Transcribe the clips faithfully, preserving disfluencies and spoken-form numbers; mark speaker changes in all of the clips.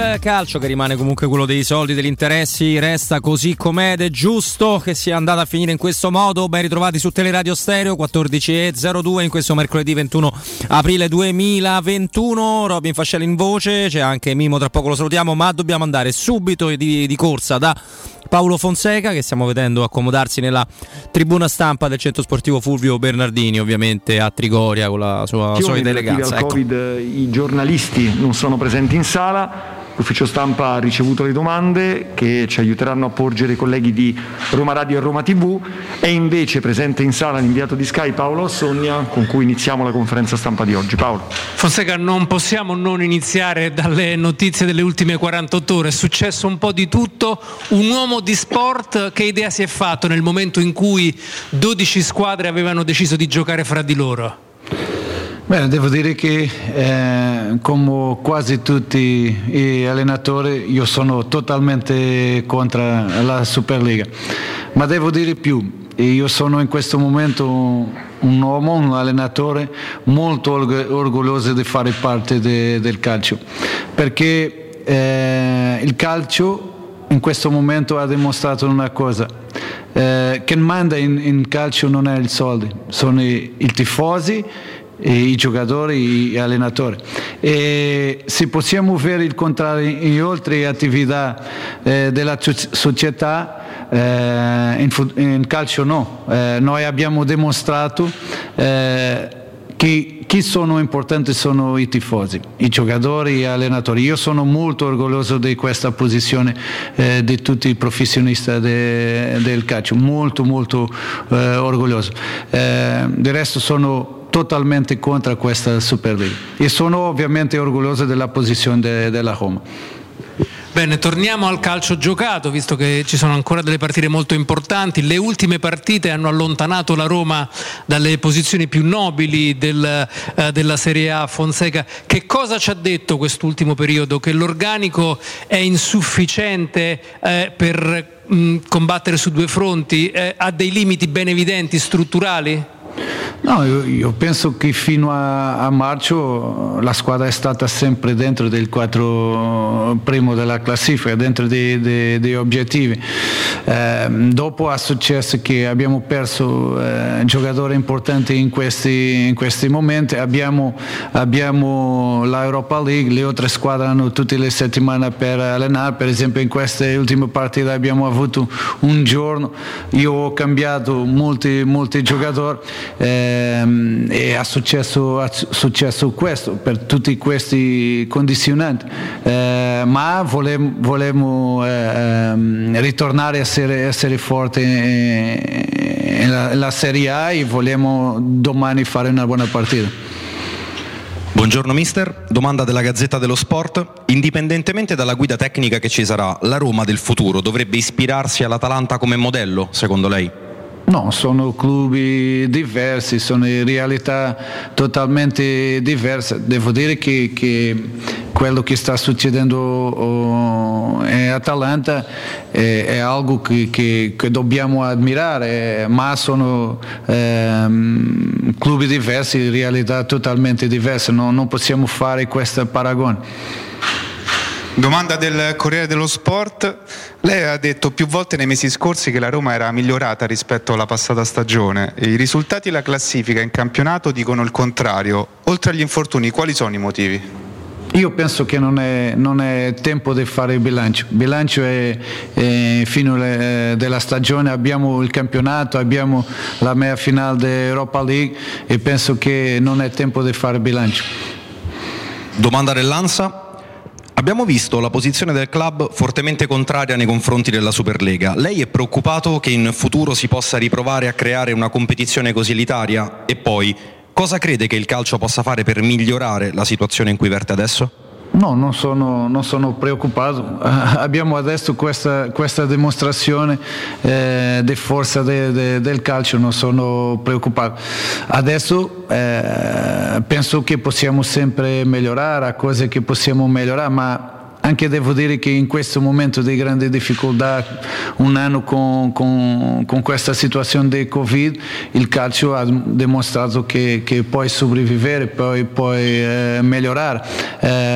Speaker 1: il calcio, che rimane comunque quello dei soldi, degli interessi, resta così com'è ed è giusto che sia andata a finire in questo modo. Ben ritrovati su Teleradio Stereo, quattordici e zero due in questo mercoledì ventuno aprile duemilaventuno. Robin Fascelli in voce, c'è anche Mimo, tra poco lo salutiamo, ma dobbiamo andare subito di, di corsa da Paolo Fonseca, che stiamo vedendo accomodarsi nella tribuna stampa del centro sportivo Fulvio Bernardini, ovviamente a Trigoria, con la sua solita eleganza.
Speaker 2: Al
Speaker 1: ecco.
Speaker 2: Covid i giornalisti non sono presenti in sala. L'ufficio stampa ha ricevuto le domande che ci aiuteranno a porgere i colleghi di Roma Radio e Roma tivù. È invece presente in sala l'inviato di Sky Paolo Assogna, con cui iniziamo la conferenza stampa di oggi. Paolo.
Speaker 3: Fonseca, non possiamo non iniziare dalle notizie delle ultime quarantotto ore. È successo un po' di tutto. Un uomo di sport, che idea si è fatto nel momento in cui dodici squadre avevano deciso di giocare fra di loro?
Speaker 4: Beh, devo dire che eh, come quasi tutti gli allenatori io sono totalmente contro la Superlega, ma devo dire più, io sono in questo momento un uomo, un allenatore molto orgoglioso di fare parte de, del calcio, perché eh, il calcio in questo momento ha dimostrato una cosa, eh, che manda in, in calcio non è il soldi, sono i, i tifosi, i giocatori, gli allenatori, e se possiamo vedere il contrario in altre attività eh, della società, eh, in, in calcio no, eh, noi abbiamo dimostrato eh, che chi sono importanti sono i tifosi, i giocatori, gli allenatori. Io sono molto orgoglioso di questa posizione eh, di tutti i professionisti de, del calcio, molto molto eh, orgoglioso. Eh, del resto sono totalmente contro questa Superlega e sono ovviamente orgoglioso della posizione de, della Roma.
Speaker 3: Bene, torniamo al calcio giocato, visto che ci sono ancora delle partite molto importanti. Le ultime partite hanno allontanato la Roma dalle posizioni più nobili del, eh, della Serie A. Fonseca, che cosa ci ha detto quest'ultimo periodo? Che l'organico è insufficiente eh, per mh, combattere su due fronti? Eh, ha dei limiti ben evidenti, strutturali?
Speaker 4: No, io, io penso che fino a, a marzo la squadra è stata sempre dentro del quattro primo della classifica, dentro dei, dei, dei obiettivi. Eh, dopo è successo che abbiamo perso eh, giocatori importanti in questi, in questi momenti, abbiamo, abbiamo la Europa League, le altre squadre hanno tutte le settimane per allenare, per esempio in queste ultime partite abbiamo avuto un giorno, io ho cambiato molti, molti giocatori. Eh, e è successo, è successo questo per tutti questi condizionanti, eh, ma volemo, volemo eh, ritornare a essere, essere forti nella Serie A e vogliamo domani fare una buona partita.
Speaker 5: Buongiorno mister, domanda della Gazzetta dello Sport. Indipendentemente dalla guida tecnica che ci sarà, la Roma del futuro dovrebbe ispirarsi all'Atalanta come modello, secondo lei?
Speaker 4: No, sono clubi diversi, sono realtà totalmente diverse. Devo dire che, che quello che sta succedendo oh, in Atalanta è, è algo che, che, che dobbiamo ammirare, ma sono ehm, clubi diversi, realtà totalmente diverse, no, non possiamo fare questo paragone.
Speaker 6: Domanda del Corriere dello Sport. Lei ha detto più volte nei mesi scorsi che la Roma era migliorata rispetto alla passata stagione. I risultati e la classifica in campionato dicono il contrario. Oltre agli infortuni, quali sono i motivi?
Speaker 4: Io penso che non è, non è tempo di fare il bilancio. Il bilancio è, è fine della stagione, abbiamo il campionato, abbiamo la mea finale dell'Europa League e penso che non è tempo di fare il bilancio.
Speaker 5: Domanda dell'Ansa. Abbiamo visto la posizione del club fortemente contraria nei confronti della Superlega. Lei è preoccupato che in futuro si possa riprovare a creare una competizione così elitaria? E poi, cosa crede che il calcio possa fare per migliorare la situazione in cui verte adesso?
Speaker 4: No, non sono, non sono preoccupato. Uh, abbiamo adesso questa, questa dimostrazione eh, di forza de, de, del calcio, non sono preoccupato. Adesso eh, penso che possiamo sempre migliorare, cose che possiamo migliorare, ma anche devo dire che in questo momento di grande difficoltà, un anno con, con, con questa situazione di Covid, il calcio ha dimostrato che, che puoi sopravvivere, poi puoi eh, migliorare. Eh,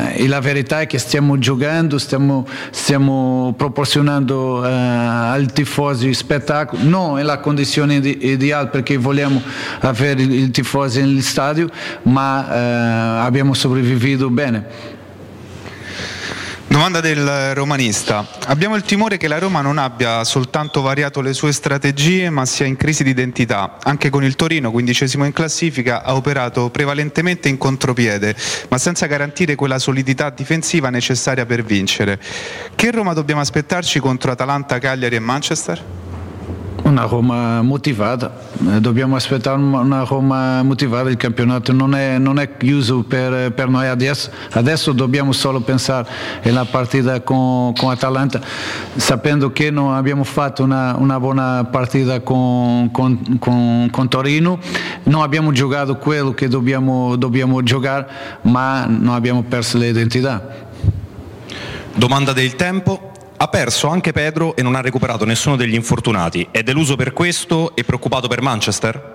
Speaker 4: e la verità è che stiamo giocando, stiamo, stiamo proporzionando eh, al tifosi spettacolo, non è la condizione ideale perché vogliamo avere il tifosi nello stadio, ma eh, abbiamo sopravvissuto bene.
Speaker 6: Domanda del romanista. Abbiamo il timore che la Roma non abbia soltanto variato le sue strategie, ma sia in crisi di identità. Anche con il Torino, quindicesimo in classifica, ha operato prevalentemente in contropiede, ma senza garantire quella solidità difensiva necessaria per vincere. Che Roma dobbiamo aspettarci contro Atalanta, Cagliari e Manchester?
Speaker 4: Una Roma motivata, eh, dobbiamo aspettare una Roma motivata, il campionato non è, non è chiuso per, per noi adesso, adesso dobbiamo solo pensare alla partita con, con Atalanta, sapendo che non abbiamo fatto una, una buona partita con, con, con, con Torino, non abbiamo giocato quello che dobbiamo, dobbiamo giocare, ma non abbiamo perso l'identità.
Speaker 5: Domanda del tempo. Ha perso anche Pedro e non ha recuperato nessuno degli infortunati. È deluso per questo e preoccupato per Manchester?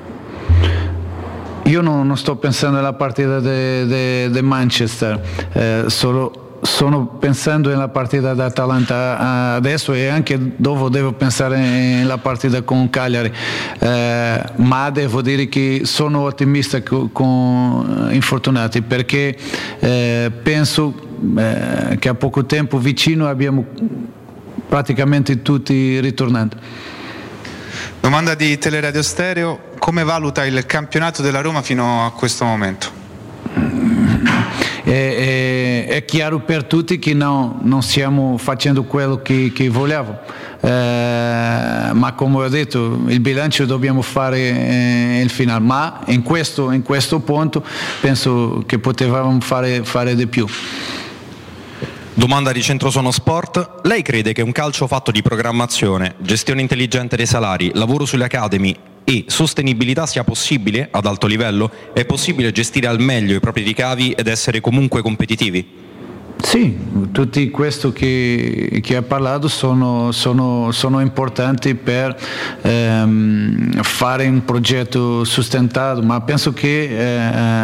Speaker 4: Io non, non sto pensando alla partita di Manchester, eh, solo, sono pensando nella partita di Atalanta adesso e anche dopo devo pensare nella partita con Cagliari, eh, ma devo dire che sono ottimista con, con infortunati perché eh, penso Eh, che a poco tempo vicino abbiamo praticamente tutti ritornando.
Speaker 6: Domanda di Teleradio Stereo: come valuta il campionato della Roma fino a questo momento?
Speaker 4: È, è, è chiaro per tutti che no, non stiamo facendo quello che, che vogliamo, eh, ma come ho detto il bilancio dobbiamo fare eh, il finale, ma in questo, in questo punto penso che potevamo fare, fare di più.
Speaker 5: Domanda di Centrosuono Sport. Lei crede che un calcio fatto di programmazione, gestione intelligente dei salari, lavoro sulle academy e sostenibilità sia possibile ad alto livello? È possibile gestire al meglio i propri ricavi ed essere comunque competitivi?
Speaker 4: Sì, tutti questo che, che ha parlato sono, sono, sono importanti per ehm, fare un progetto sustentato, ma penso che eh,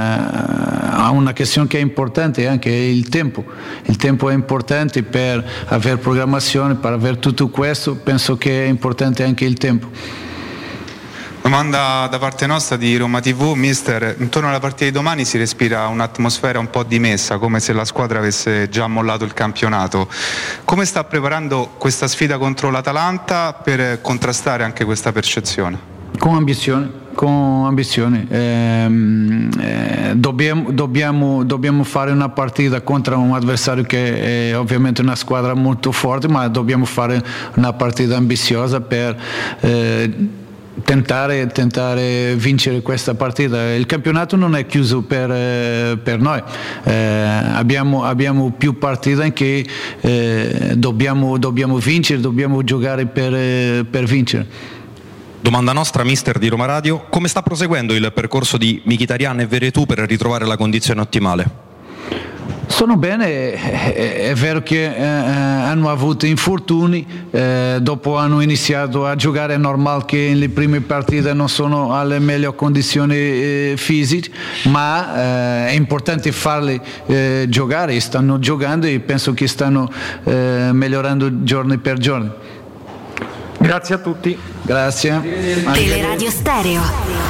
Speaker 4: ha una questione che è importante anche il tempo. Il tempo è importante per avere programmazione, per avere tutto questo, penso che è importante anche il tempo.
Speaker 6: Domanda da parte nostra di Roma tivù, mister, intorno alla partita di domani si respira un'atmosfera un po' dimessa, come se la squadra avesse già mollato il campionato. Come sta preparando questa sfida contro l'Atalanta per contrastare anche questa percezione?
Speaker 4: Con ambizione, con ambizione. Eh, eh, dobbiamo, dobbiamo, dobbiamo fare una partita contro un avversario che è ovviamente una squadra molto forte, ma dobbiamo fare una partita ambiziosa per eh, Tentare, tentare vincere questa partita. Il campionato non è chiuso per, eh, per noi, eh, abbiamo, abbiamo più partite in che eh, dobbiamo, dobbiamo vincere, dobbiamo giocare per, eh, per vincere.
Speaker 5: Domanda nostra, mister di Roma Radio: come sta proseguendo il percorso di Mkhitaryan e Veretout per ritrovare la condizione ottimale?
Speaker 4: Sono bene, è, è vero che eh, hanno avuto infortuni, eh, dopo hanno iniziato a giocare, è normale che nelle prime partite non sono alle meglio condizioni eh, fisiche, ma eh, è importante farli eh, giocare, stanno giocando e penso che stanno eh, migliorando giorno per giorno.
Speaker 2: Grazie a tutti.
Speaker 4: Grazie.
Speaker 7: Teleradio Stereo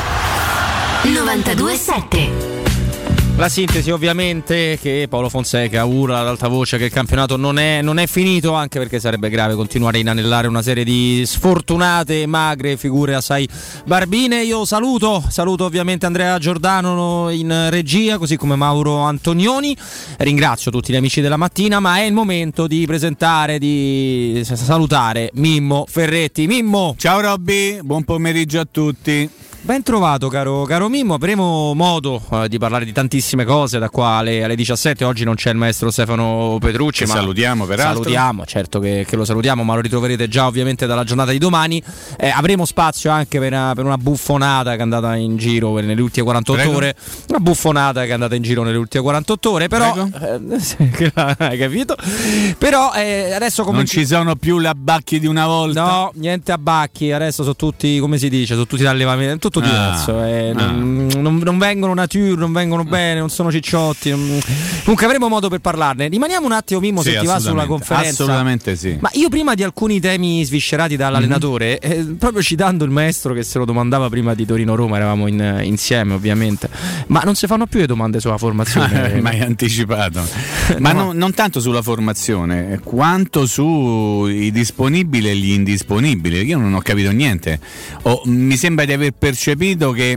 Speaker 7: novantadue sette.
Speaker 1: La sintesi ovviamente che Paolo Fonseca urla ad alta voce che il campionato non è, non è finito, anche perché sarebbe grave continuare a inanellare una serie di sfortunate, magre figure assai barbine. Io saluto, saluto ovviamente Andrea Giordano in regia, così come Mauro Antonioni, ringrazio tutti gli amici della mattina, ma è il momento di presentare, di salutare Mimmo Ferretti. Mimmo!
Speaker 8: Ciao Robby, buon pomeriggio a tutti.
Speaker 1: Ben trovato caro, caro Mimmo, avremo modo eh, di parlare di tantissime cose da qua alle, alle diciassette. Oggi non c'è il maestro Stefano Petrucci,
Speaker 8: che
Speaker 1: ma
Speaker 8: salutiamo peraltro.
Speaker 1: Salutiamo, certo che, che lo salutiamo, ma lo ritroverete già ovviamente dalla giornata di domani. Eh, avremo spazio anche per una, per una buffonata che è andata in giro nelle ultime quarantotto
Speaker 8: Prego.
Speaker 1: ore. Una buffonata che è andata in giro nelle ultime quarantotto ore, però eh, hai capito? Però eh, adesso come
Speaker 8: non ci sono più le abbacchi di una volta.
Speaker 1: No, niente abbacchi, adesso sono tutti, come si dice, sono tutti d'allevamento, tutto diverso. Ah, eh. ah. Non, non, non vengono nature, non vengono bene, non sono cicciotti. Non... Comunque avremo modo per parlarne. Rimaniamo un attimo, Mimmo, sì, se ti va sulla conferenza.
Speaker 8: Assolutamente sì.
Speaker 1: Ma io prima di alcuni temi sviscerati dall'allenatore, mm-hmm. eh, proprio citando il maestro che se lo domandava prima di Torino-Roma, eravamo in, insieme ovviamente, ma non si fanno più le domande sulla formazione.
Speaker 8: Ma hai anticipato. Ma no. non, non tanto sulla formazione, quanto sui disponibili e gli indisponibili. Io non ho capito niente. Oh, mi sembra di aver percepito che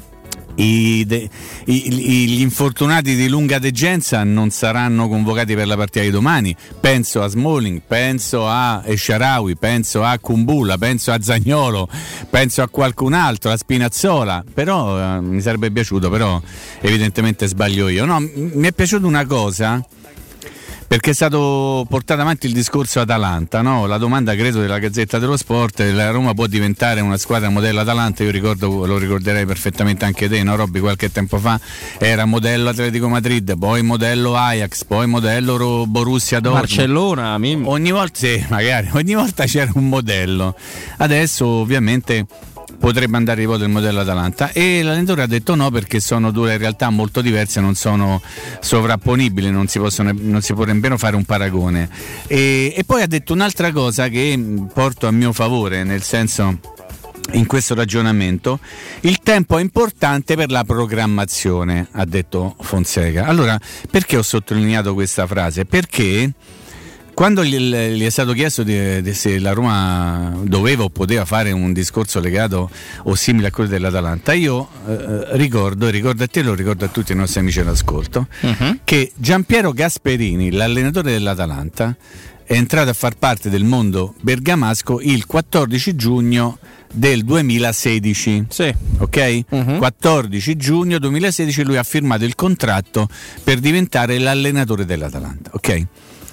Speaker 8: I, de, i, gli infortunati di lunga degenza non saranno convocati per la partita di domani. Penso a Smalling, penso a Esharawi, penso a Kumbula, penso a Zaniolo, penso a qualcun altro, a Spinazzola. Però eh, mi sarebbe piaciuto, però evidentemente sbaglio io. No, mi è piaciuta una cosa, perché è stato portato avanti il discorso Atalanta, no? La domanda, credo, della Gazzetta dello Sport: la Roma può diventare una squadra modello Atalanta? Io ricordo, lo ricorderei perfettamente anche te, no Robby? Qualche tempo fa era modello Atletico Madrid, poi modello Ajax, poi modello Borussia Dortmund,
Speaker 1: Barcellona, mim.
Speaker 8: ogni volta sì, magari ogni volta c'era un modello. Adesso ovviamente potrebbe andare di voto il modello Atalanta, e l'allenatore ha detto no, perché sono due realtà molto diverse, non sono sovrapponibili, non si possono, non si può nemmeno fare un paragone. E, e poi ha detto un'altra cosa che porto a mio favore, nel senso, in questo ragionamento: il tempo è importante per la programmazione, ha detto Fonseca. Allora, perché ho sottolineato questa frase? Perché quando gli, gli è stato chiesto di, di se la Roma doveva o poteva fare un discorso legato o simile a quello dell'Atalanta, io eh, ricordo, e ricordo a te, lo ricordo a tutti i nostri amici all'ascolto, uh-huh. che Giampiero Gasperini, l'allenatore dell'Atalanta, è entrato a far parte del mondo bergamasco il quattordici giugno del duemilasedici.
Speaker 1: Sì.
Speaker 8: Ok? Uh-huh. quattordici giugno duemilasedici lui ha firmato il contratto per diventare l'allenatore dell'Atalanta. Ok?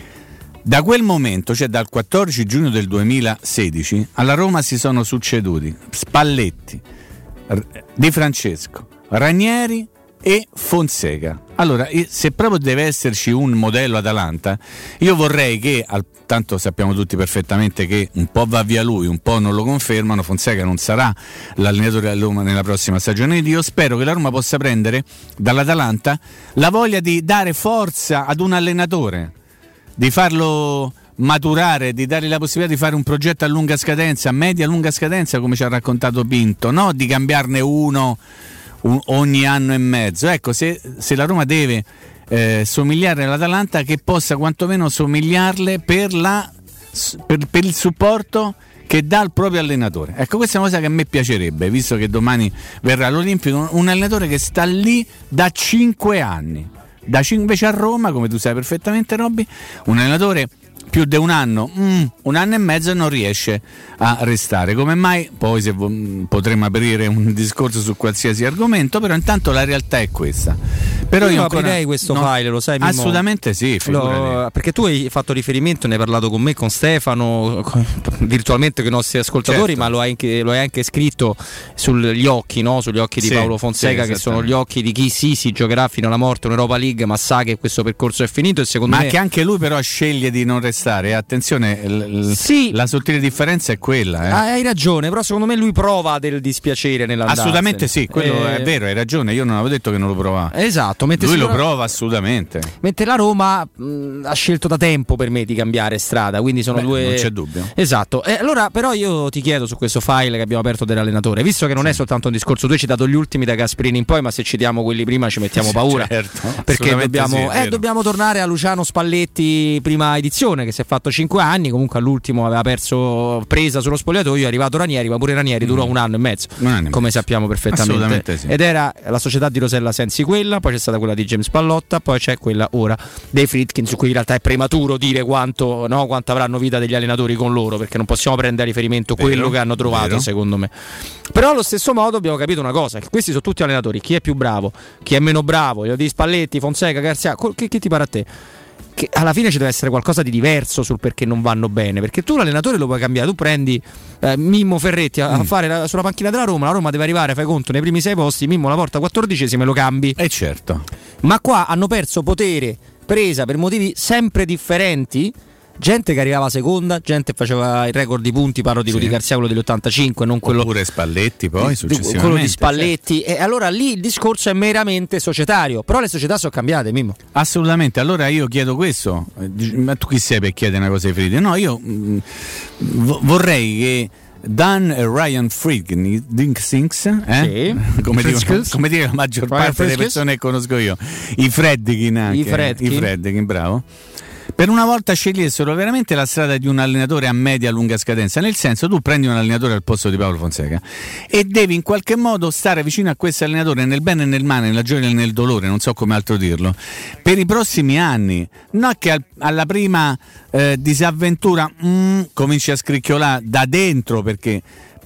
Speaker 8: Da quel momento, cioè dal quattordici giugno del duemilasedici, alla Roma si sono succeduti Spalletti, Di Francesco, Ranieri e Fonseca. Allora, se proprio deve esserci un modello Atalanta, io vorrei che, al, tanto sappiamo tutti perfettamente che un po' va via lui, un po' non lo confermano, Fonseca non sarà l'allenatore della Roma nella prossima stagione. Io spero che la Roma possa prendere dall'Atalanta la voglia di dare forza ad un allenatore, di farlo maturare, di dargli la possibilità di fare un progetto a lunga scadenza, a media lunga scadenza, come ci ha raccontato Pinto, no di cambiarne uno un, ogni anno e mezzo. Ecco, se, se la Roma deve eh, somigliare all'Atalanta, che possa quantomeno somigliarle per, la, per, per il supporto che dà il proprio allenatore. Ecco, questa è una cosa che a me piacerebbe, visto che domani verrà all'Olimpico, un allenatore che sta lì da cinque anni. Da invece a Roma, come tu sai perfettamente, Robby, un allenatore più di un anno, mm, un anno e mezzo non riesce a restare. Come mai? Poi se vo- potremmo aprire un discorso su qualsiasi argomento, però intanto la realtà è questa. Però
Speaker 1: io,
Speaker 8: io
Speaker 1: ancora, aprirei questo no, file, lo sai Mimmo?
Speaker 8: Assolutamente sì,
Speaker 1: lo, perché tu hai fatto riferimento, ne hai parlato con me, con Stefano, con, virtualmente con i nostri ascoltatori, certo. Ma lo hai, anche, lo hai anche scritto sugli occhi, no? Sugli occhi di sì, Paolo Fonseca, sì, che sono gli occhi di chi sì si giocherà fino alla morte un'Europa League, ma sa che questo percorso è finito, e secondo
Speaker 8: ma
Speaker 1: me...
Speaker 8: che anche lui però sceglie di non restare. Attenzione, l- sì. La sottile differenza è quella. Eh.
Speaker 1: Ah, hai ragione, però secondo me lui prova del dispiacere nell'andarsene.
Speaker 8: Assolutamente sì, quello eh... è vero, hai ragione, io non avevo detto che non lo provava.
Speaker 1: Esatto,
Speaker 8: lui
Speaker 1: sicura...
Speaker 8: lo prova assolutamente.
Speaker 1: Mentre la Roma mh, ha scelto da tempo per me di cambiare strada, quindi sono
Speaker 8: Beh,
Speaker 1: due...
Speaker 8: non c'è dubbio.
Speaker 1: Esatto, e allora però io ti chiedo su questo file che abbiamo aperto dell'allenatore, visto che non sì. è soltanto un discorso, tu hai citato gli ultimi da Gasperini in poi, ma se citiamo quelli prima ci mettiamo paura,
Speaker 8: certo,
Speaker 1: perché dobbiamo,
Speaker 8: sì,
Speaker 1: eh, dobbiamo tornare a Luciano Spalletti prima edizione, che si è fatto cinque anni, comunque all'ultimo aveva perso presa sullo spogliatoio, è arrivato Ranieri, ma pure Ranieri durò mm. un anno e mezzo, anno come mezzo. sappiamo perfettamente,
Speaker 8: sì.
Speaker 1: Ed era la società di Rosella Sensi quella, poi c'è stata quella di James Pallotta, poi c'è quella ora dei Friedkin, su cui in realtà è prematuro dire quanto, no, quanto avranno vita degli allenatori con loro, perché non possiamo prendere a riferimento quello vero, che hanno trovato, vero. secondo me. Però allo stesso modo abbiamo capito una cosa, che questi sono tutti allenatori, chi è più bravo, chi è meno bravo, io di Spalletti, Fonseca, Garzia, che, che ti pare a te? Che alla fine ci deve essere qualcosa di diverso sul perché non vanno bene, perché tu l'allenatore lo puoi cambiare, tu prendi eh, Mimmo Ferretti a, mm. a fare la, sulla panchina della Roma, la Roma deve arrivare, fai conto, nei primi sei posti, Mimmo la porta quattordicesima e lo cambi.
Speaker 8: E eh certo.
Speaker 1: Ma qua hanno perso potere, presa per motivi sempre differenti gente che arrivava seconda, gente che faceva il record di punti, parlo di
Speaker 8: Sì.
Speaker 1: Rudy Garcia, quello dell'ottantacinque, non quello
Speaker 8: Oppure Spalletti poi
Speaker 1: di-
Speaker 8: successivamente.
Speaker 1: quello di Spalletti, certo. E allora lì il discorso è meramente societario, però le società sono cambiate, Mimmo.
Speaker 8: Assolutamente, allora io chiedo questo, eh, dici, ma tu chi sei per chiedere una cosa ai Friedkin? No, io mh, vo- vorrei che Dan e Ryan Friedkin, Dinksings, eh?
Speaker 1: Sì.
Speaker 8: come, dico,
Speaker 1: Friedkins.
Speaker 8: come dire la maggior
Speaker 1: Ryan
Speaker 8: parte delle
Speaker 1: Friedkins.
Speaker 8: persone che conosco io, i Friedkin anche,
Speaker 1: I Friedkin.
Speaker 8: i Friedkin, bravo. Per una volta scegliessero veramente la strada di un allenatore a media lunga scadenza, nel senso tu prendi un allenatore al posto di Paolo Fonseca e devi in qualche modo stare vicino a questo allenatore nel bene e nel male, nella gioia e nel dolore, non so come altro dirlo, per i prossimi anni, non che al, alla prima eh, disavventura mm, cominci a scricchiolare da dentro, perché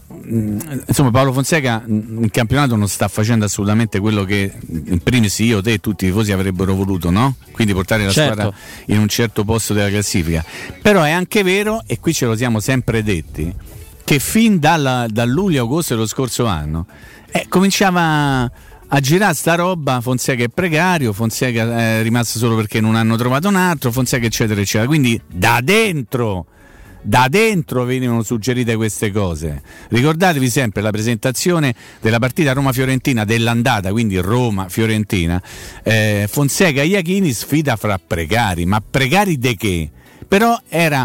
Speaker 8: insomma Paolo Fonseca in campionato non sta facendo assolutamente quello che in primis io, te e tutti i tifosi avrebbero voluto, no? Quindi portare la
Speaker 1: Certo.
Speaker 8: squadra in un certo posto della classifica. Però è anche vero, e qui ce lo siamo sempre detti, che fin dalla, da luglio-agosto dello scorso anno eh, cominciava a girare sta roba, Fonseca è precario, Fonseca è rimasto solo perché non hanno trovato un altro, Fonseca eccetera eccetera, quindi da dentro Da dentro venivano suggerite queste cose. Ricordatevi sempre la presentazione della partita Roma-Fiorentina dell'andata, quindi Roma-Fiorentina. Eh, Fonseca Iachini sfida fra precari, ma precari de che? Però era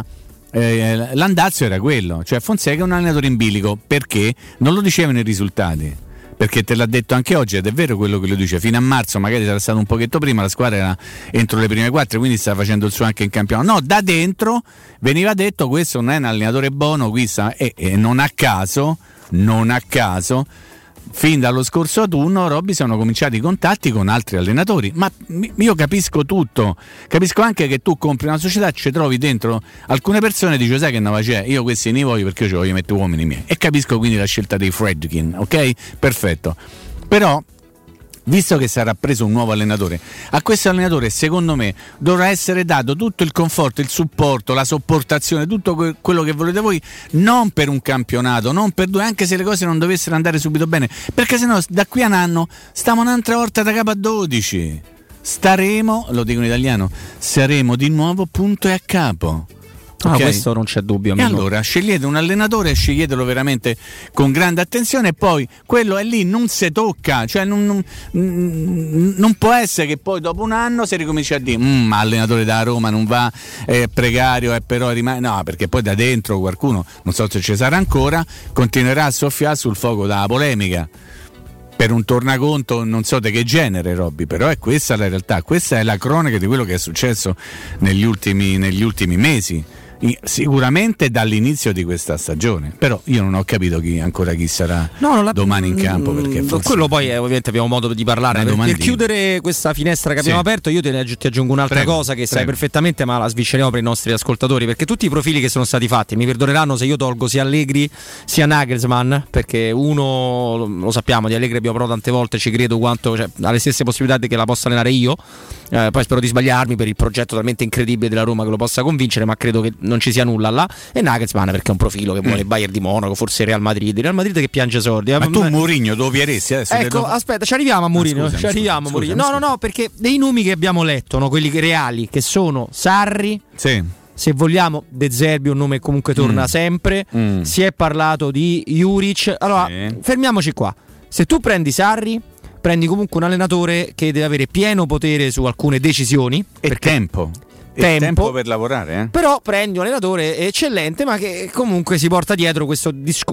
Speaker 8: eh, l'andazzo era quello, cioè Fonseca è un allenatore in bilico, perché non lo dicevano i risultati. Perché te l'ha detto anche oggi, ed è vero quello che lui dice, fino a marzo magari sarà stato un pochetto prima, la squadra era entro le prime quattro, quindi sta facendo il suo anche in campionato. No, da dentro veniva detto questo non è un allenatore buono, qui sta, e, e non a caso, non a caso, fin dallo scorso autunno Robby sono cominciati i contatti con altri allenatori, ma io capisco tutto, capisco anche che tu compri una società, ci trovi dentro alcune persone e dici sai che no c'è, io questi ne voglio perché io ci voglio mettere uomini miei, e capisco quindi la scelta dei Friedkin, ok? Perfetto, però visto che sarà preso un nuovo allenatore, a questo allenatore secondo me dovrà essere dato tutto il conforto, il supporto, la sopportazione, tutto que- quello che volete voi, non per un campionato, non per due, anche se le cose non dovessero andare subito bene, perché sennò da qui a un anno stiamo un'altra volta da capo a dodici, staremo, lo dico in italiano, saremo di nuovo punto e a capo.
Speaker 1: Ah,
Speaker 8: Okay?
Speaker 1: questo non c'è dubbio.
Speaker 8: E
Speaker 1: amico.
Speaker 8: allora scegliete un allenatore, sceglietelo veramente con grande attenzione, e poi quello è lì, non si tocca, cioè non, non, non può essere che poi dopo un anno si ricomincia a dire mm, ma allenatore da Roma non va, è precario, è però rimane, no, perché poi da dentro qualcuno, non so se ci sarà ancora, continuerà a soffiare sul fuoco della polemica per un tornaconto non so di che genere, Robby, però è questa la realtà, questa è la cronaca di quello che è successo negli ultimi, negli ultimi mesi. Sicuramente dall'inizio di questa stagione, però io non ho capito chi ancora chi sarà
Speaker 1: no, non la,
Speaker 8: domani in campo, perché forse
Speaker 1: quello poi è, ovviamente abbiamo modo di parlare. Per, per chiudere questa finestra che abbiamo
Speaker 8: sì.
Speaker 1: aperto, io te, ti aggiungo un'altra
Speaker 8: prego,
Speaker 1: cosa che
Speaker 8: prego.
Speaker 1: sai perfettamente, ma la svisceriamo per i nostri ascoltatori, perché tutti i profili che sono stati fatti, mi perdoneranno se io tolgo sia Allegri sia Nagelsmann, perché uno lo sappiamo, di Allegri abbiamo parlato tante volte, ci credo quanto, cioè, ha le stesse possibilità che la possa allenare io, eh, poi spero di sbagliarmi per il progetto talmente incredibile della Roma che lo possa convincere, ma credo che non ci sia nulla là. E Nagelsmann perché è un profilo che vuole il Bayern di Monaco, forse il Real Madrid, il Real Madrid che piange soldi.
Speaker 8: Ma tu Mourinho dove vieresti adesso?
Speaker 1: Ecco, aspetta, ci arriviamo a Mourinho,
Speaker 8: ah, scusami,
Speaker 1: ci arriviamo
Speaker 8: scusami,
Speaker 1: a Mourinho.
Speaker 8: scusami,
Speaker 1: No, no, no, perché dei nomi che abbiamo letto, no, quelli reali, che sono Sarri,
Speaker 8: sì.
Speaker 1: se vogliamo De Zerbi, un nome che comunque torna
Speaker 8: Mm.
Speaker 1: sempre,
Speaker 8: Mm.
Speaker 1: si è parlato di Juric. Allora,
Speaker 8: sì.
Speaker 1: fermiamoci qua. Se tu prendi Sarri, prendi comunque un allenatore che deve avere pieno potere su alcune decisioni
Speaker 8: e
Speaker 1: perché
Speaker 8: tempo.
Speaker 1: Tempo,
Speaker 8: tempo per lavorare, eh?
Speaker 1: però prendi un allenatore eccellente ma che comunque si porta dietro questa discu-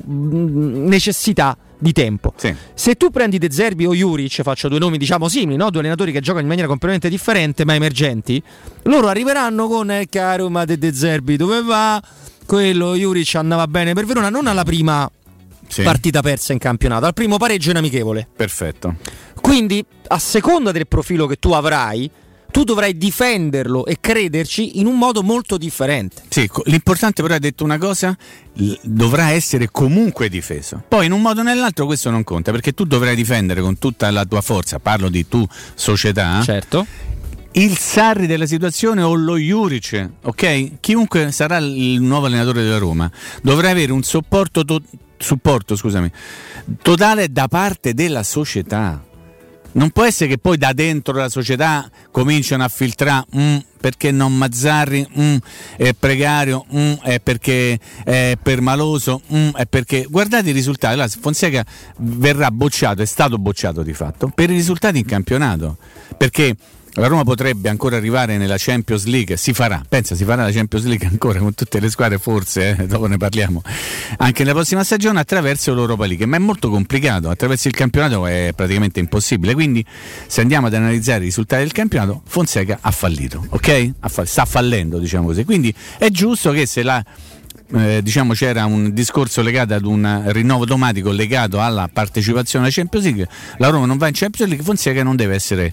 Speaker 1: necessità di tempo.
Speaker 8: Sì.
Speaker 1: Se tu prendi De Zerbi o Juric, faccio due nomi diciamo simili, no? Due allenatori che giocano in maniera completamente differente ma emergenti, loro arriveranno con eh, caro ma De, De Zerbi dove va? Quello Juric andava bene per Verona, non alla prima sì. partita persa in campionato, al primo pareggio in amichevole.
Speaker 8: Perfetto.
Speaker 1: Quindi a seconda del profilo che tu avrai, tu dovrai difenderlo e crederci in un modo molto differente.
Speaker 8: Sì, l'importante però, hai detto una cosa, l- dovrà essere comunque difeso. Poi in un modo o nell'altro questo non conta, perché tu dovrai difendere con tutta la tua forza, parlo di tu società.
Speaker 1: Certo.
Speaker 8: Il Sarri della situazione o lo Juric, ok? Chiunque sarà il nuovo allenatore della Roma dovrà avere un supporto, to- supporto scusami, totale da parte della società. non può essere che poi da dentro la società cominciano a filtrare mm, perché non Mazzarri mm, è precario, mm, è perché è permaloso, mm, è perché guardate i risultati. Là, Fonseca verrà bocciato, è stato bocciato di fatto per i risultati in campionato, perché la Roma potrebbe ancora arrivare nella Champions League, si farà, pensa, si farà la Champions League ancora con tutte le squadre, forse, eh, dopo ne parliamo, anche nella prossima stagione attraverso l'Europa League, ma è molto complicato, attraverso il campionato è praticamente impossibile, quindi se andiamo ad analizzare i risultati del campionato, Fonseca ha fallito, ok? Sta fallendo, diciamo così, quindi è giusto che se la... Eh, diciamo c'era un discorso legato ad un rinnovo automatico legato alla partecipazione alla Champions League, la Roma non va in Champions League, Fonseca non deve essere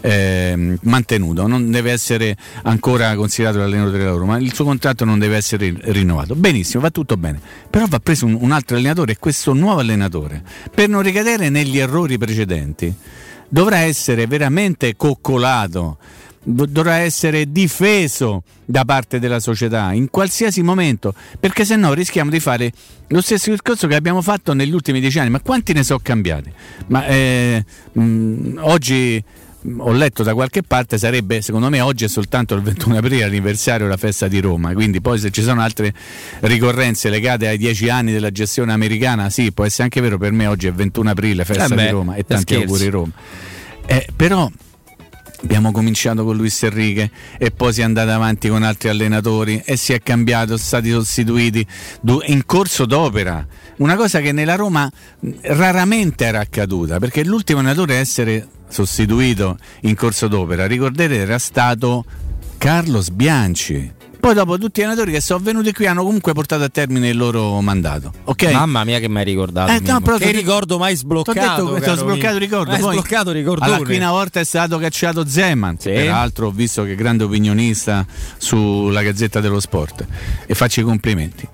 Speaker 8: eh, mantenuto, non deve essere ancora considerato l'allenatore della Roma, il suo contratto non deve essere rinnovato, benissimo, va tutto bene, però va preso un, un altro allenatore, e questo nuovo allenatore, per non ricadere negli errori precedenti, dovrà essere veramente coccolato, dovrà essere difeso da parte della società in qualsiasi momento, perché se no rischiamo di fare lo stesso discorso che abbiamo fatto negli ultimi dieci anni. Ma quanti ne so cambiati? Ma eh, mh, oggi ho letto da qualche parte, sarebbe, secondo me oggi è soltanto il ventuno aprile l'anniversario della festa di Roma, quindi poi se ci sono altre ricorrenze legate ai dieci anni della gestione americana, sì, può essere anche vero, per me oggi è ventuno aprile, festa eh beh, di Roma, e tanti scherzi. Auguri Roma. Eh, però abbiamo cominciato con Luis Enrique e poi si è andato avanti con altri allenatori e si è cambiato, sono stati sostituiti in corso d'opera, una cosa che nella Roma raramente era accaduta, perché l'ultimo allenatore a essere sostituito in corso d'opera, ricordate, era stato Carlos Bianchi. Poi dopo tutti gli allenatori che sono venuti qui hanno comunque portato a termine il loro mandato. Ok?
Speaker 1: Mamma mia che mi hai ricordato.
Speaker 8: Eh, no,
Speaker 1: che ricordo mai sbloccato.
Speaker 8: Ho detto, sbloccato ricordo.
Speaker 1: Hai
Speaker 8: poi
Speaker 1: sbloccato ricordo.
Speaker 8: Alla quinta volta è stato cacciato Zeman, sì. Peraltro ho visto che è grande opinionista sulla Gazzetta dello Sport e faccio i complimenti.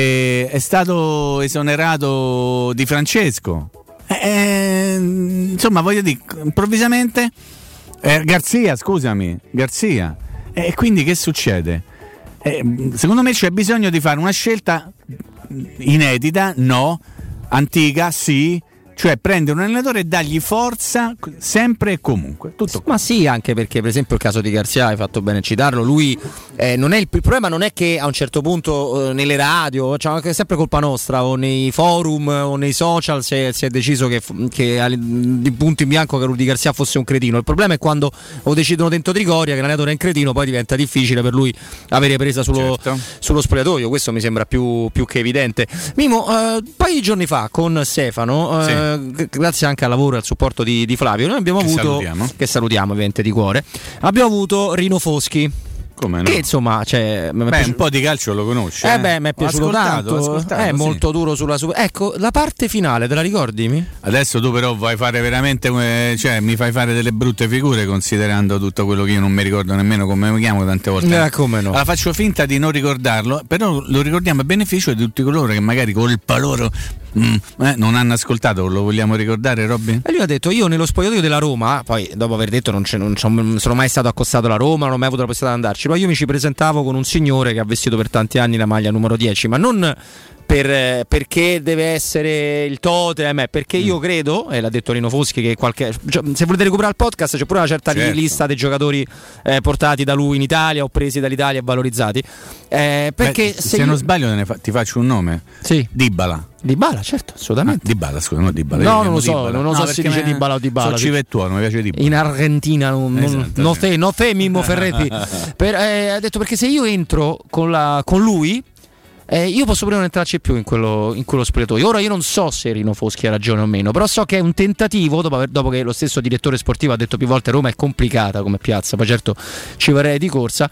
Speaker 8: E è stato esonerato Di Francesco. Eh, insomma, voglio dire, improvvisamente eh, Garzia, scusami, Garzia. E eh, quindi che succede? Eh, secondo me c'è bisogno di fare una scelta inedita, no, antica, sì, cioè prendere un allenatore e dargli forza sempre e comunque. Tutto.
Speaker 1: Ma sì, anche perché per esempio il caso di Garzia, hai fatto bene a citarlo, lui eh, non è il, il problema non è che a un certo punto eh, nelle radio, cioè, è sempre colpa nostra, o nei forum o nei social si è, si è deciso che, che di punto in bianco che Rudy Garzia fosse un cretino. Il problema è quando lo decidono dentro Trigoria che l'allenatore è un cretino, poi diventa difficile per lui avere presa sullo, certo. sullo spogliatoio, questo mi sembra più, più che evidente. Mimo, eh, un paio di giorni fa con Stefano, eh, sì. grazie anche al lavoro e al supporto di, di Flavio, noi abbiamo che avuto
Speaker 8: salutiamo.
Speaker 1: che salutiamo ovviamente di cuore, abbiamo avuto Rino Foschi.
Speaker 8: Come no?
Speaker 1: Che insomma, cioè,
Speaker 8: beh, piaciuto... un po' di calcio lo conosce.
Speaker 1: Eh,
Speaker 8: eh?
Speaker 1: beh, mi è piaciuto tanto. È sì. molto duro sulla super. Ecco, la parte finale, te la ricordi?
Speaker 8: Adesso tu però vuoi fare veramente, cioè mi fai fare delle brutte figure considerando tutto quello che io non mi ricordo nemmeno come mi chiamo tante volte.
Speaker 1: Eh, come no?
Speaker 8: Allora faccio finta di non ricordarlo, però lo ricordiamo a beneficio di tutti coloro che magari colpa loro mm, eh, non hanno ascoltato, lo vogliamo ricordare, Robby?
Speaker 1: E lui ha detto: io nello spogliatoio della Roma, poi dopo aver detto non, non, non sono mai stato accostato alla Roma, non ho mai avuto la possibilità di andarci, ma io mi ci presentavo con un signore che ha vestito per tanti anni la maglia numero dieci, ma non per, perché deve essere il totem, eh, perché io credo, e l'ha detto Rino Foschi, che qualche, cioè, se volete recuperare il podcast c'è pure una certa certo. lista dei giocatori eh, portati da lui in Italia o presi dall'Italia e valorizzati, eh, perché
Speaker 8: Beh,
Speaker 1: se,
Speaker 8: se
Speaker 1: io...
Speaker 8: non sbaglio ne fa, ti faccio un nome.
Speaker 1: Sì.
Speaker 8: Dybala.
Speaker 1: Dybala, certo, assolutamente.
Speaker 8: Ah, Dybala, scusa, no Dybala.
Speaker 1: No, non lo so,
Speaker 8: Dybala.
Speaker 1: non lo so no, se dice Dybala o Dybala.
Speaker 8: So civettuono, mi piace Dybala.
Speaker 1: In Argentina non, esatto, non te, no te Mimmo Ferretti. per, eh, ha detto perché se io entro con, la, con lui eh, io posso pure non entrarci più in quello, in quello spogliatoio. Ora io non so se Rino Foschi ha ragione o meno, però so che è un tentativo, dopo, dopo che lo stesso direttore sportivo ha detto più volte Roma è complicata come piazza, poi certo ci vorrei di corsa.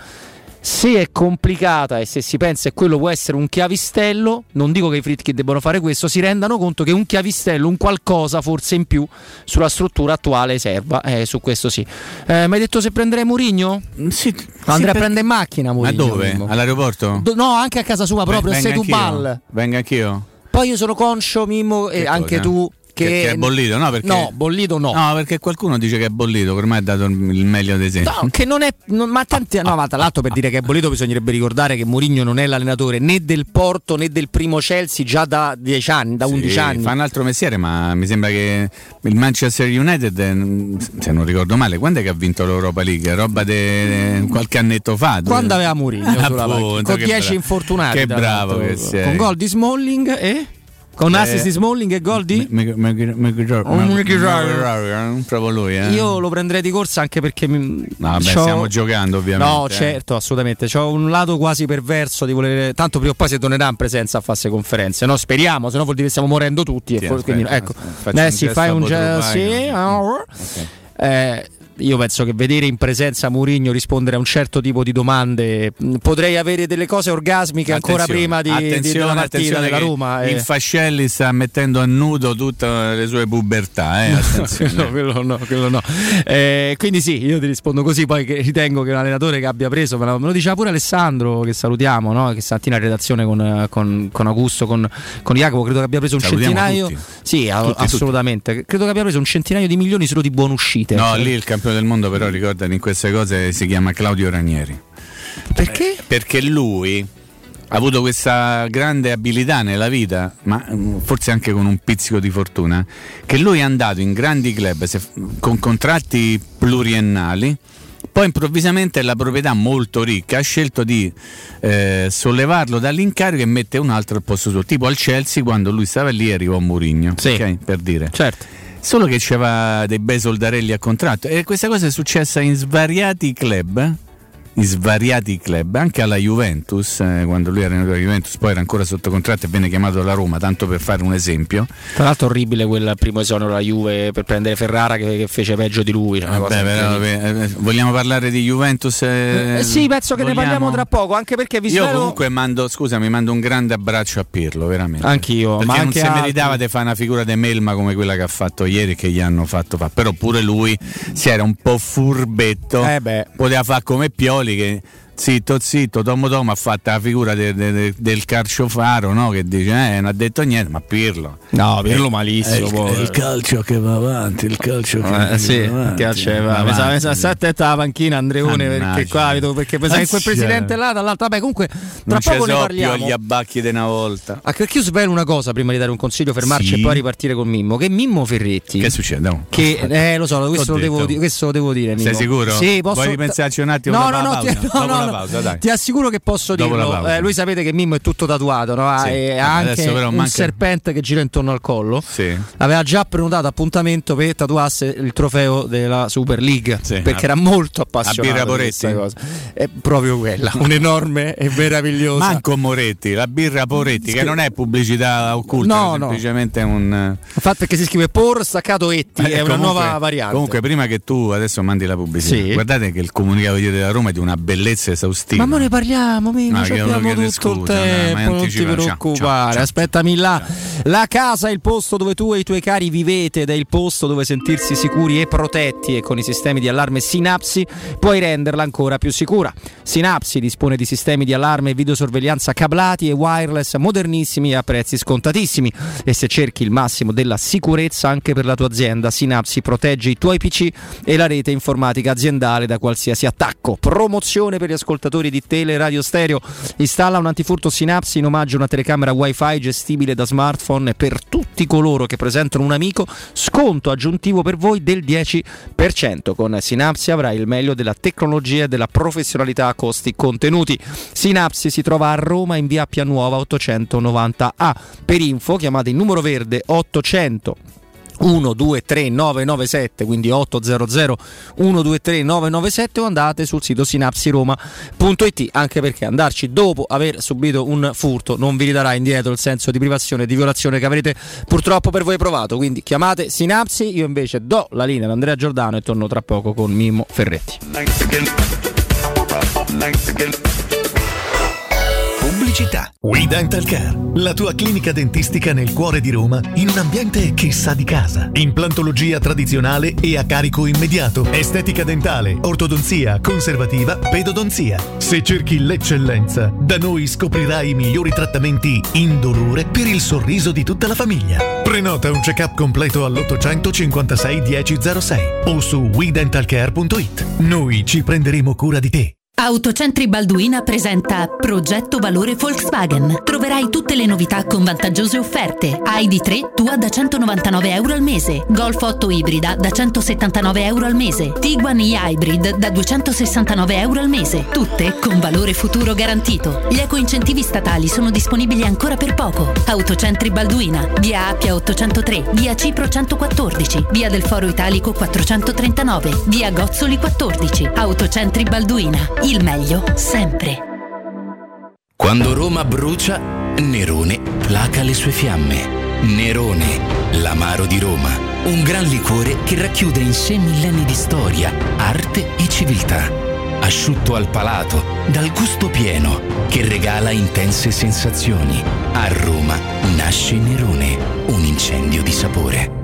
Speaker 1: Se è complicata e se si pensa che quello può essere un chiavistello, non dico che i Friedkin debbano fare questo, si rendano conto che un chiavistello, un qualcosa forse in più sulla struttura attuale serva, eh, su questo sì. Eh, mi hai detto se prenderei Mourinho?
Speaker 8: Sì,
Speaker 1: andrei
Speaker 8: sì,
Speaker 1: a prendere in macchina Mourinho.
Speaker 8: Ma dove?
Speaker 1: Mimmo.
Speaker 8: All'aeroporto?
Speaker 1: Do- no, anche a casa sua proprio, a Setúbal.
Speaker 8: Venga anch'io.
Speaker 1: Poi io sono conscio, Mimmo, e
Speaker 8: che
Speaker 1: anche
Speaker 8: cosa?
Speaker 1: tu, Che,
Speaker 8: che è bollito, no? Perché,
Speaker 1: no, bollito no.
Speaker 8: No, perché qualcuno dice che è bollito, che ormai ha dato il meglio di sé.
Speaker 1: No, che non è. Non, ma tanti. No, ma tra l'altro per dire che è bollito bisognerebbe ricordare che Mourinho non è l'allenatore né del Porto né del primo Chelsea già da dieci anni, da undici
Speaker 8: sì,
Speaker 1: anni.
Speaker 8: Fa un altro mestiere, ma mi sembra che il Manchester United, se non ricordo male, quando è che ha vinto l'Europa League? Roba di qualche annetto fa.
Speaker 1: Quando aveva Mourinho sulla panchina, con dieci infortunati.
Speaker 8: Che bravo che sei.
Speaker 1: Con gol di Smalling e con eh, assist di Smalling e gol di
Speaker 8: proprio lui, eh.
Speaker 1: Io lo prenderei di corsa anche perché mi...
Speaker 8: no, vabbè, stiamo giocando ovviamente.
Speaker 1: No, certo, eh. assolutamente. C'ho un lato quasi perverso di volere, tanto prima o poi si tornerà in presenza a farsi conferenze. No, speriamo, se no vuol dire che stiamo morendo tutti. Sì, e aspetta, quindi, ecco, eh, si fai un gesto, sì, okay. eh, io penso che vedere in presenza Mourinho rispondere a un certo tipo di domande, potrei avere delle cose orgasmiche attenzione, ancora prima di, di della partita della Roma.
Speaker 8: Il
Speaker 1: eh.
Speaker 8: Fascelli sta mettendo a nudo tutte le sue pubertà, eh,
Speaker 1: no, quello no, quello no. Eh, quindi sì, io ti rispondo così, poi che ritengo che un allenatore che abbia preso, me lo diceva pure Alessandro, che salutiamo, no? Che stamattina in redazione con, con, con Augusto, con, con Jacopo, credo che abbia preso un salutiamo centinaio tutti. Sì, tutti, assolutamente tutti. Credo che abbia preso un centinaio di milioni solo di buone uscite.
Speaker 8: No, lì il campione del mondo, però ricordati, in queste cose si chiama Claudio Ranieri.
Speaker 1: Perché?
Speaker 8: Perché lui ha avuto questa grande abilità nella vita, ma forse anche con un pizzico di fortuna, che lui è andato in grandi club se, con contratti pluriennali, poi improvvisamente la proprietà molto ricca ha scelto di eh, sollevarlo dall'incarico e mette un altro al posto suo, tipo al Chelsea quando lui stava lì arrivò Mourinho,
Speaker 1: sì.
Speaker 8: Okay? Per dire.
Speaker 1: Certo.
Speaker 8: Solo che c'aveva dei bei soldarelli a contratto e questa cosa è successa in svariati club, in svariati club, anche alla Juventus, eh, quando lui era allenatore della Juventus, poi era ancora sotto contratto e venne chiamato alla Roma, tanto per fare un esempio.
Speaker 1: Tra l'altro orribile quel primo esonero della Juve per prendere Ferrara che, che fece peggio di lui. Cioè
Speaker 8: Vabbè, però, eh, vogliamo parlare di Juventus? Eh,
Speaker 1: eh, sì, penso che vogliamo... ne parliamo tra poco, anche perché vi
Speaker 8: Io
Speaker 1: spero...
Speaker 8: comunque mando, scusami, mando un grande abbraccio a Pirlo, veramente.
Speaker 1: Anch'io,
Speaker 8: perché
Speaker 1: ma
Speaker 8: non
Speaker 1: anche
Speaker 8: si
Speaker 1: altri...
Speaker 8: meritava di fare una figura di melma come quella che ha fatto ieri, che gli hanno fatto fare. Però pure lui si era un po' furbetto,
Speaker 1: eh beh.
Speaker 8: poteva fare come Pioli che zitto zitto Tomo Tomo ha fatto la figura de, de, de, del carciofaro, no? Che dice eh non ha detto niente, ma Pirlo
Speaker 1: no Pirlo malissimo,
Speaker 8: è il, è il calcio che va avanti, il calcio che
Speaker 1: eh, sì,
Speaker 8: va avanti,
Speaker 1: calcio che va avanti. Mi sa sta attenta alla panchina Andreone, perché qua vedo, perché pensa che quel presidente là dall'altra, vabbè, comunque tra
Speaker 8: non
Speaker 1: poco
Speaker 8: ne
Speaker 1: so parliamo
Speaker 8: più agli abbacchi di una volta.
Speaker 1: Ah, perché io svelo una cosa prima di dare un consiglio, fermarci sì. E poi ripartire con Mimmo, che Mimmo Ferretti
Speaker 8: che succede? No.
Speaker 1: Che eh lo so, questo lo devo, questo lo devo dire, Mimmo.
Speaker 8: Sei sicuro?
Speaker 1: Sì, posso...
Speaker 8: Vuoi ripensarci un attimo?
Speaker 1: No,
Speaker 8: no,
Speaker 1: no, no,
Speaker 8: pausa,
Speaker 1: ti, no, no,
Speaker 8: la
Speaker 1: no,
Speaker 8: pausa, dai.
Speaker 1: Ti assicuro che posso
Speaker 8: dopo
Speaker 1: dirlo. Eh, lui sapete che Mimmo è tutto tatuato, no?
Speaker 8: Sì.
Speaker 1: E ha anche un
Speaker 8: manca...
Speaker 1: serpente che gira intorno al collo.
Speaker 8: Sì.
Speaker 1: Aveva già prenotato appuntamento per tatuasse il trofeo della Super League, sì. Perché era molto appassionato.
Speaker 8: A birra Poretti.
Speaker 1: Cosa. È proprio quella, un'enorme e meravigliosa.
Speaker 8: Manco Moretti, la birra Poretti, che non è pubblicità occulta,
Speaker 1: no,
Speaker 8: è semplicemente
Speaker 1: no.
Speaker 8: un.
Speaker 1: Infatti, perché si scrive por staccato etti,
Speaker 8: eh,
Speaker 1: è una
Speaker 8: comunque,
Speaker 1: nuova variante.
Speaker 8: Comunque, prima che tu adesso mandi la pubblicità, sì. Guardate che il comunicato della Roma è di una bellezza esaustiva.
Speaker 1: Ma non ne parliamo, Mimmo,
Speaker 8: no,
Speaker 1: abbiamo tutto
Speaker 8: scusa,
Speaker 1: il tempo,
Speaker 8: no,
Speaker 1: non ti preoccupare. Ciao, aspettami là. Ciao. La casa è il posto dove tu e i tuoi cari vivete ed è il posto dove sentirsi sicuri e protetti, e con i sistemi di allarme Synapsi puoi renderla ancora più sicura. Synapsi dispone di sistemi di allarme e videosorveglianza cablati e wireless modernissimi a prezzi scontatissimi, e se cerchi il massimo della sicurezza anche per la tua azienda, Synapsi protegge i tuoi P C e la rete informatica aziendale da qualsiasi attacco. Promozione per gli ascoltatori di Tele Radio Stereo: installa un antifurto Synapsi in omaggio a una telecamera wifi gestibile da smartphone per tutti coloro che presentano un amico, sconto aggiuntivo per voi del dieci per cento. Con Synapsi avrai il meglio della tecnologia e della professionalità a costi contenuti. Synapsi si trova a Roma in via Appia Nuova ottocentonovanta A. Per info chiamate il numero verde ottocento uno due tre nove nove sette, quindi ottocento uno due tre nove nove sette, o andate sul sito sinapsiroma punto it, anche perché andarci dopo aver subito un furto non vi ridarà indietro il senso di privazione e di violazione che avrete purtroppo per voi provato. Quindi chiamate Synapsi. Io invece do la linea ad Andrea Giordano e torno tra poco con Mimmo Ferretti.
Speaker 9: Pubblicità. We Dental Care, la tua clinica dentistica nel cuore di Roma, in un ambiente che sa di casa. Implantologia tradizionale e a carico immediato. Estetica dentale, ortodonzia, conservativa, pedodonzia. Se cerchi l'eccellenza, da noi scoprirai i migliori trattamenti indolore per il sorriso di tutta la famiglia. Prenota un check-up completo all'ottocento cinquantasei dieci zero sei o su we dental care punto it. Noi ci prenderemo cura di te.
Speaker 10: Autocentri Balduina presenta Progetto Valore Volkswagen. Troverai tutte le novità con vantaggiose offerte. I D tre Tua da centonovantanove euro al mese. Golf otto ibrida da centosettantanove euro al mese. Tiguan e-Hybrid da duecentosessantanove euro al mese. Tutte con valore futuro garantito. Gli eco-incentivi statali sono disponibili ancora per poco. Autocentri Balduina, via Appia ottocentotre, via Cipro centoquattordici, via del Foro Italico quattrocentotrentanove, via Gozzoli quattordici. Autocentri Balduina. Il meglio sempre.
Speaker 11: Quando Roma brucia, Nerone placa le sue fiamme. Nerone, l'amaro di Roma. Un gran liquore che racchiude in sé millenni di storia, arte e civiltà. Asciutto al palato, dal gusto pieno, che regala intense sensazioni. A Roma nasce Nerone, un incendio di sapore.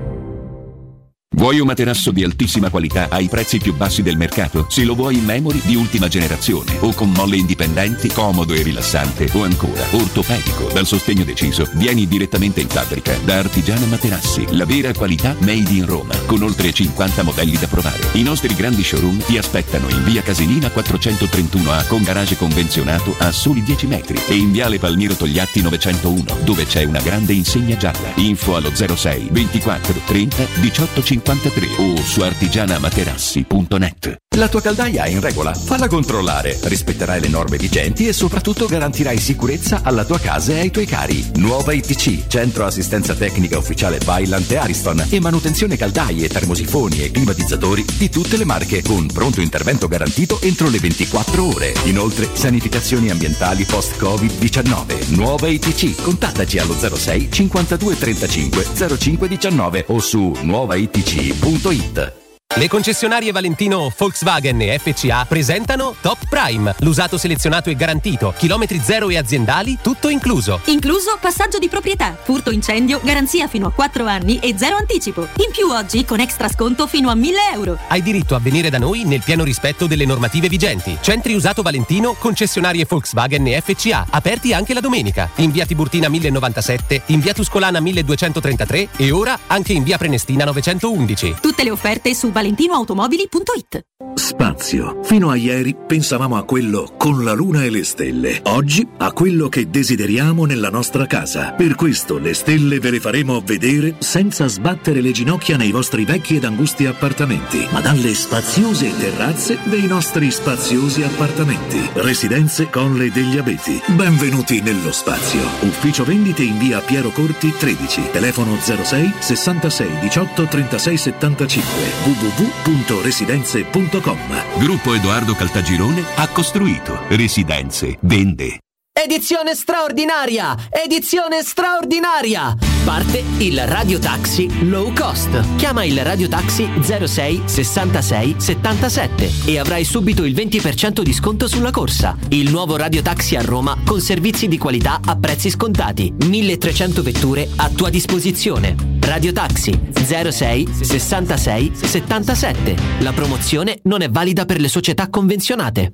Speaker 12: Vuoi un materasso di altissima qualità ai prezzi più bassi del mercato? Se lo vuoi in memory di ultima generazione o con molle indipendenti, comodo e rilassante, o ancora ortopedico dal sostegno deciso, vieni direttamente in fabbrica da Artigiana Materassi, la vera qualità made in Roma, con oltre cinquanta modelli da provare. I nostri grandi showroom ti aspettano in via Casilina quattrocentotrentuno A con garage convenzionato a soli dieci metri e in viale Palmiro Togliatti novecentouno, dove c'è una grande insegna gialla. Info allo zero sei ventiquattro trenta diciotto cinquantatré o su artigiana materassi punto net.
Speaker 13: La tua caldaia è in regola? Falla controllare, rispetterai le norme vigenti e soprattutto garantirai sicurezza alla tua casa e ai tuoi cari. Nuova I T C, centro assistenza tecnica ufficiale Vaillant e Ariston e manutenzione caldaie, termosifoni e climatizzatori di tutte le marche con pronto intervento garantito entro le ventiquattro ore. Inoltre sanificazioni ambientali post covid diciannove. Nuova I T C, contattaci allo zero sei cinquantadue trentacinque zero cinque diciannove o su nuova I T C punto it.
Speaker 14: Le concessionarie Valentino, Volkswagen e F C A presentano Top Prime, l'usato selezionato e garantito, chilometri zero e aziendali, tutto incluso.
Speaker 15: Incluso passaggio di proprietà, furto incendio, garanzia fino a quattro anni e zero anticipo. In più oggi con extra sconto fino a mille euro.
Speaker 14: Hai diritto a venire da noi nel pieno rispetto delle normative vigenti. Centri usato Valentino, concessionarie Volkswagen e F C A, aperti anche la domenica. In via Tiburtina mille novantasette, in via Tuscolana milleduecentotrentatré e ora anche in via Prenestina novecentoundici.
Speaker 15: Tutte le offerte su valentinoautomobili punto it.
Speaker 16: Spazio. Fino a ieri pensavamo a quello con la luna e le stelle. Oggi a quello che desideriamo nella nostra casa. Per questo le stelle ve le faremo vedere senza sbattere le ginocchia nei vostri vecchi ed angusti appartamenti, ma dalle spaziose terrazze dei nostri spaziosi appartamenti. Residenze Colle degli Abeti. Benvenuti nello spazio. Ufficio vendite in via Piero Corti tredici. Telefono zero sei sessantasei diciotto trentasei settantacinque. w w w punto residenze punto com.
Speaker 12: Gruppo Edoardo Caltagirone ha costruito Residenze, vende.
Speaker 17: Edizione straordinaria! Edizione straordinaria! Parte il Radio Taxi Low Cost. Chiama il Radio Taxi zero sei sessantasei settantasette e avrai subito il venti per cento di sconto sulla corsa. Il nuovo Radio Taxi a Roma con servizi di qualità a prezzi scontati. milletrecento vetture a tua disposizione. Radio Taxi zero sei sessantasei settantasette. La promozione non è valida per le società convenzionate.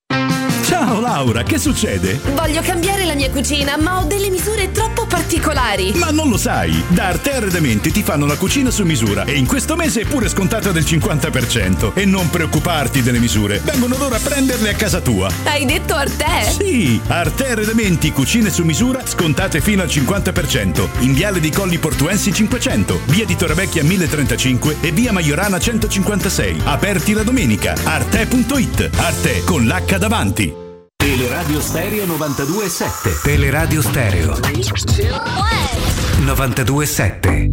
Speaker 18: Ciao Laura, che succede?
Speaker 19: Voglio cambiare la mia cucina, ma ho delle misure troppo particolari.
Speaker 18: Ma non lo sai, da Arte Arredamenti ti fanno la cucina su misura e in questo mese è pure scontata del cinquanta per cento. E non preoccuparti delle misure, vengono loro a prenderle a casa tua.
Speaker 19: Hai detto Arte?
Speaker 18: Sì, Arte Arredamenti, cucine su misura, scontate fino al cinquanta per cento. In Viale dei Colli Portuensi cinquecento, via di Torrevecchia mille trentacinque e via Maiorana centocinquantasei. Aperti la domenica. arte punto it. Arte con l'H davanti.
Speaker 9: Teleradio Stereo novantadue e sette. Teleradio Stereo novantadue e sette.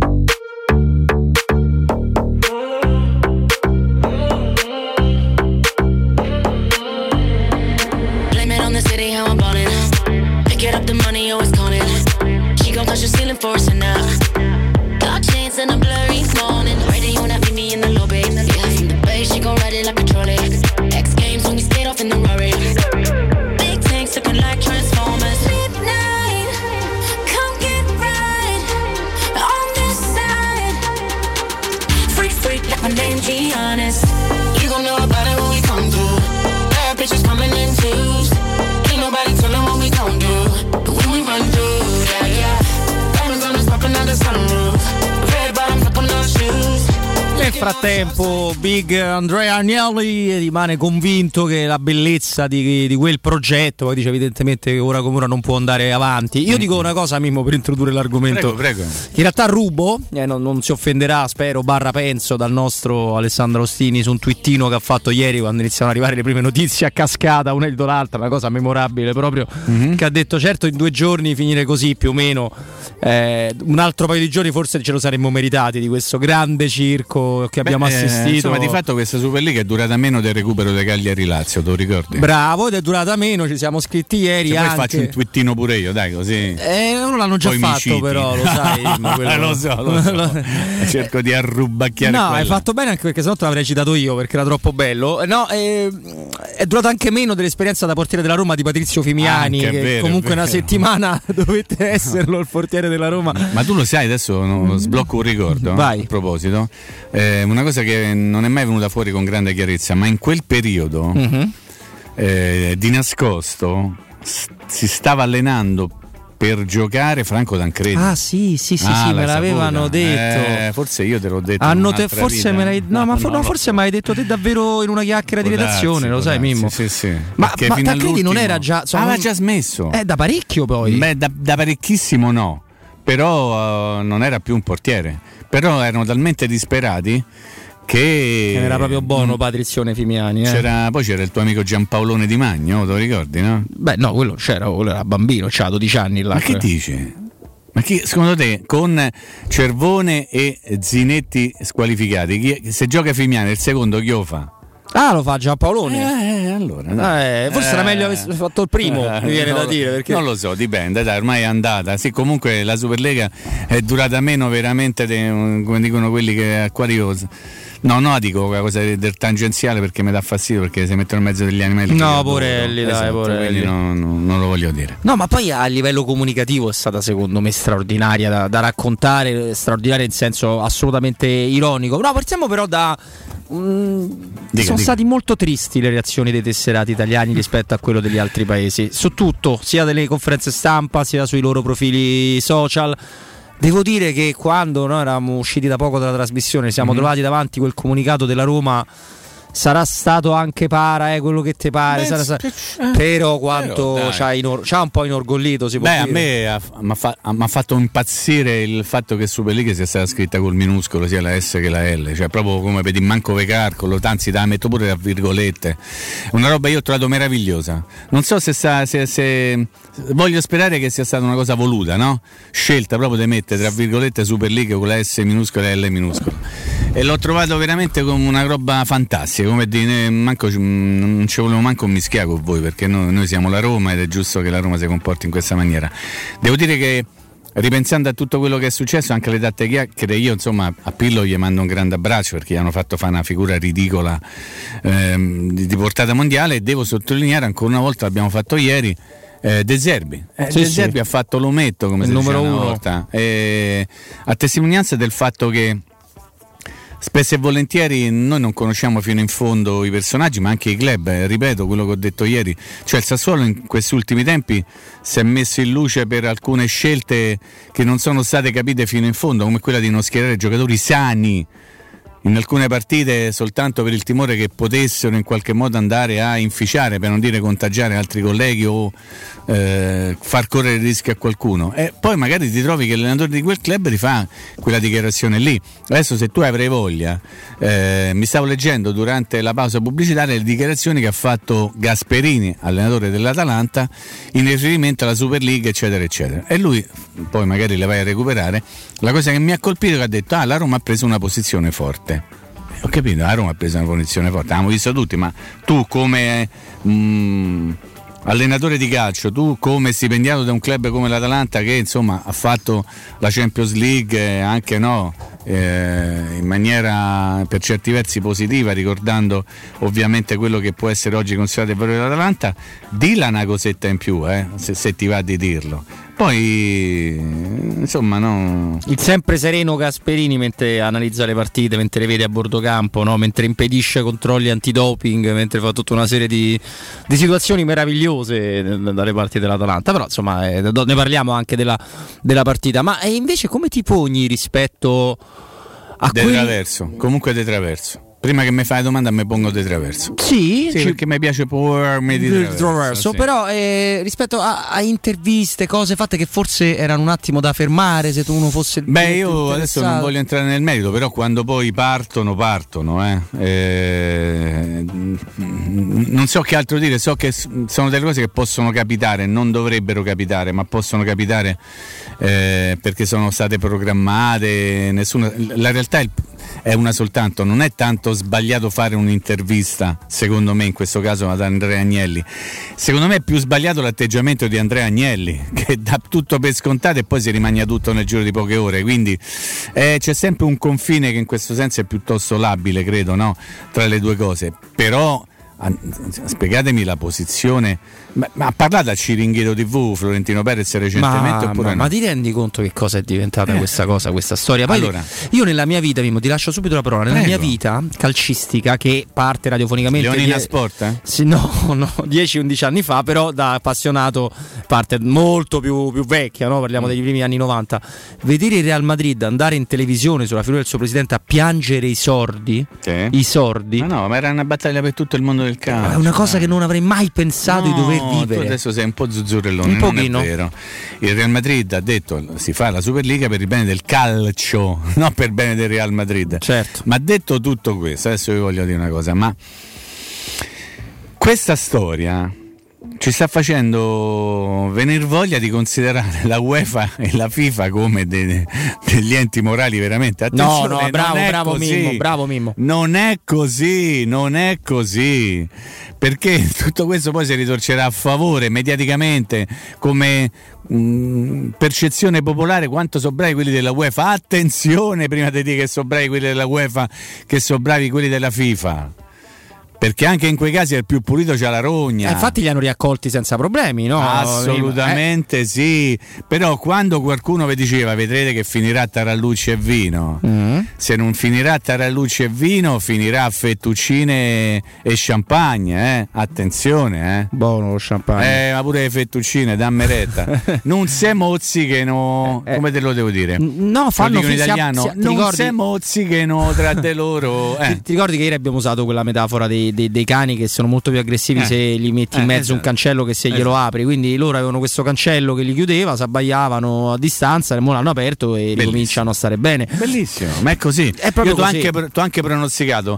Speaker 20: Blame it on the city, how I'm ballin'. Pick it up, the money always calling. She gon' touch the ceiling for us now. Dark chains and a blurry morning. Ready when I meet me in the lobby. Yeah, from the bay, she gon' ride it like a trolley. X Games when we skate off in the Rari. Looking like Transformers.
Speaker 1: frattempo Big Andrea Agnelli rimane convinto che la bellezza di, di quel progetto, poi dice evidentemente che ora come ora non può andare avanti. Io dico una cosa, Mimmo, per introdurre l'argomento.
Speaker 8: Prego, prego.
Speaker 1: In realtà rubo, eh, non, non si offenderà, spero, barra penso, dal nostro Alessandro Ostini su un twittino che ha fatto ieri quando iniziano ad arrivare le prime notizie a cascata, una dietro l'altra, una cosa memorabile proprio, mm-hmm. che ha detto certo in due giorni finire così più o meno, eh, un altro paio di giorni forse ce lo saremmo meritati di questo grande circo che abbiamo Beh, assistito. Eh,
Speaker 8: insomma, di fatto questa Superliga è durata meno del recupero dei Cagliari Lazio, te lo ricordi?
Speaker 1: Bravo, ed è durata meno, ci siamo scritti ieri.
Speaker 8: Se
Speaker 1: anche...
Speaker 8: poi faccio un twittino pure io, dai, così.
Speaker 1: Eh, non l'hanno già
Speaker 8: poi
Speaker 1: fatto, però, lo sai. quello...
Speaker 8: lo so, lo so. Cerco di arrubacchiare.
Speaker 1: No,
Speaker 8: quella.
Speaker 1: hai fatto bene, anche perché sennò te l'avrei citato io perché era troppo bello. No, eh, è durata anche meno dell'esperienza da portiere della Roma di Patrizio Fimiani,
Speaker 8: anche
Speaker 1: che
Speaker 8: vero,
Speaker 1: comunque una settimana dovette esserlo il portiere della Roma.
Speaker 8: Ma tu lo sai, adesso no, sblocco un ricordo.
Speaker 1: Vai.
Speaker 8: A proposito, eh, una cosa che non è mai venuta fuori con grande chiarezza, ma in quel periodo mm-hmm. eh, di nascosto s- si stava allenando per giocare Franco Tancredi.
Speaker 1: Ah sì, sì, sì,
Speaker 8: ah,
Speaker 1: sì, me l'avevano
Speaker 8: saputa.
Speaker 1: detto.
Speaker 8: Eh, forse io te l'ho detto.
Speaker 1: Hanno te, forse
Speaker 8: vita.
Speaker 1: me l'hai No,
Speaker 8: no,
Speaker 1: ma
Speaker 8: no,
Speaker 1: for- no, forse me l'hai detto te davvero in una chiacchiera di redazione, lo sai, Mimmo.
Speaker 8: Sì, sì.
Speaker 1: Ma, ma Tancredi non era già insomma,
Speaker 8: aveva già smesso.
Speaker 1: Eh, da parecchio poi.
Speaker 8: Beh, da, da parecchissimo no. Però uh, non era più un portiere. Però erano talmente disperati che
Speaker 1: era proprio buono Patrizione Fimiani, eh.
Speaker 8: c'era, poi c'era il tuo amico Giampaolone Di Magno, te lo ricordi, no?
Speaker 1: Beh no, quello c'era, quello era bambino, c'ha dodici anni là.
Speaker 8: Ma che dice? Ma chi, secondo te, con Cervone e Zinetti squalificati, chi, se gioca Fimiani il secondo chi lo fa?
Speaker 1: Ah, lo fa Giampaolone.
Speaker 8: Eh, allora.
Speaker 1: Eh, forse
Speaker 8: eh,
Speaker 1: era meglio aver fatto il primo,
Speaker 8: eh,
Speaker 1: mi viene
Speaker 8: no,
Speaker 1: da dire. Perché...
Speaker 8: Non lo so, dipende, dai, ormai è andata. Sì, comunque la Superlega è durata meno veramente, de, come dicono quelli che acquariosi. No, no, dico una cosa del tangenziale perché mi dà fastidio perché si mettono in mezzo degli animali.
Speaker 1: No, porelli, dai,
Speaker 8: esatto,
Speaker 1: porelli.
Speaker 8: No, no, non lo voglio dire.
Speaker 1: No, ma poi a livello comunicativo è stata secondo me straordinaria da, da raccontare, straordinaria in senso assolutamente ironico. No, partiamo però da... Mm, dica, sono dica. stati molto tristi le reazioni dei tesserati italiani rispetto a quello degli altri paesi, su tutto, sia delle conferenze stampa sia sui loro profili social. Devo dire che quando noi eravamo usciti da poco dalla trasmissione siamo mm-hmm. trovati davanti quel comunicato della Roma, sarà stato anche para, eh, quello che te pare. Beh, sarà, sarà... Eh, però quanto però, c'ha, inor- c'ha un po' inorgoglito, si può
Speaker 8: Beh,
Speaker 1: dire.
Speaker 8: a me mi ha fa- fatto impazzire il fatto che Super League sia stata scritta col minuscolo, sia la S che la L, cioè proprio come per il manco ve calcolo, anzi te la metto pure a virgolette. Una roba io ho trovato meravigliosa. Non so se, sta, se, se voglio sperare che sia stata una cosa voluta, no? Scelta proprio di mettere tra virgolette Super League con la S minuscola e la L minuscola. E l'ho trovato veramente come una roba fantastica. Come dire, manco, non ci volevo manco mischiare con voi perché noi, noi siamo la Roma ed è giusto che la Roma si comporti in questa maniera. Devo dire che ripensando a tutto quello che è successo, anche le tante chiacchiere, io insomma a Pillo gli mando un grande abbraccio perché gli hanno fatto fare una figura ridicola ehm, di, di portata mondiale, e devo sottolineare ancora una volta, l'abbiamo fatto ieri, eh, De Zerbi, eh, sì, De Zerbi sì. ha fatto l'ometto come il si numero uno. Volta, eh, a testimonianza del fatto che spesso e volentieri noi non conosciamo fino in fondo i personaggi, ma anche i club, eh, ripeto quello che ho detto ieri, cioè il Sassuolo in questi ultimi tempi si è messo in luce per alcune scelte che non sono state capite fino in fondo, come quella di non schierare giocatori sani in alcune partite soltanto per il timore che potessero in qualche modo andare a inficiare, per non dire contagiare altri colleghi o eh, far correre rischi a qualcuno, e poi magari ti trovi che l'allenatore di quel club ti fa quella dichiarazione lì. Adesso se tu avrai voglia, eh, mi stavo leggendo durante la pausa pubblicitaria le dichiarazioni che ha fatto Gasperini, allenatore dell'Atalanta, in riferimento alla Super League eccetera eccetera, e lui poi magari le vai a recuperare. La cosa che mi ha colpito è che ha detto ah, la Roma ha preso una posizione forte. Ho capito, la Roma ha preso una posizione forte, l'abbiamo visto tutti, ma tu come mh, allenatore di calcio, tu come stipendiato da un club come l'Atalanta che insomma ha fatto la Champions League eh, anche no eh, in maniera per certi versi positiva, ricordando ovviamente quello che può essere oggi considerato il valore dell'Atalanta, dilla una cosetta in più, eh, se, se ti va di dirlo. Poi insomma no.
Speaker 1: Il sempre sereno Gasperini mentre analizza le partite, mentre le vede a bordo campo, no? Mentre impedisce controlli antidoping, mentre fa tutta una serie di, di situazioni meravigliose dalle parti dell'Atalanta. Però insomma eh, ne parliamo anche della, della partita. Ma eh, invece come ti poni rispetto
Speaker 8: A De quei... traverso, comunque de traverso. Prima che mi fai domanda mi pongo di traverso.
Speaker 1: Sì,
Speaker 8: sì
Speaker 1: ci...
Speaker 8: perché mi piace pormi di traverso,
Speaker 1: traverso sì. Però eh, rispetto a, a interviste, cose fatte che forse erano un attimo da fermare se tu uno fosse.
Speaker 8: Beh, io adesso non voglio entrare nel merito, però quando poi partono, partono eh. Eh, non so che altro dire, so che sono delle cose che possono capitare, non dovrebbero capitare, ma possono capitare eh, perché sono state programmate. Nessuna, la realtà è, è una soltanto, non è tanto sbagliato fare un'intervista, secondo me in questo caso ad Andrea Agnelli. Secondo me è più sbagliato l'atteggiamento di Andrea Agnelli, che dà tutto per scontato e poi si rimagna tutto nel giro di poche ore, quindi eh, c'è sempre un confine che in questo senso è piuttosto labile, credo, no? Tra le due cose. Però spiegatemi la posizione. Ma, ma ha parlato a Ciringhito tivù Florentino Perez recentemente
Speaker 1: ma,
Speaker 8: oppure
Speaker 1: ma,
Speaker 8: no?
Speaker 1: Ma ti rendi conto che cosa è diventata eh. questa cosa, questa storia? Poi
Speaker 8: allora,
Speaker 1: io nella mia vita, Mimmo, ti lascio subito la parola, nella
Speaker 8: prego.
Speaker 1: mia vita calcistica, che parte radiofonicamente
Speaker 8: Leonina die- Sport eh?
Speaker 1: sì, no, no, dieci undici anni fa, però da appassionato parte molto più, più vecchia, no? Parliamo mm. degli primi anni novanta. Vedere il Real Madrid andare in televisione sulla figura del suo presidente a piangere i sordi,
Speaker 8: sì.
Speaker 1: i sordi.
Speaker 8: Ma no, ma era una battaglia per tutto il mondo del calcio.
Speaker 1: È una cosa che non avrei mai pensato
Speaker 8: no,
Speaker 1: di dover vivere.
Speaker 8: Tu adesso sei un po' zuzzurellone,
Speaker 1: un
Speaker 8: non
Speaker 1: pochino.
Speaker 8: È vero. Il Real Madrid ha detto si fa la Superliga per il bene del calcio, non per il bene del Real Madrid.
Speaker 1: Certo.
Speaker 8: Ma detto tutto questo, adesso vi voglio dire una cosa, ma questa storia ci sta facendo venire voglia di considerare la UEFA e la FIFA come de- degli enti morali veramente. Attenzione,
Speaker 1: no, no, bravo, bravo
Speaker 8: così.
Speaker 1: Mimmo, bravo Mimmo.
Speaker 8: Non è così, non è così. Perché tutto questo poi si ritorcerà a favore mediaticamente come mh, percezione popolare quanto sono bravi quelli della UEFA. Attenzione prima di dire che sono bravi quelli della UEFA che sono bravi quelli della FIFA. Perché anche in quei casi il più pulito c'ha la rogna.
Speaker 1: Eh, infatti li hanno riaccolti senza problemi, no?
Speaker 8: Assolutamente eh. sì. Però quando qualcuno vi diceva vedrete che finirà a tarallucci e vino, mm. se non finirà a tarallucci e vino finirà a fettuccine e champagne, eh? Attenzione, eh.
Speaker 1: Buono lo champagne.
Speaker 8: Eh, ma pure le fettuccine, dammi retta. Non si mozzichino, eh, come te lo devo dire?
Speaker 1: No, fanno
Speaker 8: in italiano.
Speaker 1: Sia,
Speaker 8: non
Speaker 1: ricordi...
Speaker 8: si mozzichino tra di loro. Eh.
Speaker 1: Ti, ti ricordi che ieri abbiamo usato quella metafora dei Dei, dei cani che sono molto più aggressivi eh. se gli metti in
Speaker 8: eh,
Speaker 1: mezzo
Speaker 8: esatto.
Speaker 1: un cancello che se glielo esatto. apri, quindi loro avevano questo cancello che li chiudeva, si abbaiavano a distanza, ora l'hanno aperto e Bellissimo. ricominciano a stare bene.
Speaker 8: Bellissimo, ma è così.
Speaker 1: È proprio
Speaker 8: Io
Speaker 1: così.
Speaker 8: Ti ho anche pronosticato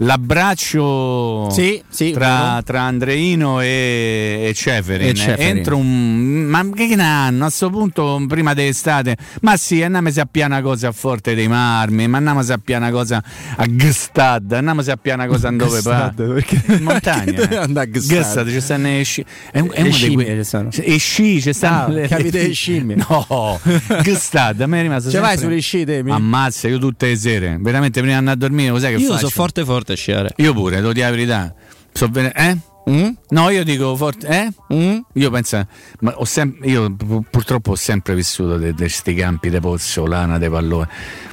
Speaker 8: l'abbraccio
Speaker 1: sì, sì,
Speaker 8: tra, tra Andreino e, e Ceferin,
Speaker 1: e Ceferin.
Speaker 8: Entro un ma che anno a questo punto prima dell'estate, ma sì, andiamo a sapere una cosa a Forte dei Marmi, ma andiamo a sapere una cosa a Gstad, andiamo a sapere una cosa a dove pa
Speaker 1: perché
Speaker 8: in montagna
Speaker 1: andare a
Speaker 8: Gstad ci stanno le sci è, è
Speaker 1: le
Speaker 8: scimmie
Speaker 1: que- stanno.
Speaker 8: e sci ci stanno
Speaker 1: ah,
Speaker 8: le,
Speaker 1: capite le scimmie
Speaker 8: no Gstad a me è rimasto
Speaker 1: ce vai sulle sci te
Speaker 8: ammazza io tutte le sere veramente prima di andare a dormire lo sai che
Speaker 1: io
Speaker 8: faccio?
Speaker 1: sono forte forte a sciare
Speaker 8: io pure devo dire la verità so bene eh
Speaker 1: Mm?
Speaker 8: No, io dico forte, eh?
Speaker 1: Mm?
Speaker 8: Io penso, ma ho sem- io purtroppo ho sempre vissuto di questi campi di pozzolana, di pallone.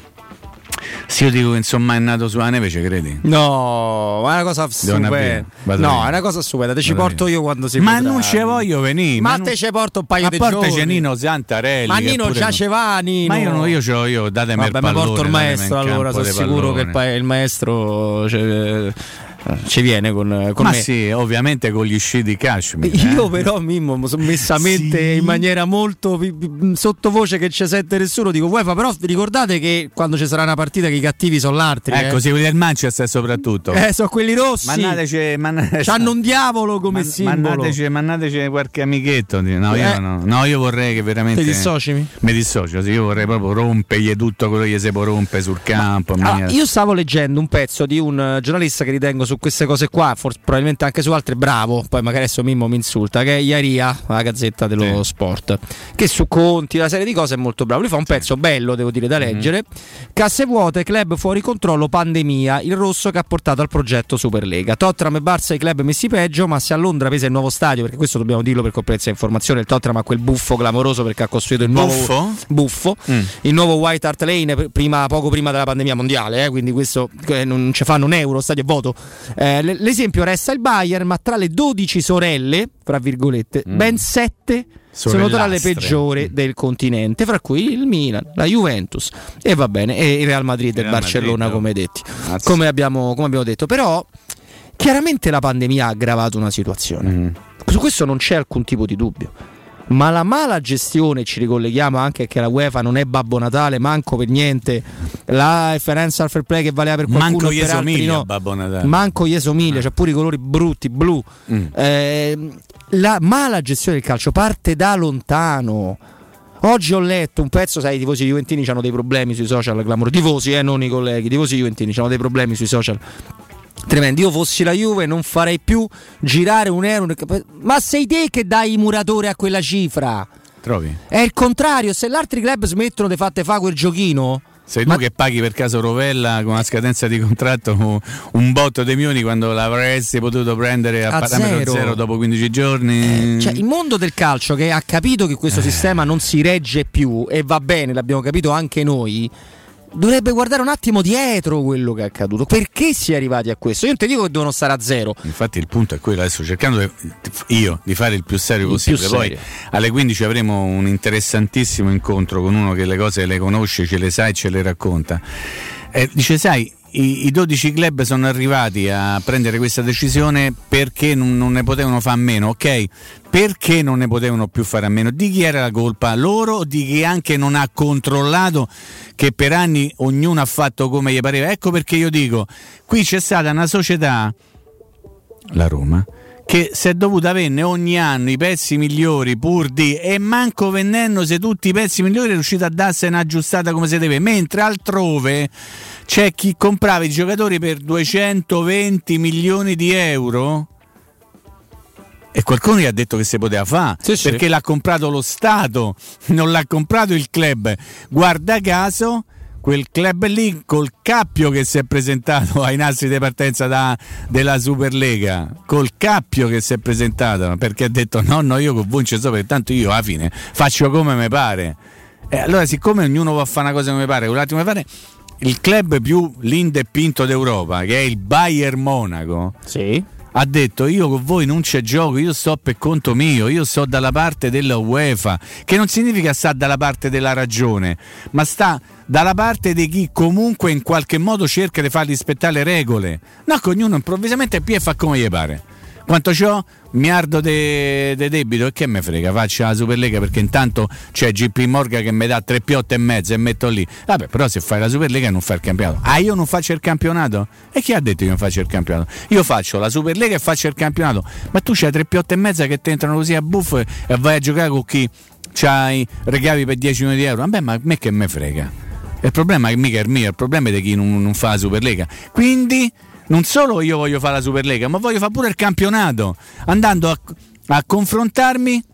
Speaker 8: Se io dico che insomma è nato sulla neve, ci credi?
Speaker 1: No, ma è una cosa stupenda. No, è una cosa stupenda. Te ci porto io quando si
Speaker 8: Ma
Speaker 1: potrà.
Speaker 8: non ci voglio venire.
Speaker 1: Ma,
Speaker 8: ma
Speaker 1: te
Speaker 8: non...
Speaker 1: ci porto un paio
Speaker 8: ma
Speaker 1: di giorni.
Speaker 8: Ma porta Nino Santarelli.
Speaker 1: Ma Nino già ce va, Nino.
Speaker 8: Ma io non io ce l'ho io, datemi
Speaker 1: Vabbè,
Speaker 8: il pallone.
Speaker 1: Ma porto il maestro allora, sono sicuro che il, pa- il maestro... Cioè, ci viene con, con
Speaker 8: ma
Speaker 1: me.
Speaker 8: sì, ovviamente con gli sci di Kashmir.
Speaker 1: Io
Speaker 8: eh?
Speaker 1: però Mimmo sommessamente sì. in maniera molto sottovoce che ci sente nessuno dico UEFA, però ricordate che quando ci sarà una partita che i cattivi sono l'altri.
Speaker 8: Ecco,
Speaker 1: eh.
Speaker 8: sì, quelli del Manchester soprattutto.
Speaker 1: Eh, sono quelli rossi.
Speaker 8: Mannateci, mannateci.
Speaker 1: C'hanno un diavolo come
Speaker 8: Man,
Speaker 1: simbolo.
Speaker 8: Mannateci, mannateci qualche amichetto. No, io
Speaker 1: eh.
Speaker 8: no. no, io vorrei che veramente.
Speaker 1: Ti dissoci?
Speaker 8: Mi dissocio, sì, io vorrei proprio rompergli tutto quello che si può rompere sul campo.
Speaker 1: Ma, allora, io stavo leggendo un pezzo di un giornalista che ritengo su queste cose qua. Forse, probabilmente anche su altre bravo, poi magari adesso Mimmo mi insulta, che è Iaria, la Gazzetta dello sì. Sport, che su conti, una serie di cose è molto bravo. Lui fa un pezzo bello, devo dire, da leggere. Mm-hmm. Casse vuote, club fuori controllo, pandemia, il rosso che ha portato al progetto Superlega. Tottenham e Barça i club messi peggio, ma se a Londra pesa il nuovo stadio, perché questo dobbiamo dirlo per completezza di informazione, il Tottenham ha quel buffo clamoroso perché ha costruito il nuovo
Speaker 8: buffo,
Speaker 1: buffo mm. il nuovo White Hart Lane prima, poco prima della pandemia mondiale, eh, quindi questo eh, non ci fanno un euro, stadio è vuoto. Eh, l'esempio resta il Bayern, ma tra le dodici sorelle, fra virgolette, mm. ben sette sono tra le peggiori mm. del continente, fra cui il Milan, la Juventus e va bene, e il Real Madrid e il Barcellona, Madrid, come detti, come abbiamo, come abbiamo detto. Però chiaramente la pandemia ha aggravato una situazione, mm. su questo non c'è alcun tipo di dubbio. Ma la mala gestione, ci ricolleghiamo anche che la UEFA non è Babbo Natale, manco per niente la Financial Fair Play che valeva per qualcuno,
Speaker 8: manco
Speaker 1: e per altri no,
Speaker 8: Babbo Natale.
Speaker 1: manco gli somiglia, c'ha pure i colori brutti, blu. mm. eh, la mala gestione del calcio parte da lontano. Oggi ho letto un pezzo, sai, i tifosi juventini hanno dei problemi sui social, clamoro, tifosi, eh, non i colleghi, i tifosi juventini hanno dei problemi sui social tremendi. Io fossi la Juve non farei più girare un euro, ma sei te che dai muratore a quella cifra.
Speaker 8: Trovi?
Speaker 1: È il contrario, se gli altri club smettono di fatte fa quel giochino,
Speaker 8: sei tu ma... che paghi per caso Rovella con una scadenza di contratto un botto dei milioni quando l'avresti potuto prendere a, a parametro zero. zero dopo quindici giorni.
Speaker 1: Eh, cioè il mondo del calcio, che ha capito che questo eh. sistema non si regge più, e va bene, l'abbiamo capito anche noi, dovrebbe guardare un attimo dietro quello che è accaduto. Perché si è arrivati a questo? Io non ti dico che devono stare a zero.
Speaker 8: Infatti il punto è quello, adesso cercando di, io di fare il più serio il possibile. Più serio. Poi alle quindici avremo un interessantissimo incontro con uno che le cose le conosce, ce le sa e ce le racconta. Eh, dice, sai, i, i dodici club sono arrivati a prendere questa decisione perché non, non ne potevano fare a meno, ok? Perché non ne potevano più fare a meno? Di chi era la colpa? Loro o di chi anche non ha controllato, che per anni ognuno ha fatto come gli pareva? Ecco perché io dico, qui c'è stata una società, la Roma, che si è dovuta vendere ogni anno i pezzi migliori pur di, e manco vendendo se tutti i pezzi migliori è riuscito a darsene aggiustata come si deve, mentre altrove c'è chi comprava i giocatori per duecentoventi milioni di euro e qualcuno gli ha detto che si poteva fare, sì, perché sì. l'ha comprato lo Stato, non l'ha comprato il club. Guarda caso quel club lì col cappio che si è presentato ai nastri di partenza da, della Superlega, col cappio che si è presentato, perché ha detto no no io con voi non ci so, perché tanto io alla fine faccio come mi pare. E allora siccome ognuno può fare una cosa come pare, quell'altro come pare, il club più lindo e pinto d'Europa, che è il Bayern Monaco,
Speaker 1: sì,
Speaker 8: ha detto io con voi non c'è gioco, io sto per conto mio, io sto dalla parte della UEFA, che non significa sta dalla parte della ragione, ma sta dalla parte di chi comunque in qualche modo cerca di far rispettare le regole, no che ognuno improvvisamente più fa come gli pare. Quanto c'ho? Miliardo di de, de debito, e che me frega, faccio la Superlega perché intanto c'è J P Morgan che mi dà tre piotte e mezzo e metto lì. Vabbè, però se fai la Superlega non fai il campionato. Ah, io non faccio il campionato? E chi ha detto che io non faccio il campionato? Io faccio la Superlega e faccio il campionato, ma tu c'hai tre piotte e mezza che ti entrano così a buffo e vai a giocare con chi c'hai ricavi per dieci milioni di euro. Vabbè, ma a me che me frega? Il problema è mica il mio, il problema è di chi non, non fa la Superlega. Quindi non solo io voglio fare la Superlega, ma voglio fare pure il campionato, andando a, a confrontarmi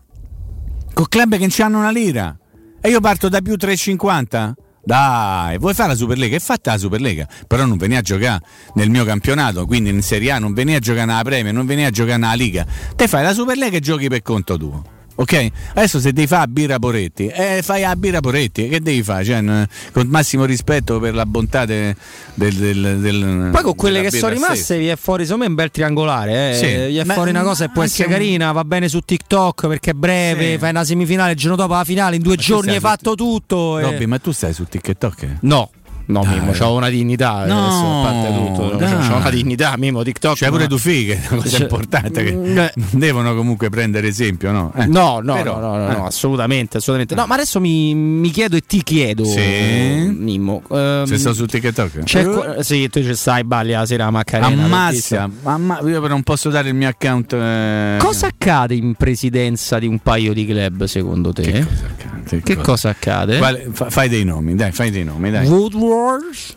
Speaker 8: con club che non hanno una lira. E io parto da più tre virgola cinquanta. Dai, vuoi fare la Superlega? E fatta la Superlega, però non veni a giocare nel mio campionato, quindi in Serie A non veni a giocare nella Premier, non veni a giocare nella Liga. Te fai la Superlega e giochi per conto tuo. Ok? Adesso se devi fare a birra Poretti, eh, fai a birra Poretti, che devi fare? Cioè, n- con massimo rispetto per la bontà de- del, del, del
Speaker 1: poi con quelle che sono rimaste stessa. Vi è fuori secondo me un bel triangolare, eh.
Speaker 8: Sì,
Speaker 1: gli è fuori una cosa che può essere un... carina, va bene su TikTok perché è breve, sì. Fai una semifinale il giorno dopo la finale, in due ma giorni hai fatto t- tutto.
Speaker 8: Robby,
Speaker 1: e...
Speaker 8: ma tu stai su TikTok?
Speaker 1: No. No, dai. Mimo, c'ho una dignità,
Speaker 8: no,
Speaker 1: adesso a parte tutto, c'ho una dignità, Mimo, TikTok.
Speaker 8: C'è pure tu fighe, è una cosa c'è... importante che eh. devono comunque prendere esempio, no? Eh.
Speaker 1: No, no,
Speaker 8: Però,
Speaker 1: no, no,
Speaker 8: eh.
Speaker 1: no, assolutamente, assolutamente. No, ma adesso mi, mi chiedo e ti chiedo,
Speaker 8: sì.
Speaker 1: Mimmo. Um,
Speaker 8: Se sto su TikTok?
Speaker 1: C'è uh. Sì, tu ci stai, balli la sera a Macarena.
Speaker 8: Ammazza, amma... io però non posso dare il mio account. Eh...
Speaker 1: Cosa accade in presidenza di un paio di club secondo te?
Speaker 8: Che cosa accade?
Speaker 1: Che, che cosa? cosa accade?
Speaker 8: Quale, fa, fai dei nomi, dai, fai dei nomi, dai.
Speaker 1: Woodward,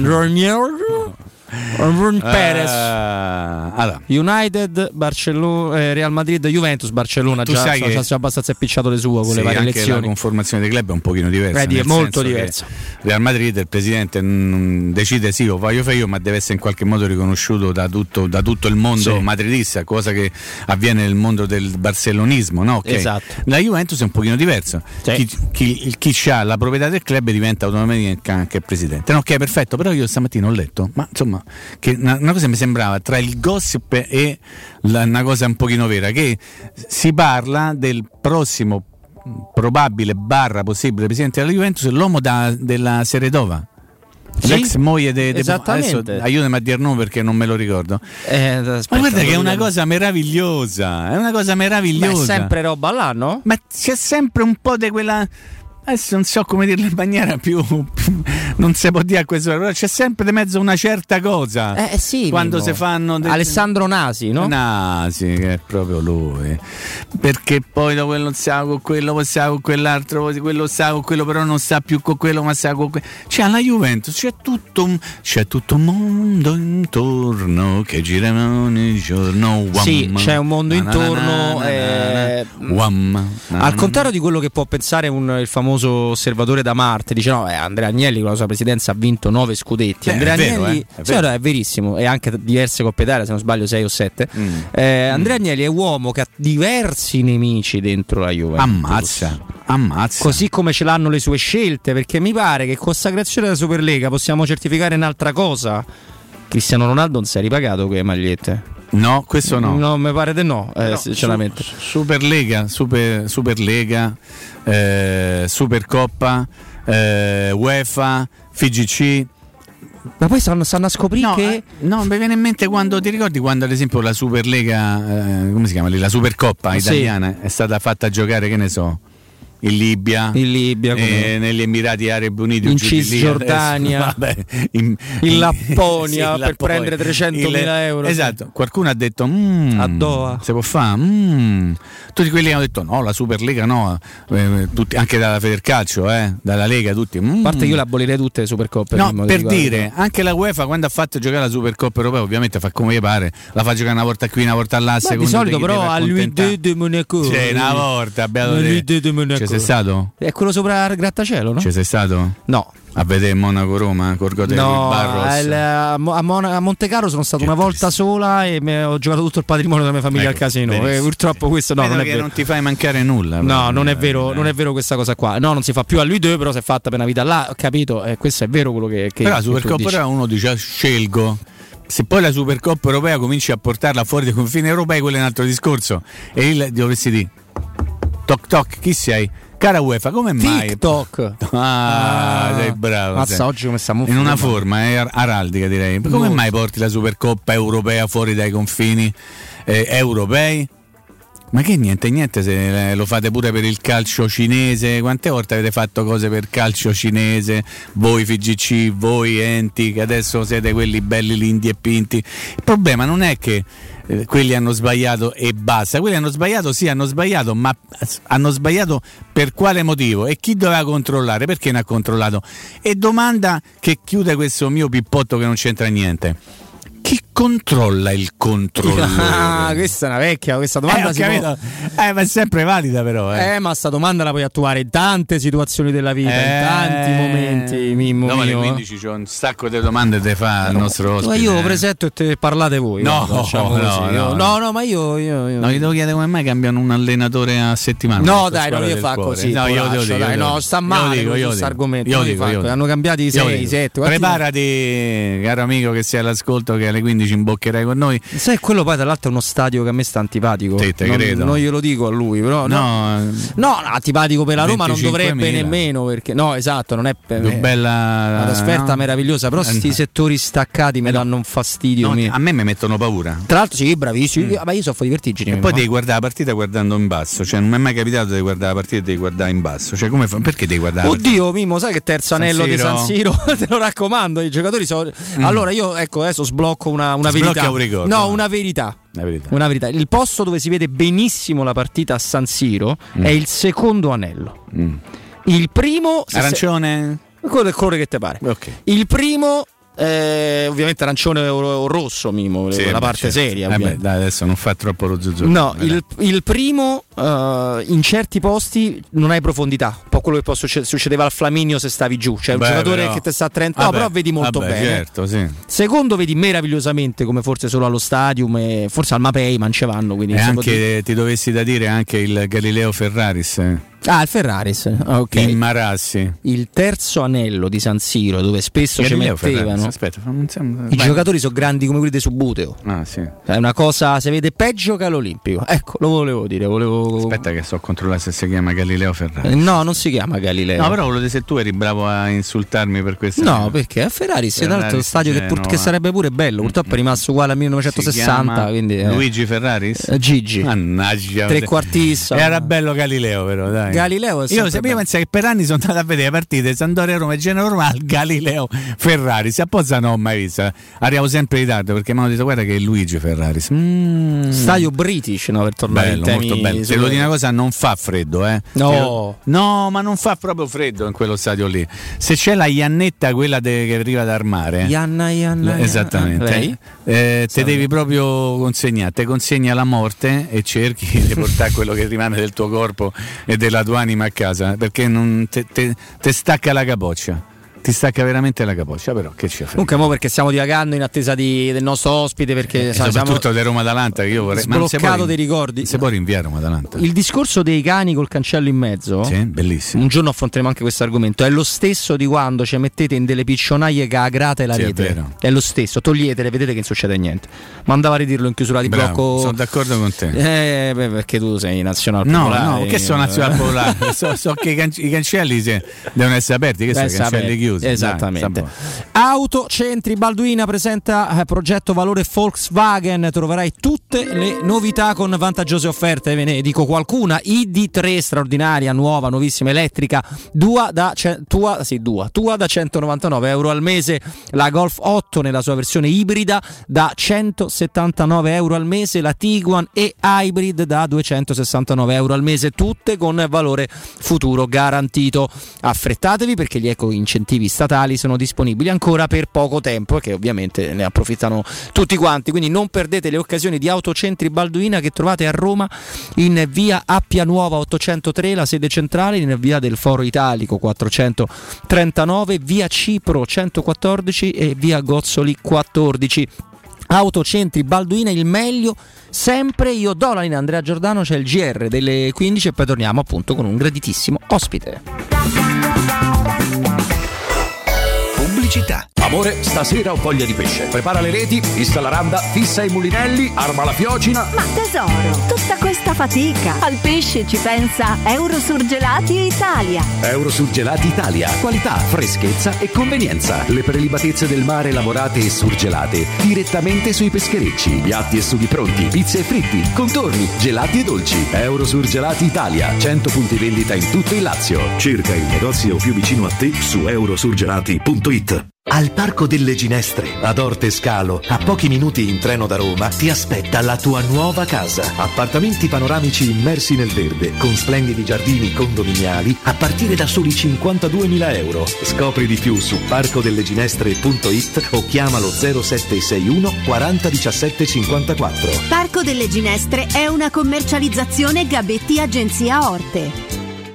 Speaker 1: Andron Perez,
Speaker 8: uh, allora.
Speaker 1: United, Barcellona, eh, Real Madrid, Juventus, Barcellona. Tu già sai so, che già abbastanza appicciato le sue con sì, le varie
Speaker 8: anche
Speaker 1: elezioni.
Speaker 8: La conformazione dei club è un pochino diversa.
Speaker 1: Vedi, è molto diversa.
Speaker 8: Real Madrid, il presidente mh, decide sì, lo voglio fare io, ma deve essere in qualche modo riconosciuto da tutto, da tutto il mondo sì. madridista, cosa che avviene nel mondo del barcellonismo, no? Okay.
Speaker 1: Esatto.
Speaker 8: La Juventus è un pochino diversa. Sì. Chi, chi, chi ha la proprietà del club diventa automaticamente anche il presidente. No, ok, perfetto, però io stamattina ho letto, ma insomma che una, una cosa mi sembrava tra il gossip e la, una cosa un pochino vera, che si parla del prossimo probabile barra possibile presidente della Juventus, l'uomo da, della Seredova. Sì? L'ex moglie de, de
Speaker 1: Esattamente.
Speaker 8: Adesso aiutami a dire no perché non me lo ricordo.
Speaker 1: Eh, aspetta,
Speaker 8: ma guarda che è una cosa meravigliosa, è una cosa meravigliosa.
Speaker 1: Ma è sempre roba là, no?
Speaker 8: Ma c'è sempre un po' di quella, adesso non so come dirlo in maniera più, più non si può dire a questo, però c'è sempre di mezzo una certa cosa.
Speaker 1: Eh sì,
Speaker 8: quando
Speaker 1: Mimmo.
Speaker 8: si fanno de...
Speaker 1: Alessandro Nasi, no?
Speaker 8: Nasi, che è proprio lui. Perché poi da quello stava con quello, poi stava con quell'altro, poi quello stava con quello, però non sta più con quello, ma sta con quello. C'è la Juventus, c'è tutto un c'è tutto un mondo intorno che gira ogni giorno. Wam,
Speaker 1: sì, c'è un mondo intorno.
Speaker 8: Na, na, na,
Speaker 1: eh,
Speaker 8: na, na, wam, na,
Speaker 1: al contrario di quello che può pensare un, il famoso osservatore da Marte, dice no, eh, Andrea Agnelli con la sua presidenza ha vinto nove scudetti.
Speaker 8: Eh,
Speaker 1: Andrea
Speaker 8: è vero,
Speaker 1: Agnelli,
Speaker 8: eh, è,
Speaker 1: sì,
Speaker 8: vero.
Speaker 1: no, è verissimo, e anche diverse Coppe Italia, se non sbaglio sei o sette. Mm. Eh, Andrea Agnelli è uomo che ha diversi nemici dentro la Juventus.
Speaker 8: Ammazza, ammazza.
Speaker 1: Così come ce l'hanno le sue scelte, perché mi pare che con la creazione della Superlega possiamo certificare un'altra cosa. Cristiano Ronaldo non si è ripagato quelle magliette.
Speaker 8: No, questo no.
Speaker 1: No, mi pare di no, eh, no sinceramente.
Speaker 8: Su, Superlega, Super, Superlega, eh, Supercoppa, eh, UEFA, F G C.
Speaker 1: Ma poi stanno, stanno a scoprire
Speaker 8: no,
Speaker 1: che
Speaker 8: eh, no, mi viene in mente quando ti ricordi quando ad esempio la Superlega, eh, come si chiama lì? La Supercoppa italiana sì. è stata fatta giocare, che ne so, in Libia,
Speaker 1: in Libia
Speaker 8: eh, negli Emirati Arabi Uniti,
Speaker 1: in Cisgiordania,
Speaker 8: vabbè, in,
Speaker 1: in Lapponia
Speaker 8: sì,
Speaker 1: per
Speaker 8: Lapponia.
Speaker 1: prendere trecentomila euro.
Speaker 8: Esatto, qualcuno ha detto mm,
Speaker 1: a Doha
Speaker 8: si può fare. Mm. Tutti quelli hanno detto no, la Superlega no, eh, tutti, anche dalla Federcalcio, eh, dalla Lega, tutti. Mm.
Speaker 1: A parte io le abolirei tutte le Supercoppe.
Speaker 8: No, per dire, anche la UEFA quando ha fatto giocare la Supercoppa europea, ovviamente fa come gli pare, la fa giocare una volta qui, una volta là,
Speaker 1: di solito però a Louis due de Monaco.
Speaker 8: C'è una volta, abbiamo
Speaker 1: Louis due de Monaco.
Speaker 8: Ci sei stato?
Speaker 1: È quello sopra il grattacielo, no?
Speaker 8: Ci sei stato?
Speaker 1: No.
Speaker 8: A vedere Monaco-Roma, Corgote
Speaker 1: no,
Speaker 8: Barros?
Speaker 1: Il, a, Mon- a Montecarlo sono stato che una volta triste. sola e mi, ho giocato tutto il patrimonio della mia famiglia ecco, al casino. E purtroppo questo no,
Speaker 8: Vedo
Speaker 1: non è
Speaker 8: che
Speaker 1: vero.
Speaker 8: non ti fai mancare nulla.
Speaker 1: No, non è vero, non è vero questa cosa qua. No, non si fa più a lui due, però si è fatta per una vita là, ho capito, e questo è vero quello che, che
Speaker 8: però la Supercoppa europea uno dice scelgo. Se poi la Supercoppa europea cominci a portarla fuori dai confini europei, quello è un altro discorso. E lì dovresti dire toc toc, chi sei? Cara UEFA, come mai?
Speaker 1: TikTok.
Speaker 8: Ah, ah, sei bravo.
Speaker 1: Mazza,
Speaker 8: sei.
Speaker 1: oggi come stiamo
Speaker 8: in una forma eh, araldica, direi. Come Molto. mai porti la Supercoppa europea fuori dai confini eh, europei? Ma che niente, niente se lo fate pure per il calcio cinese. Quante volte avete fatto cose per calcio cinese? Voi F G C, voi enti, che adesso siete quelli belli lindi e pinti. Il problema non è che eh, quelli hanno sbagliato e basta. Quelli hanno sbagliato, sì, hanno sbagliato, ma hanno sbagliato per quale motivo? E chi doveva controllare? Perché non ha controllato? E domanda che chiude questo mio pippotto che non c'entra niente. Chi controlla il controllore?
Speaker 1: Ah, questa è una vecchia, questa domanda
Speaker 8: eh,
Speaker 1: si
Speaker 8: capito. Può... eh, ma è sempre valida però eh.
Speaker 1: eh, ma sta domanda la puoi attuare in tante situazioni della vita, eh... in tanti momenti, Mimmo
Speaker 8: no,
Speaker 1: mio.
Speaker 8: alle quindici c'ho un sacco di domande da fare al nostro ospite.
Speaker 1: Ma io presento e te parlate voi.
Speaker 8: No,
Speaker 1: no,
Speaker 8: no, no,
Speaker 1: no, no, no, ma io, io, io...
Speaker 8: No, gli devo chiedere come mai cambiano un allenatore a settimana.
Speaker 1: No, dai, non io fa così.
Speaker 8: No, io devo dire,
Speaker 1: dai, no, sta male questo argomento.
Speaker 8: Io dico, io
Speaker 1: hanno cambiati sei, sette.
Speaker 8: Preparati, caro amico che sei all'ascolto, che alle quindici imboccherai con noi.
Speaker 1: Sai, quello poi tra l'altro è uno stadio che a me sta antipatico.
Speaker 8: Sì, te
Speaker 1: non,
Speaker 8: credo.
Speaker 1: non glielo dico a lui, però
Speaker 8: no,
Speaker 1: no, no antipatico per la Roma non dovrebbe nemmeno, perché no, esatto, non è per me.
Speaker 8: Bella
Speaker 1: una trasferta no? meravigliosa, però sti settori staccati mi danno un fastidio.
Speaker 8: No, a me mi mettono paura.
Speaker 1: Tra l'altro sì, bravissimi, mm. ma io soffro di vertigini.
Speaker 8: E poi devi guardare la partita guardando in basso, cioè non mi è mai capitato di guardare la partita e devi guardare in basso, cioè come fa? Perché devi guardare?
Speaker 1: Oddio, Mimmo, sai che terzo anello di San Siro? Te lo raccomando, i giocatori sono mm. Allora io ecco adesso sblocco una, una verità.
Speaker 8: Un ricordo,
Speaker 1: no, una verità.
Speaker 8: Una verità.
Speaker 1: Una verità. Il posto dove si vede benissimo la partita a San Siro mm. è il secondo anello. Mm. Il primo
Speaker 8: arancione?
Speaker 1: Se... quello del colore che te pare.
Speaker 8: Okay.
Speaker 1: Il primo Eh, ovviamente arancione o, o rosso, Mimo, sì, la parte certo. seria.
Speaker 8: Eh beh, dai, adesso non fa troppo lo zuzzurro.
Speaker 1: No, il, il primo uh, in certi posti non hai profondità. Un po' quello che poi succede, succedeva al Flaminio se stavi giù. Cioè beh, un giocatore però, che ti sta a trenta. No, vabbè, però vedi molto
Speaker 8: vabbè,
Speaker 1: bene.
Speaker 8: Certo, sì.
Speaker 1: Secondo, vedi meravigliosamente, come forse solo allo Stadium e forse al Mapei, ma non ce vanno. Quindi
Speaker 8: e anche ti dovessi da dire anche il Galileo Ferraris. Eh.
Speaker 1: Ah, il Ferraris, ok.
Speaker 8: Il Marassi.
Speaker 1: Il terzo anello di San Siro, dove spesso
Speaker 8: Galileo
Speaker 1: ci mettevano.
Speaker 8: Ferraris. Aspetta, non sembra...
Speaker 1: I
Speaker 8: Vai.
Speaker 1: giocatori sono grandi come quelli di Subuteo.
Speaker 8: Ah, sì.
Speaker 1: È una cosa, si vede peggio che all'Olimpico. Ecco, lo volevo dire. Volevo...
Speaker 8: Aspetta, che sto a controllare se si chiama Galileo Ferraris.
Speaker 1: Eh, no, non si chiama Galileo.
Speaker 8: No, però volevo dire se tu eri bravo a insultarmi per questo.
Speaker 1: No, perché a Ferraris, tra l'altro, stadio che, pur, che sarebbe pure bello. Purtroppo è rimasto uguale al millenovecentosessanta. Quindi, eh.
Speaker 8: Luigi Ferraris?
Speaker 1: Eh, Gigi.
Speaker 8: Mannaggia.
Speaker 1: Trequartista.
Speaker 8: Era bello Galileo, però, dai.
Speaker 1: Galileo è
Speaker 8: Io, io penso che per anni sono andato a vedere partite Sampdoria Roma e Genoa Roma al Galileo Ferraris. Apposta non ho mai visto. Arrivo sempre in ritardo perché mi hanno detto guarda che è Luigi Ferraris. Mm.
Speaker 1: Stadio British, no, per tornare
Speaker 8: bello,
Speaker 1: in temi
Speaker 8: molto bello. Se lo dico una cosa, non fa freddo, eh.
Speaker 1: No.
Speaker 8: No, ma non fa proprio freddo in quello stadio lì. Se c'è la Iannetta, quella de, che arriva dal mare.
Speaker 1: Ianna, Ianna.
Speaker 8: Esattamente.
Speaker 1: Lei?
Speaker 8: Eh, te devi proprio consegnare, te consegna la morte e cerchi di portare quello che rimane del tuo corpo e della tua anima a casa, perché non te, te, te stacca la capoccia. Ti stacca veramente la capoccia, però che ci fa?
Speaker 1: Comunque mo perché stiamo divagando in attesa di, del nostro ospite, perché
Speaker 8: e
Speaker 1: sai,
Speaker 8: soprattutto
Speaker 1: siamo
Speaker 8: di Roma Atalanta, che io vorrei
Speaker 1: sbloccato dei ricordi.
Speaker 8: Non si può rinviare Roma Atalanta.
Speaker 1: Il discorso dei cani col cancello in mezzo,
Speaker 8: sì, bellissimo.
Speaker 1: Un giorno affronteremo anche questo argomento. È lo stesso di quando ci mettete in delle piccionaie che agrate e la
Speaker 8: sì,
Speaker 1: rete.
Speaker 8: È, vero.
Speaker 1: È lo stesso, toglietele, vedete che non succede niente. Ma andava a ridirlo in chiusura di
Speaker 8: Bravo,
Speaker 1: blocco.
Speaker 8: Sono d'accordo con te.
Speaker 1: Eh, beh, perché tu sei nazionale
Speaker 8: no,
Speaker 1: popolare.
Speaker 8: No, no, che sono nazionale popolare? so, so che i, can- i cancelli sì, devono essere aperti, che sono i cancelli chiusi.
Speaker 1: Esattamente. Dai, Autocentri Balduina presenta eh, progetto valore Volkswagen. Troverai tutte le novità con vantaggiose offerte. Ve ne dico qualcuna: I D tre straordinaria, nuova, nuovissima elettrica, tua da, ce- tua, sì, tua, tua da centonovantanove euro al mese. La Golf otto nella sua versione ibrida da centosettantanove euro al mese. La Tiguan e Hybrid da duecentosessantanove euro al mese, tutte con valore futuro garantito. Affrettatevi perché gli eco incentivi statali sono disponibili ancora per poco tempo e che ovviamente ne approfittano tutti quanti, quindi non perdete le occasioni di Autocentri Balduina che trovate a Roma in via Appia Nuova ottocentotre, la sede centrale, in via del Foro Italico quattrocentotrentanove, via Cipro centoquattordici e via Gozzoli quattordici. Autocentri Balduina, il meglio sempre. Io do la linea a Andrea Giordano, c'è il G R delle quindici e poi torniamo appunto con un graditissimo ospite.
Speaker 13: Pubblicità. Amore, stasera ho voglia di pesce. Prepara le reti, fissa la randa, fissa i mulinelli, arma la fiocina.
Speaker 21: Ma tesoro, tutta questa fatica. Al pesce ci pensa Eurosurgelati Italia.
Speaker 13: Eurosurgelati Italia. Qualità, freschezza e convenienza. Le prelibatezze del mare lavorate e surgelate direttamente sui pescherecci. Piatti e sughi pronti, pizze e fritti, contorni, gelati e dolci. Eurosurgelati Italia. cento punti vendita in tutto il Lazio.
Speaker 16: Cerca il negozio più vicino a te su eurosurgelati punto it.
Speaker 13: Al Parco delle Ginestre, ad Orte Scalo, a pochi minuti in treno da Roma, ti aspetta la tua nuova casa. Appartamenti panoramici immersi nel verde, con splendidi giardini condominiali, a partire da soli cinquantaduemila euro. Scopri di più su parco delle ginestre punto it o chiamalo zero sette sei uno quaranta diciassette cinquantaquattro.
Speaker 21: Parco delle Ginestre è una commercializzazione Gabetti Agenzia Orte.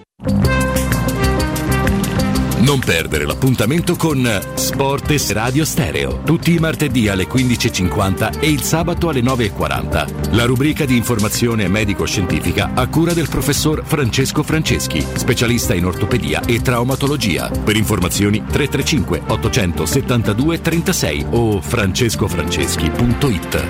Speaker 22: Non perdere l'appuntamento con Sportes Radio Stereo, tutti i martedì alle quindici e cinquanta e il sabato alle nove e quaranta. La rubrica di informazione medico-scientifica a cura del professor Francesco Franceschi, specialista in ortopedia e traumatologia. Per informazioni tre tre cinque ottocentosettantadue trentasei o francescofranceschi punto it.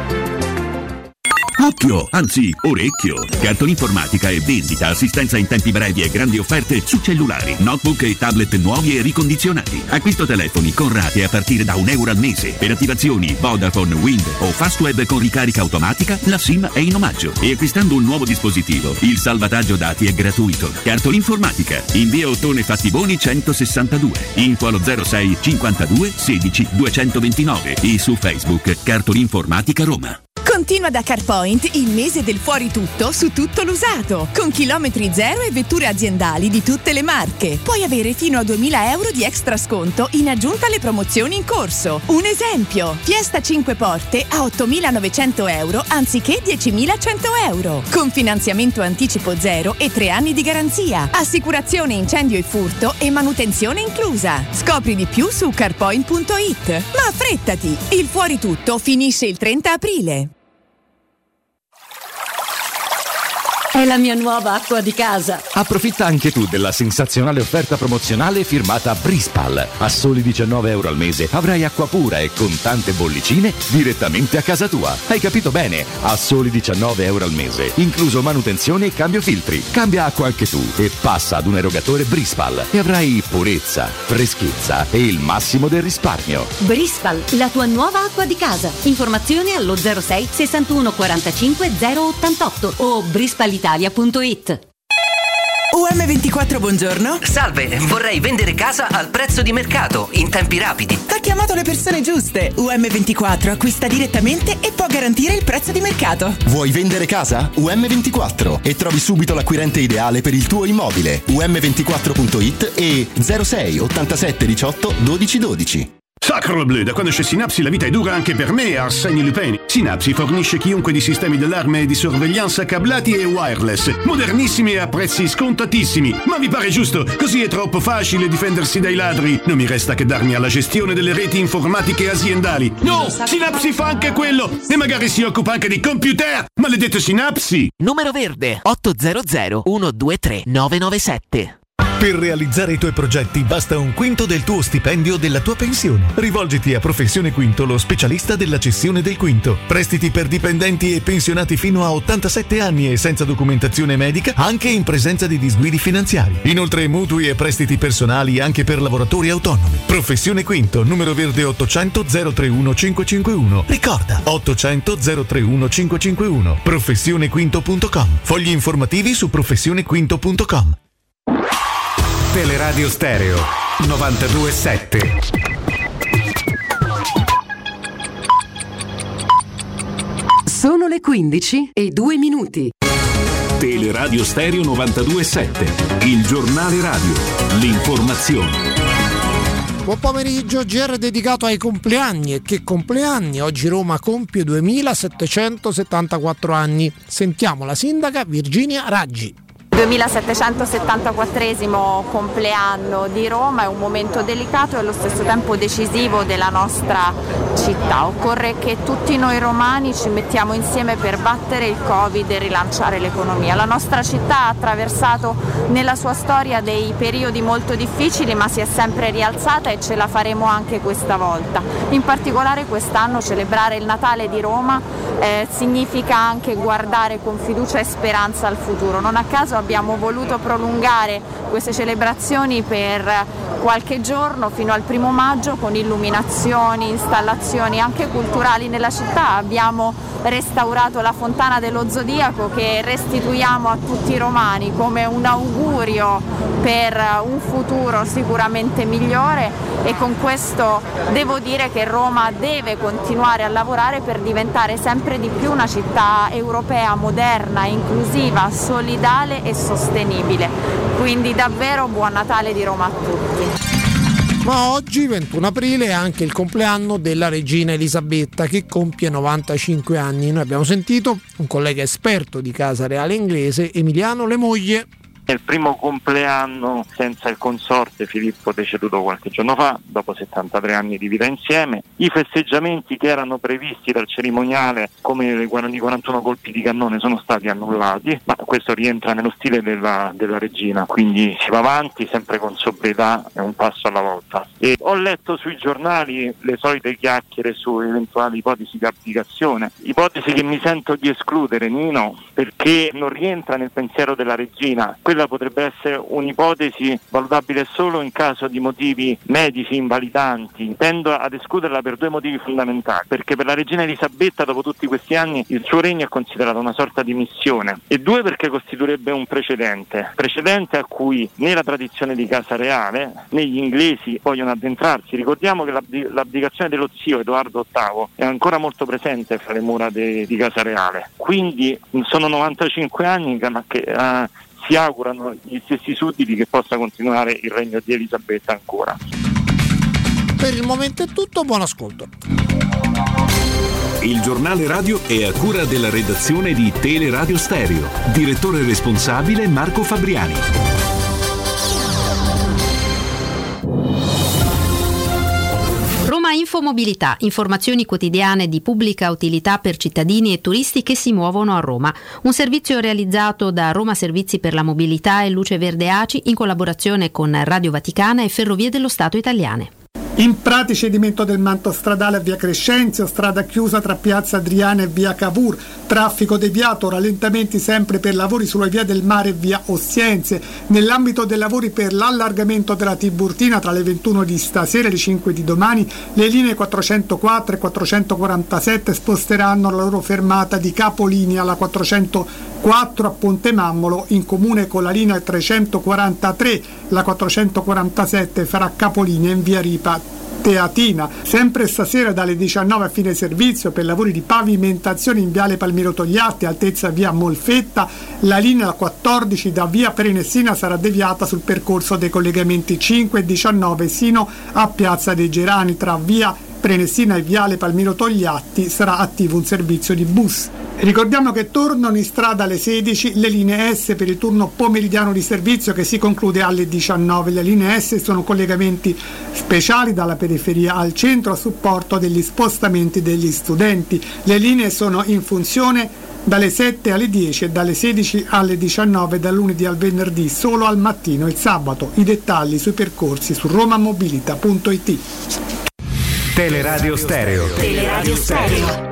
Speaker 18: Occhio, anzi orecchio. Cartolinformatica e vendita, assistenza in tempi brevi e grandi offerte su cellulari, notebook e tablet nuovi e ricondizionati. Acquisto telefoni con rate a partire da un euro al mese. Per attivazioni Vodafone, Wind o Fastweb con ricarica automatica, la SIM è in omaggio. E acquistando un nuovo dispositivo, il salvataggio dati è gratuito. Cartolinformatica, in via Ottone Fattiboni centosessantadue. Info allo zero sei cinquantadue sedici duecentoventinove e su Facebook Cartolinformatica Roma.
Speaker 19: Continua da CarPoint il mese del fuori tutto su tutto l'usato, con chilometri zero e vetture aziendali di tutte le marche. Puoi avere fino a duemila euro di extra sconto in aggiunta alle promozioni in corso. Un esempio: Fiesta cinque porte a ottomilanovecento euro anziché diecimilacento euro, con finanziamento anticipo zero e tre anni di garanzia, assicurazione incendio e furto e manutenzione inclusa. Scopri di più su carpoint punto it. Ma affrettati, il fuori tutto finisce il trenta aprile.
Speaker 15: È la mia nuova acqua di casa.
Speaker 22: Approfitta anche tu della sensazionale offerta promozionale firmata Brispal. A soli diciannove euro al mese avrai acqua pura e con tante bollicine direttamente a casa tua. Hai capito bene? A soli diciannove euro al mese, incluso manutenzione e cambio filtri. Cambia acqua anche tu e passa ad un erogatore Brispal e avrai purezza, freschezza e il massimo del risparmio.
Speaker 15: Brispal, la tua nuova acqua di casa. Informazioni allo zero sei sessantuno quarantacinque zero ottantotto o brispal italia punto it.
Speaker 3: U M ventiquattro, buongiorno.
Speaker 17: Salve, vorrei vendere casa al prezzo di mercato, in tempi rapidi.
Speaker 3: Ha chiamato le persone giuste. U M ventiquattro acquista direttamente e può garantire il prezzo di mercato.
Speaker 6: Vuoi vendere casa? U M ventiquattro e trovi subito l'acquirente ideale per il tuo immobile. U M ventiquattro punto it e zero sei ottantasette diciotto dodici dodici.
Speaker 23: Sacre bleu, da quando c'è Synapsi la vita è dura anche per me, Arsène Lupin. Synapsi fornisce chiunque di sistemi d'allarme e di sorveglianza cablati e wireless, modernissimi e a prezzi scontatissimi. Ma vi pare giusto? Così è troppo facile difendersi dai ladri. Non mi resta che darmi alla gestione delle reti informatiche aziendali. No, Synapsi fa anche quello e magari si occupa anche di computer. Maledetto Synapsi!
Speaker 17: Numero verde otto zero zero uno due tre nove nove sette.
Speaker 9: Per realizzare i tuoi progetti basta un quinto del tuo stipendio o della tua pensione. Rivolgiti a Professione Quinto, lo specialista della cessione del quinto. Prestiti per dipendenti e pensionati fino a ottantasette anni e senza documentazione medica, anche in presenza di disguidi finanziari. Inoltre mutui e prestiti personali anche per lavoratori autonomi. Professione Quinto, numero verde ottocento zero trentuno cinquecentocinquantuno. Ricorda, ottocento zero trentuno cinquecentocinquantuno. professione quinto punto com. Fogli informativi su professione quinto punto com.
Speaker 24: Teleradio Stereo novantadue sette.
Speaker 25: Sono le quindici e due minuti.
Speaker 22: Teleradio Stereo novantadue sette, il giornale radio, l'informazione.
Speaker 26: Buon pomeriggio, G R dedicato ai compleanni. E che compleanni! Oggi Roma compie duemilasettecentosettantaquattro anni. Sentiamo la sindaca Virginia Raggi.
Speaker 27: duemilasettecentosettantaquattresimo compleanno di Roma è un momento delicato e allo stesso tempo decisivo della nostra città. Occorre che tutti noi romani ci mettiamo insieme per battere il Covid e rilanciare l'economia. La nostra città ha attraversato nella sua storia dei periodi molto difficili, ma si è sempre rialzata e ce la faremo anche questa volta. In particolare quest'anno celebrare il Natale di Roma eh, significa anche guardare con fiducia e speranza al futuro. Non a caso abbiamo voluto prolungare queste celebrazioni per qualche giorno fino al primo maggio con illuminazioni, installazioni anche culturali nella città. Abbiamo restaurato la Fontana dello Zodiaco che restituiamo a tutti i romani come un augurio per un futuro sicuramente migliore, e con questo devo dire che Roma deve continuare a lavorare per diventare sempre di più una città europea moderna, inclusiva, solidale e sostenibile. Quindi davvero buon Natale di Roma a tutti.
Speaker 26: Ma oggi, ventuno aprile, è anche il compleanno della regina Elisabetta, che compie novantacinque anni. Noi abbiamo sentito un collega esperto di casa reale inglese, Emiliano Lemoglie.
Speaker 28: È il primo compleanno senza il consorte Filippo, deceduto qualche giorno fa, dopo settantatré anni di vita insieme. I festeggiamenti che erano previsti dal cerimoniale, come i quarantuno colpi di cannone, sono stati annullati, ma questo rientra nello stile della, della regina, quindi si va avanti sempre con sobrietà e un passo alla volta. E ho letto sui giornali le solite chiacchiere su eventuali ipotesi di abdicazione, ipotesi che mi sento di escludere, Nino, perché non rientra nel pensiero della regina. Quella potrebbe essere un'ipotesi valutabile solo in caso di motivi medici invalidanti. Tendo ad escluderla per due motivi fondamentali: perché per la regina Elisabetta, dopo tutti questi anni, il suo regno è considerato una sorta di missione, e due, perché costituirebbe un precedente precedente a cui né la tradizione di casa reale né gli inglesi vogliono addentrarsi. Ricordiamo che l'abdi- l'abdicazione dello zio Edoardo ottavo è ancora molto presente fra le mura de- di casa reale, quindi sono novantacinque anni ma che uh, si augurano gli stessi sudditi che possa continuare il regno di Elisabetta ancora.
Speaker 26: Per il momento è tutto, buon ascolto.
Speaker 22: Il giornale radio è a cura della redazione di Teleradio Stereo. Direttore responsabile Marco Fabriani.
Speaker 29: Roma Info
Speaker 2: Infomobilità, informazioni quotidiane di pubblica utilità per cittadini e turisti che si muovono a Roma. Un servizio realizzato da Roma Servizi per la Mobilità e Luce Verde A C I in collaborazione con Radio Vaticana e Ferrovie dello Stato italiane.
Speaker 4: In procedimento del manto stradale a via Crescenzio, strada chiusa tra piazza Adriana e via Cavour, traffico deviato, rallentamenti sempre per lavori sulla via del Mare e via Ostiense. Nell'ambito dei lavori per l'allargamento della Tiburtina tra le ventuno di stasera e le cinque di domani, le linee quattrocentoquattro e quattrocentoquarantasette sposteranno la loro fermata di capolinea alla quattrocentoquattro a Ponte Mammolo, in comune con la linea trecentoquarantatré. La quattrocentoquarantasette farà capolinea in via Ripa Teatina. Sempre stasera dalle diciannove a fine servizio per lavori di pavimentazione in viale Palmiro Togliatti, altezza via Molfetta, la linea quattordici da via Prenestina sarà deviata sul percorso dei collegamenti cinque e diciannove sino a piazza dei Gerani. Tra via Prenestina e viale Palmiro Togliatti sarà attivo un servizio di bus. Ricordiamo che tornano in strada alle sedici le linee S per il turno pomeridiano di servizio che si conclude alle diciannove. Le linee S sono collegamenti speciali dalla periferia al centro a supporto degli spostamenti degli studenti. Le linee sono in funzione dalle sette alle dieci e dalle sedici alle diciannove dal lunedì al venerdì, solo al mattino e il sabato. I dettagli sui percorsi su romamobilita punto it.
Speaker 24: Teleradio Stereo.
Speaker 20: Teleradio Stereo.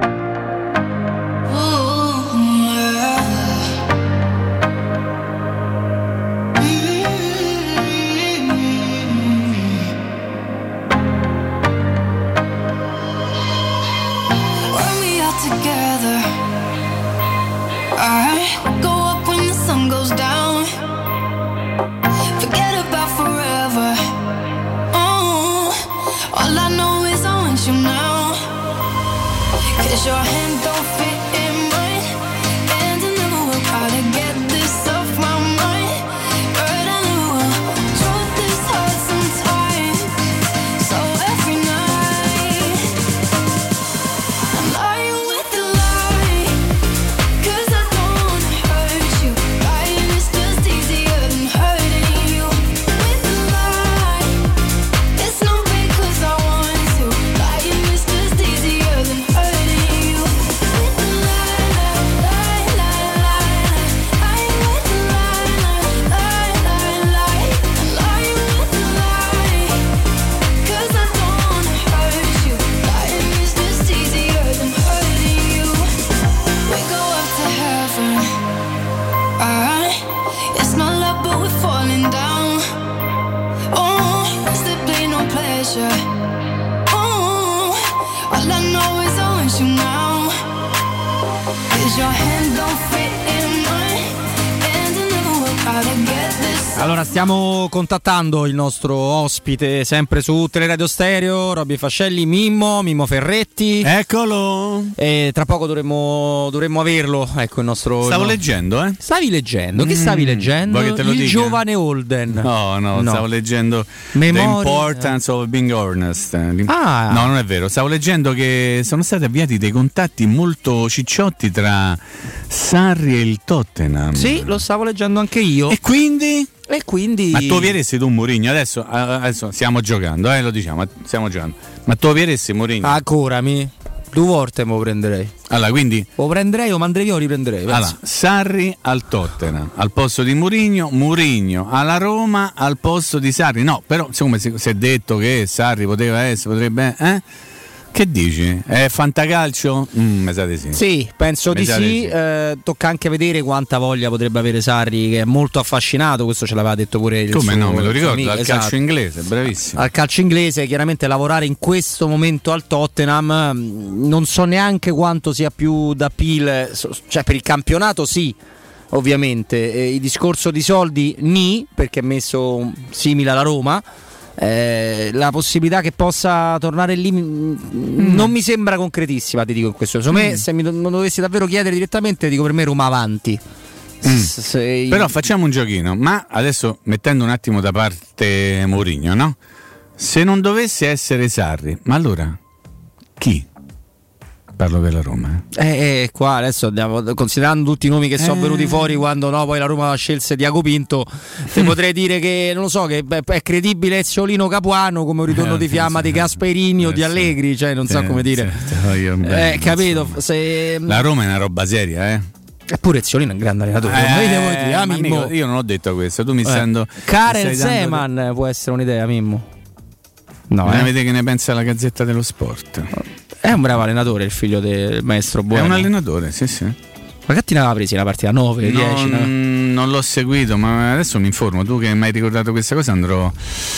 Speaker 20: Your hand don't fit in mine, and I never will try to get this off my mind, but I know truth is hard sometimes. So every night I'm lying with the lie, 'cause I don't wanna hurt you. Lying is just easier than hurting you. With the lie, it's no big 'cause I want to. Lying is just easier than hurting.
Speaker 1: Allora stiamo contattando il nostro ospite sempre su Teleradio Stereo, Robby Fascelli, Mimmo, Mimmo Ferretti.
Speaker 8: Eccolo!
Speaker 1: E tra poco dovremmo, dovremmo averlo, ecco il nostro...
Speaker 8: Stavo
Speaker 1: no.
Speaker 8: leggendo, eh?
Speaker 1: Stavi leggendo? Che stavi leggendo?
Speaker 8: Vuoi che te lo
Speaker 1: il
Speaker 8: dica?
Speaker 1: giovane Holden.
Speaker 8: No, no,
Speaker 1: no,
Speaker 8: stavo leggendo
Speaker 1: Memoria...
Speaker 8: The Importance of Being Honest.
Speaker 1: Ah.
Speaker 8: No, non è vero, stavo leggendo che sono stati avviati dei contatti molto cicciotti tra Sarri e il Tottenham.
Speaker 1: Sì, lo stavo leggendo anche io.
Speaker 8: E quindi...
Speaker 1: E quindi...
Speaker 8: Ma tu avessi tu Mourinho, adesso, adesso stiamo giocando, eh, lo diciamo, stiamo giocando. Ma tu avessi Mourinho?
Speaker 1: Ancora mi? Due volte me lo prenderei.
Speaker 8: Allora, quindi
Speaker 1: o prenderei o manderei io o riprenderei. Penso.
Speaker 8: Allora, Sarri al Tottenham al posto di Mourinho, Mourinho alla Roma al posto di Sarri. No, però siccome si è detto che Sarri poteva essere, potrebbe, eh? Che dici? È fantacalcio? Mm, mi sa di sì.
Speaker 1: Sì, penso
Speaker 8: mi
Speaker 1: di sì.
Speaker 8: sì.
Speaker 1: Eh, tocca anche vedere quanta voglia potrebbe avere Sarri, che è molto affascinato. Questo ce l'aveva detto pure il
Speaker 8: Come
Speaker 1: suo,
Speaker 8: no, me lo ricordo,
Speaker 1: amico,
Speaker 8: al
Speaker 1: esatto.
Speaker 8: calcio inglese, bravissimo.
Speaker 1: Al calcio inglese, chiaramente lavorare in questo momento al Tottenham, non so neanche quanto sia più da appeal, cioè per il campionato sì, ovviamente. Eh, il discorso di soldi ni, perché è messo simile alla Roma. Eh, la possibilità che possa tornare lì mm. non mi sembra concretissima, ti dico in questo. Secondo mm. me, se mi do- non dovessi davvero chiedere direttamente, dico per me Roma avanti.
Speaker 8: Mm. Se... Però facciamo un giochino, ma adesso mettendo un attimo da parte Mourinho, no? Se non dovesse essere Sarri, ma allora chi? Parlo per la Roma.
Speaker 1: Eh, eh qua adesso andiamo, considerando tutti i nomi che sono
Speaker 8: Eh.
Speaker 1: venuti fuori quando no, poi la Roma scelse Diaco Pinto, ti potrei dire che non lo so, che beh, è credibile Eziolino Capuano come un ritorno
Speaker 8: Eh,
Speaker 1: di fiamma di Gasperini o
Speaker 8: eh,
Speaker 1: di
Speaker 8: sì.
Speaker 1: Allegri, cioè non so
Speaker 8: Sì,
Speaker 1: come dire.
Speaker 8: sì, te lo io bene,
Speaker 1: Eh, capito? Se...
Speaker 8: La Roma è una roba seria, eh.
Speaker 1: Eppure Eziolino è un grande allenatore.
Speaker 8: Eh,
Speaker 1: Ma io devo dire, ah,
Speaker 8: ma
Speaker 1: Mimmo.
Speaker 8: amico, io non ho detto questo, tu mi stai
Speaker 1: Eh.
Speaker 8: dando.
Speaker 1: Karel
Speaker 8: mi stai dando-
Speaker 1: Zeman può essere un'idea, Mimmo. No,
Speaker 8: Bisogna
Speaker 1: eh.
Speaker 8: vedere che ne pensa la Gazzetta dello Sport.
Speaker 1: È un bravo allenatore il figlio del maestro Bueno.
Speaker 8: È un allenatore, sì, sì.
Speaker 1: Ma che ti ne aveva presi la partita? nove, dieci?
Speaker 8: Non, non l'ho seguito, ma adesso mi informo. Tu che mi hai ricordato questa cosa andrò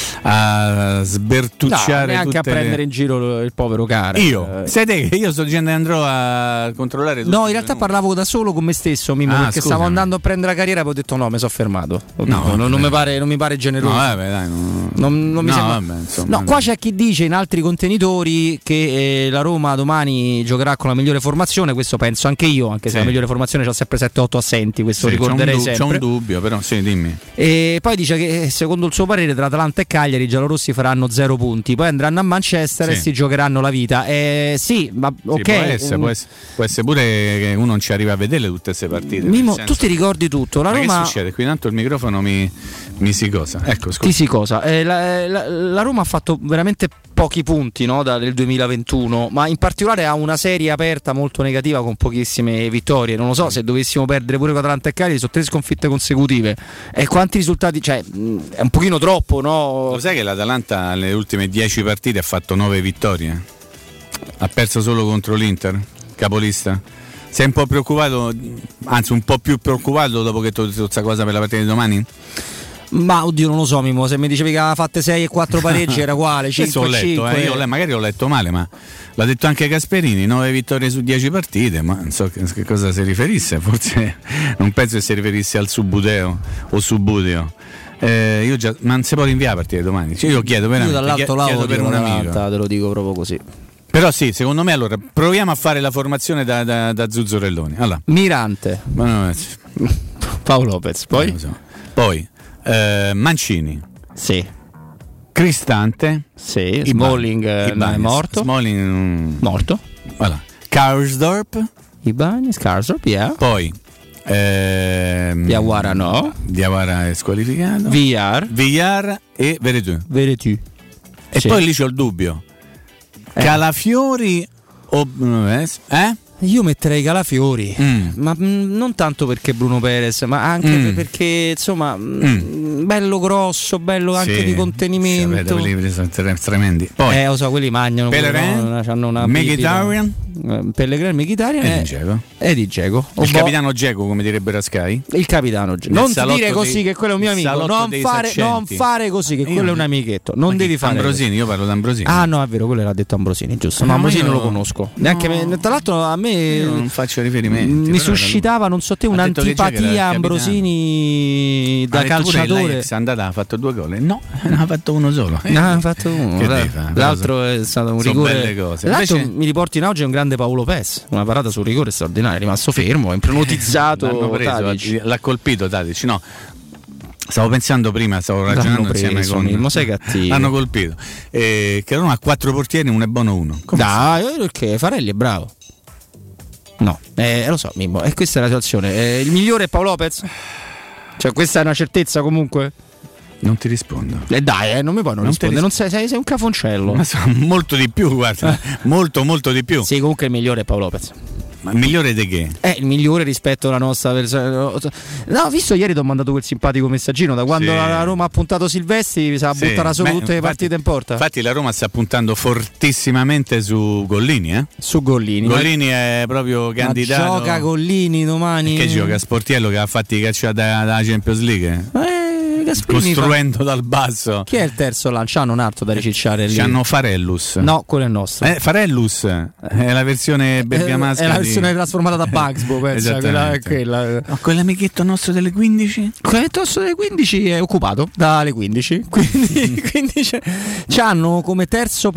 Speaker 8: a sbertucciare
Speaker 1: No, neanche
Speaker 8: tutte
Speaker 1: a prendere
Speaker 8: le...
Speaker 1: in giro il povero Karel.
Speaker 8: Io?
Speaker 1: Eh,
Speaker 8: Sai te che io sto dicendo che andrò a controllare tutto.
Speaker 1: No, in realtà parlavo da solo con me stesso, Mimmo,
Speaker 8: Ah,
Speaker 1: perché
Speaker 8: scusami.
Speaker 1: stavo andando a prendere la carriera e poi ho detto no, mi sono fermato. Ho
Speaker 8: No,
Speaker 1: detto, non, non
Speaker 8: vabbè.
Speaker 1: mi pare, non mi pare generoso.
Speaker 8: No, vabbè, dai. No,
Speaker 1: Non, non mi
Speaker 8: no,
Speaker 1: sembra...
Speaker 8: vabbè, insomma,
Speaker 1: no, qua c'è chi dice in altri contenitori che eh, la Roma domani giocherà con la migliore formazione, questo penso anche io, anche se
Speaker 8: Sì.
Speaker 1: la migliore formazione c'ha sempre sette otto assenti, questo
Speaker 8: sì, c'è un
Speaker 1: ricorderei
Speaker 8: du- c'è
Speaker 1: sempre.
Speaker 8: un dubbio, però sì, dimmi.
Speaker 1: E poi dice che secondo il suo parere tra Atalanta e Cagliari i giallorossi faranno zero punti, poi andranno a Manchester
Speaker 8: Sì.
Speaker 1: e si giocheranno la vita. Eh, sì, ma
Speaker 8: Sì,
Speaker 1: ok.
Speaker 8: può, essere, può, essere, può essere pure che uno non ci arriva a vedere tutte queste partite.
Speaker 1: Mimo,
Speaker 8: nel senso-
Speaker 1: tu ti ricordi tutto. La
Speaker 8: Ma
Speaker 1: Roma
Speaker 8: che succede? Qui tanto il microfono mi, mi si cosa. Ecco, scusa.
Speaker 1: Ti si cosa? Eh, la, la- la Roma ha fatto veramente pochi punti, no, dal duemilaventuno, ma in particolare ha una serie aperta molto negativa con pochissime vittorie. Non lo so se dovessimo perdere pure con Atalanta e Cagliari, sono tre sconfitte consecutive. E quanti risultati? Cioè, mh, è un pochino troppo, no?
Speaker 8: Lo sai che l'Atalanta alle ultime dieci partite ha fatto nove vittorie? Ha perso solo contro l'Inter, capolista. Sei un po' preoccupato, anzi un po' più preoccupato dopo che ti ho detto questa cosa per la partita di domani?
Speaker 1: Ma oddio, non lo so, Mimo. Se mi dicevi che aveva fatte sei e quattro pareggi era uguale.
Speaker 8: Questo ho
Speaker 1: cinque,
Speaker 8: letto,
Speaker 1: cinque.
Speaker 8: eh, io le- magari l'ho letto male, ma l'ha detto anche Gasperini, nove vittorie su dieci partite, ma non so che, che cosa si riferisse, forse non penso che si riferisse al Subuteo o Subuteo. Eh, io già, ma non si può rinviare a partire domani. Cioè, io chiedo
Speaker 1: Io
Speaker 8: veramente,
Speaker 1: dall'alto
Speaker 8: chiedo
Speaker 1: lato
Speaker 8: per
Speaker 1: per
Speaker 8: un amico.
Speaker 1: un'alta, te lo dico proprio così.
Speaker 8: Però sì, secondo me allora proviamo a fare la formazione da, da, da Zuzzurelloni. Allora,
Speaker 1: Mirante,
Speaker 8: ma no,
Speaker 1: Paolo Lopez, poi
Speaker 8: non lo so. Poi eh, Mancini,
Speaker 1: sì,
Speaker 8: Cristante,
Speaker 1: sì,
Speaker 8: Iban-
Speaker 1: Smalling eh,
Speaker 8: Ibanez.
Speaker 1: è morto.
Speaker 8: Smalling mm,
Speaker 1: Morto.
Speaker 8: voilà. Karsdorp,
Speaker 1: Ibanez, Karsdorp, yeah.
Speaker 8: poi ehm,
Speaker 1: Diawara no.
Speaker 8: Diawara è squalificato.
Speaker 1: Villar,
Speaker 8: Villar e Veretù.
Speaker 1: Veretù.
Speaker 8: E
Speaker 1: Sì.
Speaker 8: poi lì c'ho il dubbio. Calafiori o eh?
Speaker 1: Io metterei Calafiori,
Speaker 8: Mm.
Speaker 1: ma mh, non tanto perché Bruno Perez, ma anche
Speaker 8: Mm.
Speaker 1: perché insomma mh, bello grosso, bello anche
Speaker 8: Sì,
Speaker 1: di contenimento.
Speaker 8: sì, vabbè, quelli sono tre- tremendi. Poi
Speaker 1: eh, lo so, quelli mangiano.
Speaker 8: Pellegrini,
Speaker 1: quelli, no, hanno una
Speaker 8: Mkhitaryan,
Speaker 1: bibita. Eh, Pellegrini, Mkhitaryan
Speaker 8: e
Speaker 1: e
Speaker 8: Di Dzeko.
Speaker 1: e Di Dzeko. O
Speaker 8: Il
Speaker 1: boh,
Speaker 8: capitano Dzeko, come direbbero a Sky.
Speaker 1: il capitano.
Speaker 8: Nel
Speaker 1: Non ti
Speaker 8: salotto
Speaker 1: dire così
Speaker 8: dei-
Speaker 1: che quello è un mio
Speaker 8: il
Speaker 1: amico.
Speaker 8: salotto
Speaker 1: Non
Speaker 8: dei
Speaker 1: fare, non
Speaker 8: saccenti.
Speaker 1: fare così, che
Speaker 8: Io
Speaker 1: quello è
Speaker 8: no.
Speaker 1: un amichetto. Non
Speaker 8: Ma
Speaker 1: devi
Speaker 8: chi?
Speaker 1: fare.
Speaker 8: Ambrosini, io parlo di Ambrosini.
Speaker 1: Ah no, è vero, quello l'ha detto Ambrosini, giusto.
Speaker 8: Eh,
Speaker 1: No,
Speaker 8: ma
Speaker 1: Ambrosini
Speaker 8: io-
Speaker 1: non lo conosco. Neanche
Speaker 8: no.
Speaker 1: me- tra l'altro a me
Speaker 8: Io non faccio riferimenti.
Speaker 1: mi
Speaker 8: però era
Speaker 1: suscitava, non so te,
Speaker 8: Ha detto che Dzeko era il
Speaker 1: un'antipatia
Speaker 8: capitano.
Speaker 1: Ambrosini da
Speaker 8: Ha detto pure che
Speaker 1: calciatore.
Speaker 8: l'Ajax è andata, ha fatto due gol. No, ne ha fatto uno solo.
Speaker 1: Ne ha fatto uno.
Speaker 8: Che
Speaker 1: La-
Speaker 8: devi fare?
Speaker 1: L'altro è stato un
Speaker 8: Sono
Speaker 1: rigore.
Speaker 8: belle cose.
Speaker 1: L'altro
Speaker 8: Invece-
Speaker 1: mi riporti in auge un grande Paolo Pes, una parata sul rigore straordinaria, è rimasto fermo, è impronotizzato.
Speaker 8: L'hanno preso,
Speaker 1: Tadic.
Speaker 8: l'ha colpito Tadic. No, stavo pensando prima, stavo
Speaker 1: L'hanno
Speaker 8: ragionando insieme
Speaker 1: preso,
Speaker 8: con.
Speaker 1: Mimmo, sei cattivo.
Speaker 8: L'hanno colpito. Eh, che Roma ha quattro portieri, uno è buono uno. Come
Speaker 1: Dai, perché Farelli è bravo. No, eh, lo so, Mimmo, e questa è la situazione. Eh, il migliore è Paolo Lopez? Cioè, questa è una certezza comunque?
Speaker 8: Non ti rispondo.
Speaker 1: E dai, eh, non mi puoi non
Speaker 8: Non ti
Speaker 1: rispondere,
Speaker 8: ris-
Speaker 1: non sei, sei, sei un cafoncello.
Speaker 8: Ma so, molto di più, guarda. molto, molto di più.
Speaker 1: Sì, comunque il migliore è Paolo Lopez.
Speaker 8: Ma migliore di che?
Speaker 1: È il migliore rispetto alla nostra versione. No, visto ieri ti ho mandato quel simpatico messaggino. Da quando
Speaker 8: Sì.
Speaker 1: la Roma ha puntato Silvestri, si
Speaker 8: Sì.
Speaker 1: buttare solo
Speaker 8: Beh,
Speaker 1: tutte le
Speaker 8: infatti-
Speaker 1: partite in porta.
Speaker 8: Infatti la Roma sta puntando fortissimamente su Gollini, eh?
Speaker 1: Su Gollini.
Speaker 8: Gollini è proprio
Speaker 1: Ma
Speaker 8: candidato.
Speaker 1: gioca Gollini domani.
Speaker 8: Che gioca? Sportiello che ha fatti cacciare da- dalla Champions League.
Speaker 1: Eh, Gasperini
Speaker 8: Costruendo
Speaker 1: fa-
Speaker 8: dal basso.
Speaker 1: Chi è il terzo lanciano un altro da ricicciare lì?
Speaker 8: C'hanno Farellus.
Speaker 1: No, quello è il nostro.
Speaker 8: Eh, Farellus è la versione bergamasca.
Speaker 1: È la
Speaker 8: di-
Speaker 1: versione trasformata da Bugsbo, pensa, quella è
Speaker 8: Esattamente.
Speaker 1: quella.
Speaker 8: Ma quell'amichetto nostro delle quindici?
Speaker 1: Quell'amichetto delle quindici è occupato dalle quindici. Quindi, quindi c'è- c'hanno come terzo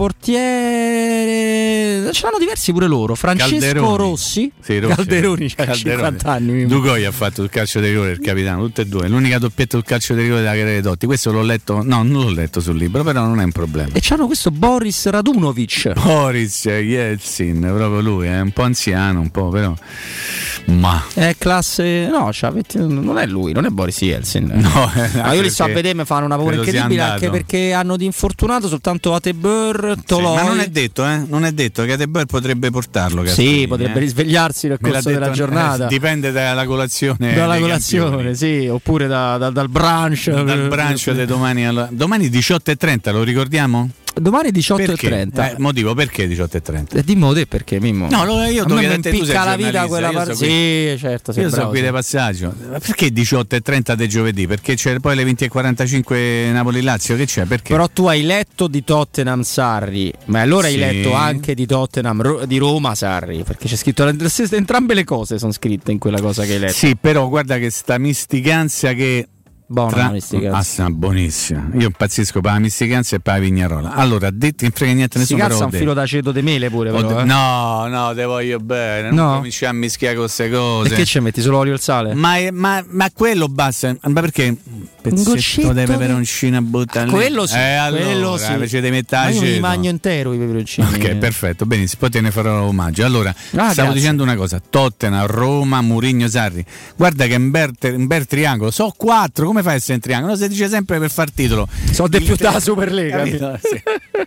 Speaker 1: portiere. Ce l'hanno diversi pure loro. Francesco
Speaker 8: Calderoni.
Speaker 1: Rossi.
Speaker 8: Sì, Rossi.
Speaker 1: Calderoni c'ha
Speaker 8: Calderoni.
Speaker 1: cinquanta anni.
Speaker 8: Dugoi ha fatto il calcio di rigore, il capitano, tutte e due. L'unica doppietta sul calcio di rigore tentativo della carriera di Totti. Questo l'ho letto, no, non l'ho letto sul libro, però non è un problema.
Speaker 1: E c'hanno questo Boris Radunovic.
Speaker 8: Boris Yeltsin, proprio lui, è un po' anziano, un po', però. Ma
Speaker 1: è classe. No, cioè, non è lui, non è Boris Yeltsin.
Speaker 8: No,
Speaker 1: ma io li sto a vedere, mi fanno una paura incredibile, anche perché hanno di infortunato soltanto Atebur, Toloi.
Speaker 8: Sì, ma non è detto, eh? Non è detto che Atebur potrebbe portarlo.
Speaker 1: Gasperini, sì, potrebbe eh? risvegliarsi nel corso della detto, giornata.
Speaker 8: Eh, dipende dalla colazione.
Speaker 1: Dalla colazione, sì, oppure da, da, dal brunch.
Speaker 8: Dal brunch di domani alla... Domani diciotto e trenta, lo ricordiamo?
Speaker 1: Domani diciotto e trenta.
Speaker 8: Eh, motivo perché diciotto e trenta?
Speaker 1: Eh, dimmo te perché, Mimmo.
Speaker 8: No, lo, io
Speaker 1: a me mi impicca la vita quella parte. Sì, certo.
Speaker 8: Io sono qui di passaggio. Ma perché diciotto e trenta di giovedì? Perché c'è poi le venti e quarantacinque Napoli-Lazio. Che c'è? Perché?
Speaker 1: Però tu hai letto di Tottenham Sarri, ma allora sì. hai letto anche di Tottenham di Roma Sarri, perché c'è scritto entrambe le cose sono scritte in quella cosa che hai letto.
Speaker 8: Sì, però guarda che sta misticanza che
Speaker 1: buona Tra...
Speaker 8: misticanza. Ah, buonissima. Io impazzisco per la misticanza e per la vignarola. Allora, detto in frega niente nessuno.
Speaker 1: Si cazza un filo d'aceto di mele pure però,
Speaker 8: de...
Speaker 1: eh?
Speaker 8: No, no, te voglio bene.
Speaker 1: No.
Speaker 8: Non cominci a mischiare con queste cose.
Speaker 1: Perché ci metti solo olio e il sale?
Speaker 8: Ma, ma, ma quello basta. Ma perché? Pezzetto di peperoncino buttare lì.
Speaker 1: Quello sì.
Speaker 8: Eh, allora,
Speaker 1: quello sì.
Speaker 8: invece di mettere
Speaker 1: io mi mangio intero i peperoncini.
Speaker 8: Ok, perfetto, benissimo. Poi te ne farò omaggio. Allora, ah, stavo grazie. dicendo una cosa. Tottenham, Roma, Mourinho, Sarri. Guarda che un bel, un bel triangolo. So quattro, come fai a essere in triangolo? No, si dice sempre per far titolo.
Speaker 1: So di più da Superlega.
Speaker 8: Sì.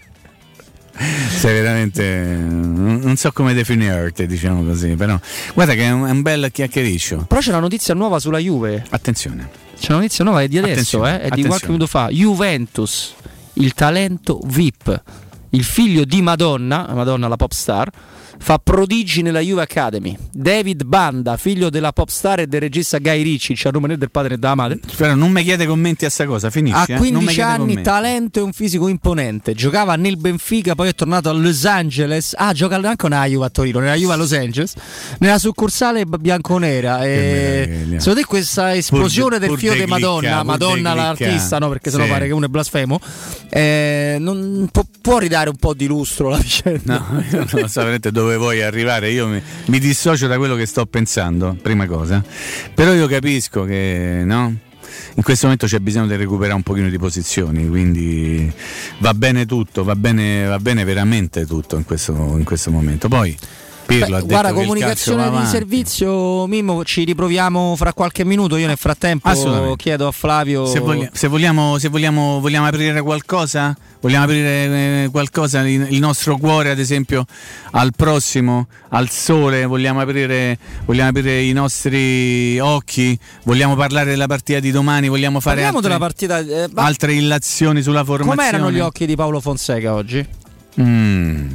Speaker 8: Sei veramente non so come definirti, diciamo così, però guarda che è un, è un bel chiacchiericcio.
Speaker 1: Però c'è una notizia nuova sulla Juve.
Speaker 8: Attenzione.
Speaker 1: C'è una notizia nuova, è di adesso, eh? È attenzione. Di qualche minuto fa. Juventus, il talento V I P, il figlio di Madonna, Madonna la pop star, fa prodigi nella Juve Academy. David Banda, figlio della pop star e del regista Guy Ritchie, c'ha il nome del padre e della madre.
Speaker 8: Però non mi chiede commenti a sta cosa, finisci.
Speaker 1: Ha quindici
Speaker 8: eh?
Speaker 1: anni,
Speaker 8: commenti.
Speaker 1: talento e un fisico imponente. Giocava nel Benfica, poi è tornato a Los Angeles. Ah, gioca anche una Juve a Torino, nella Juve a Los Angeles, nella succursale bianconera. E secondo te questa esplosione pur, del figlio di Madonna, clicca, Madonna l'artista, no? Perché sì. sennò pare che uno è blasfemo. Eh, non può, può ridare un po' di lustro la vicenda.
Speaker 8: No, io non so veramente dove vuoi arrivare, io mi, mi dissocio da quello che sto pensando, prima cosa, però io capisco che no, in questo momento c'è bisogno di recuperare un pochino di posizioni, quindi va bene tutto, va bene, va bene veramente tutto in questo, in questo momento. Poi Pirlo,
Speaker 1: Beh, guarda, comunicazione di servizio, Mimmo, ci riproviamo fra qualche minuto. Io nel frattempo chiedo a Flavio
Speaker 8: se, voglia, se vogliamo se vogliamo vogliamo aprire qualcosa, vogliamo aprire eh, qualcosa, il, il nostro cuore ad esempio al prossimo, al sole, vogliamo aprire vogliamo aprire i nostri occhi, vogliamo parlare della partita di domani, vogliamo fare altre,
Speaker 1: della partita, eh,
Speaker 8: altre illazioni sulla formazione.
Speaker 1: Com'erano gli occhi di Paolo Fonseca oggi?
Speaker 8: Mm.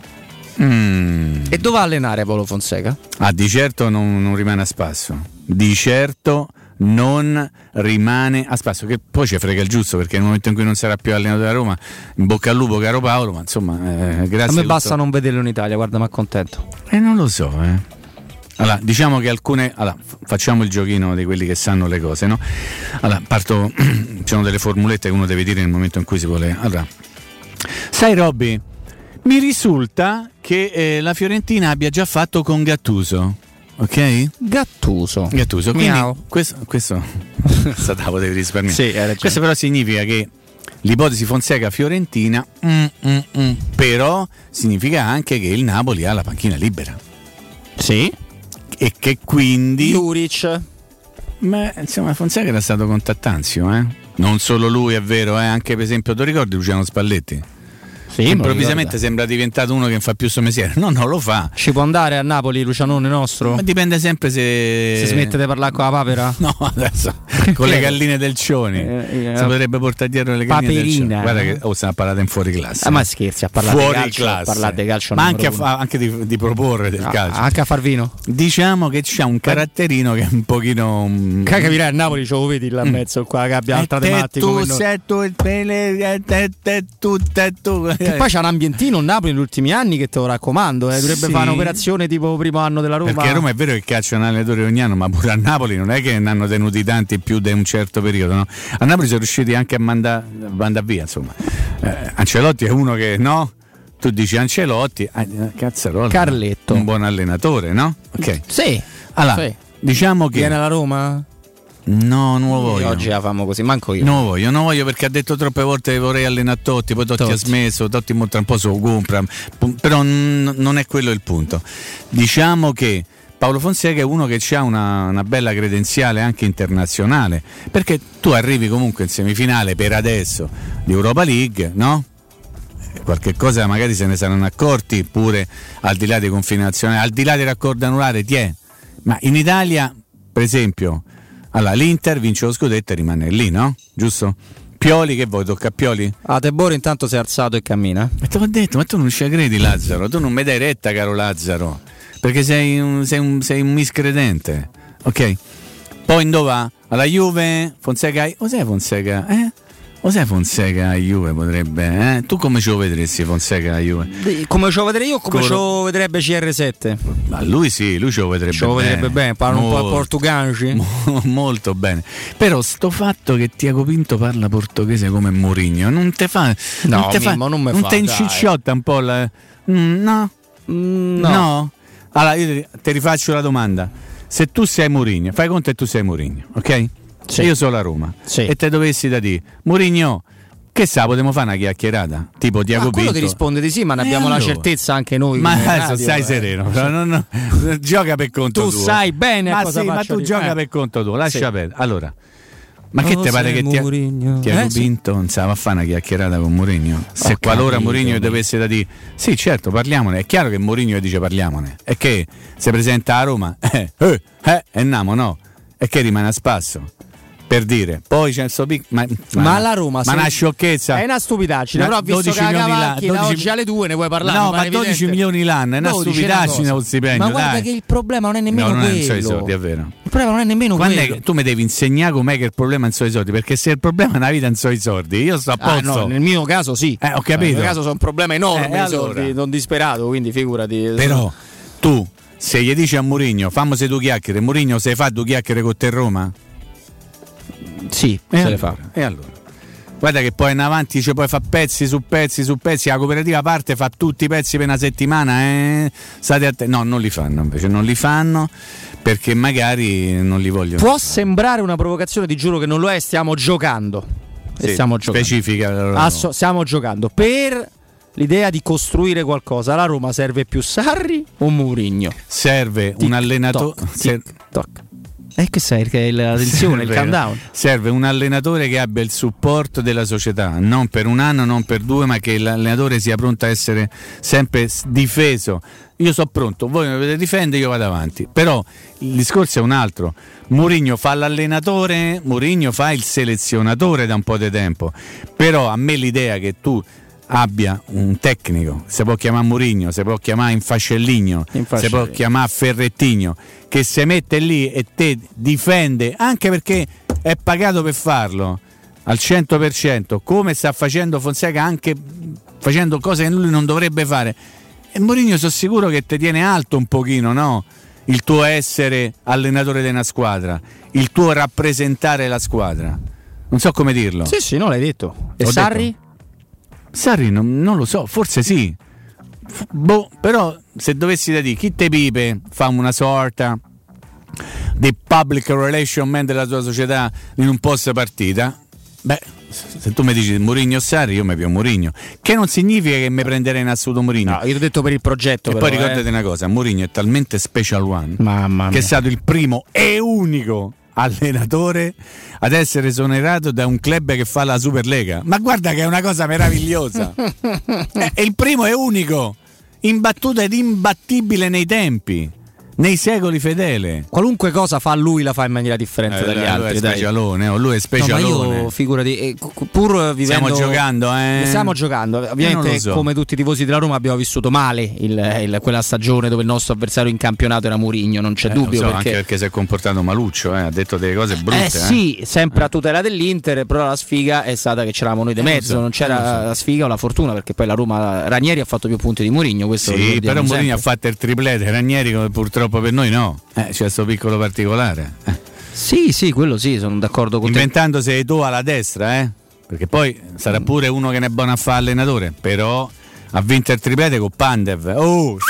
Speaker 8: Mm.
Speaker 1: E dove va a allenare Paolo Fonseca?
Speaker 8: Ah, di certo non, non rimane a spasso. Di certo non rimane a spasso. Che poi ci frega il giusto, perché nel momento in cui non sarà più allenato da Roma, in bocca al lupo, caro Paolo. Ma insomma, eh, grazie.
Speaker 1: A me basta non vederlo in Italia, guarda, mi accontento.
Speaker 8: Eh, non lo so, eh. Allora, diciamo che alcune. Allora, facciamo il giochino di quelli che sanno le cose, no? Allora, parto. Ci sono delle formulette che uno deve dire nel momento in cui si vuole. Allora, sai, Robby, mi risulta che eh, la Fiorentina abbia già fatto con Gattuso, ok?
Speaker 1: Gattuso.
Speaker 8: Gattuso, quindi Miau. questo, questo Satavo devi risparmiare.
Speaker 1: Sì,
Speaker 8: questo però significa che l'ipotesi Fonseca-Fiorentina, mm, mm, mm, però significa anche che il Napoli ha la panchina libera.
Speaker 1: Sì.
Speaker 8: E che quindi
Speaker 1: Juric.
Speaker 8: Ma insomma Fonseca era stato con Tattanzio, eh? Non solo lui, è vero, eh? Anche per esempio, ti ricordi Luciano Spalletti?
Speaker 1: Sì,
Speaker 8: improvvisamente sembra diventato uno che non fa più suo mestiere. No, non lo fa.
Speaker 1: Ci può andare a Napoli Lucianone nostro?
Speaker 8: Ma dipende sempre se
Speaker 1: si smette di parlare con la papera.
Speaker 8: No, adesso con le galline del Cioni eh, eh, si potrebbe portare dietro le galline Paperina. del Cioni. Guarda che oh, stiamo a parlare in fuori classe.
Speaker 1: Ah, ma scherzi, a parlare
Speaker 8: fuori
Speaker 1: di calcio,
Speaker 8: classe.
Speaker 1: A parlare di calcio,
Speaker 8: ma anche, a, anche di, di proporre del
Speaker 1: ah,
Speaker 8: calcio.
Speaker 1: Anche a far vino.
Speaker 8: Diciamo che c'ha un caratterino che è un pochino um...
Speaker 1: che capirai a Napoli ce lo vedi là in mezzo qua che abbia altra tematica.
Speaker 8: Tu sei tu il pele te te tu te tu.
Speaker 1: Che poi c'ha un ambientino il Napoli negli ultimi anni che te lo raccomando, eh. dovrebbe sì. fare un'operazione tipo primo anno della Roma.
Speaker 8: Perché a Roma è vero che calcia un allenatore ogni anno, ma pure a Napoli non è che ne hanno tenuti tanti più di un certo periodo, no? A Napoli sono riusciti anche a mandare manda via, insomma. Eh, Ancelotti è uno che no? Tu dici Ancelotti, eh, cazzarola,
Speaker 1: Carletto,
Speaker 8: un buon allenatore, no? Ok.
Speaker 1: Sì.
Speaker 8: Allora,
Speaker 1: sì.
Speaker 8: diciamo che
Speaker 1: viene alla Roma?
Speaker 8: No, non lo voglio.
Speaker 1: Oggi la famo così, manco io.
Speaker 8: Non lo voglio, non voglio perché ha detto troppe volte che vorrei allenare Totti, poi Totti, Totti. ha smesso, Totti monta un po' su compra, però n- non è quello il punto. Diciamo che Paolo Fonseca è uno che ha una, una bella credenziale anche internazionale, perché tu arrivi comunque in semifinale per adesso di Europa League, no? Qualche cosa magari se ne saranno accorti pure al di là dei confini nazionali, al di là del raccordo anulare, ti è. Ma in Italia, per esempio, allora, l'Inter vince lo scudetto e rimane lì, no? Giusto? Pioli, che vuoi? Tocca a Pioli?
Speaker 1: Ah, Tebore intanto si è alzato e cammina.
Speaker 8: Ma te l'ho detto, ma tu non ci credi, Lazzaro? Tu non mi dai retta, caro Lazzaro, perché sei un, sei un, sei un miscredente. Ok? Poi in dove va? Alla Juve? Fonseca? Cos'è Fonseca? Eh? Cos'è Fonseca a Juve potrebbe? Eh? Tu come ce lo vedresti Fonseca a Juve?
Speaker 1: Come ce lo vedrei io, come
Speaker 8: Colo...
Speaker 1: ce lo vedrebbe C R sette?
Speaker 8: Ma lui sì, lui ce lo vedrebbe
Speaker 1: ce lo
Speaker 8: bene.
Speaker 1: vedrebbe bene, parla molto, un po' portuganci.
Speaker 8: Mo, molto bene. Però sto fatto che Tiago Pinto parla portoghese come Mourinho non te fa.
Speaker 1: No,
Speaker 8: non te fa,
Speaker 1: Mimmo, non me
Speaker 8: non
Speaker 1: fa.
Speaker 8: te incicciotta un po' la. Mm, no.
Speaker 1: Mm, no.
Speaker 8: No. Allora io ti rifaccio la domanda. Se tu sei Mourinho, fai conto che tu sei Mourinho, ok? Sì. Io sono la Roma
Speaker 1: sì.
Speaker 8: e te dovessi da dire Mourinho, che sa, potremmo fare una chiacchierata tipo Tiago Pinto.
Speaker 1: Quello ti risponde di sì, ma ne abbiamo
Speaker 8: allora.
Speaker 1: la certezza anche noi.
Speaker 8: Ma adesso
Speaker 1: radio,
Speaker 8: stai
Speaker 1: eh.
Speaker 8: sereno, no, no, no. Gioca per conto
Speaker 1: tu
Speaker 8: tuo.
Speaker 1: Tu sai bene
Speaker 8: ma
Speaker 1: a cosa
Speaker 8: sì, ma tu
Speaker 1: di...
Speaker 8: gioca
Speaker 1: eh.
Speaker 8: per conto tuo, lascia
Speaker 1: sì.
Speaker 8: perdere. Allora, ma che
Speaker 1: oh,
Speaker 8: ti pare che Tiago
Speaker 1: eh,
Speaker 8: Pinto non sa va a fare una chiacchierata con Mourinho? Se
Speaker 1: Ho
Speaker 8: qualora
Speaker 1: capito,
Speaker 8: Mourinho dovesse da dire sì, certo, parliamone. È chiaro che Mourinho dice parliamone. E che si presenta a Roma, eh, eh, eh, e andiamo, no? E che rimane a spasso. Per dire, poi c'è il suo pic- ma, ma,
Speaker 1: ma la Roma
Speaker 8: ma
Speaker 1: se...
Speaker 8: una sciocchezza,
Speaker 1: è una stupidaggine. Però visto che la Cavacchi da oggi alle due ne puoi parlare.
Speaker 8: No, ma dodici milioni l'anno è una stupidaggine lo stipendio.
Speaker 1: Ma guarda
Speaker 8: dai.
Speaker 1: che il problema non è nemmeno
Speaker 8: no, non
Speaker 1: quello.
Speaker 8: È i soldi, è vero.
Speaker 1: Il problema non è nemmeno
Speaker 8: Quando
Speaker 1: quello.
Speaker 8: È che tu mi devi insegnare com'è che il problema non sono i soldi, perché se il problema è una vita non sono i soldi, io sto a posto.
Speaker 1: Ah, no, nel mio caso sì.
Speaker 8: Eh, ho capito.
Speaker 1: Nel mio caso sono un problema enorme,
Speaker 8: eh,
Speaker 1: i
Speaker 8: allora.
Speaker 1: soldi, non disperato, quindi figurati.
Speaker 8: Però tu se gli dici a Mourinho fammi se due chiacchiere, Mourinho se fa due chiacchiere con te Roma?
Speaker 1: Sì,
Speaker 8: e
Speaker 1: se
Speaker 8: allora,
Speaker 1: le fa.
Speaker 8: E allora? Guarda che poi in avanti cioè, poi fa pezzi su pezzi su pezzi, la cooperativa parte fa tutti i pezzi per una settimana, eh? State a te. No, non li fanno invece, non li fanno perché magari non li vogliono.
Speaker 1: Può sembrare una provocazione, ti giuro che non lo è, stiamo giocando.
Speaker 8: Sì,
Speaker 1: e stiamo giocando.
Speaker 8: Specifica. Allora
Speaker 1: Asso- no. Stiamo giocando per l'idea di costruire qualcosa. La Roma serve più Sarri o Mourinho?
Speaker 8: Serve
Speaker 1: Tic,
Speaker 8: un allenatore.
Speaker 1: Toc, tic, toc. E che sai che è la tensione, il countdown.
Speaker 8: Serve un allenatore che abbia il supporto della società, non per un anno, non per due, ma che l'allenatore sia pronto a essere sempre difeso. Io sono pronto, voi mi dovete difendere, io vado avanti. Però il discorso è un altro. Mourinho fa l'allenatore, Mourinho fa il selezionatore da un po' di tempo. Però a me l'idea che tu abbia un tecnico, si può chiamare Mourinho, si può chiamare Infascelligno, si può chiamare Ferrettigno, che si mette lì e te difende, anche perché è pagato per farlo al cento per cento, come sta facendo Fonseca, anche facendo cose che lui non dovrebbe fare. E Mourinho sono sicuro che ti tiene alto un pochino, no? Il tuo essere allenatore di una squadra, il tuo rappresentare la squadra. Non so come dirlo.
Speaker 1: Sì, sì, non l'hai detto. E
Speaker 8: Ho
Speaker 1: Sarri?
Speaker 8: Detto. Sarri non, non lo so, forse sì. F- boh, però se dovessi da dire chi te pipe fa una sorta di public relation man della tua società in un post partita, beh, se tu mi dici Mourinho o Sarri, io mi più Mourinho, che non significa che mi prenderei in assoluto Mourinho.
Speaker 1: No, io l'ho detto per il progetto.
Speaker 8: E
Speaker 1: però,
Speaker 8: poi ricordate
Speaker 1: eh.
Speaker 8: una cosa, Mourinho è talmente special one,
Speaker 1: Mamma mia,
Speaker 8: che è stato il primo e unico allenatore ad essere esonerato da un club che fa la Superlega. Ma guarda che è una cosa meravigliosa. È il primo e unico, imbattuto ed imbattibile nei tempi, nei secoli fedele.
Speaker 1: Qualunque cosa fa lui la fa in maniera differente
Speaker 8: eh,
Speaker 1: dagli
Speaker 8: lui
Speaker 1: altri.
Speaker 8: È specialone, oh, lui è specialone.
Speaker 1: No, ma io figurati, eh, pur vivendo.
Speaker 8: Stiamo giocando, eh.
Speaker 1: Stiamo giocando. Ovviamente,
Speaker 8: so.
Speaker 1: come tutti i tifosi della Roma, abbiamo vissuto male il, il, quella stagione dove il nostro avversario in campionato era Mourinho, non c'è
Speaker 8: eh,
Speaker 1: dubbio.
Speaker 8: So,
Speaker 1: perché...
Speaker 8: Anche perché si è comportato maluccio, eh. Ha detto delle cose brutte.
Speaker 1: Eh sì, sempre a tutela dell'Inter, però la sfiga è stata che c'eravamo noi di mezzo, so, non c'era so. la sfiga o la fortuna, perché poi la Roma, Ranieri ha fatto più punti di Mourinho. Questo
Speaker 8: sì, però Mourinho
Speaker 1: sempre.
Speaker 8: ha fatto il triplete, Ranieri purtroppo per noi no. Eh, c'è questo piccolo particolare. Eh.
Speaker 1: Sì, sì, quello sì, sono d'accordo con
Speaker 8: Inventandosi te. Inventandose tu alla destra, eh? Perché poi sarà pure uno che ne è buono a fare allenatore, però ha vinto il triplete con Pandev. Oh!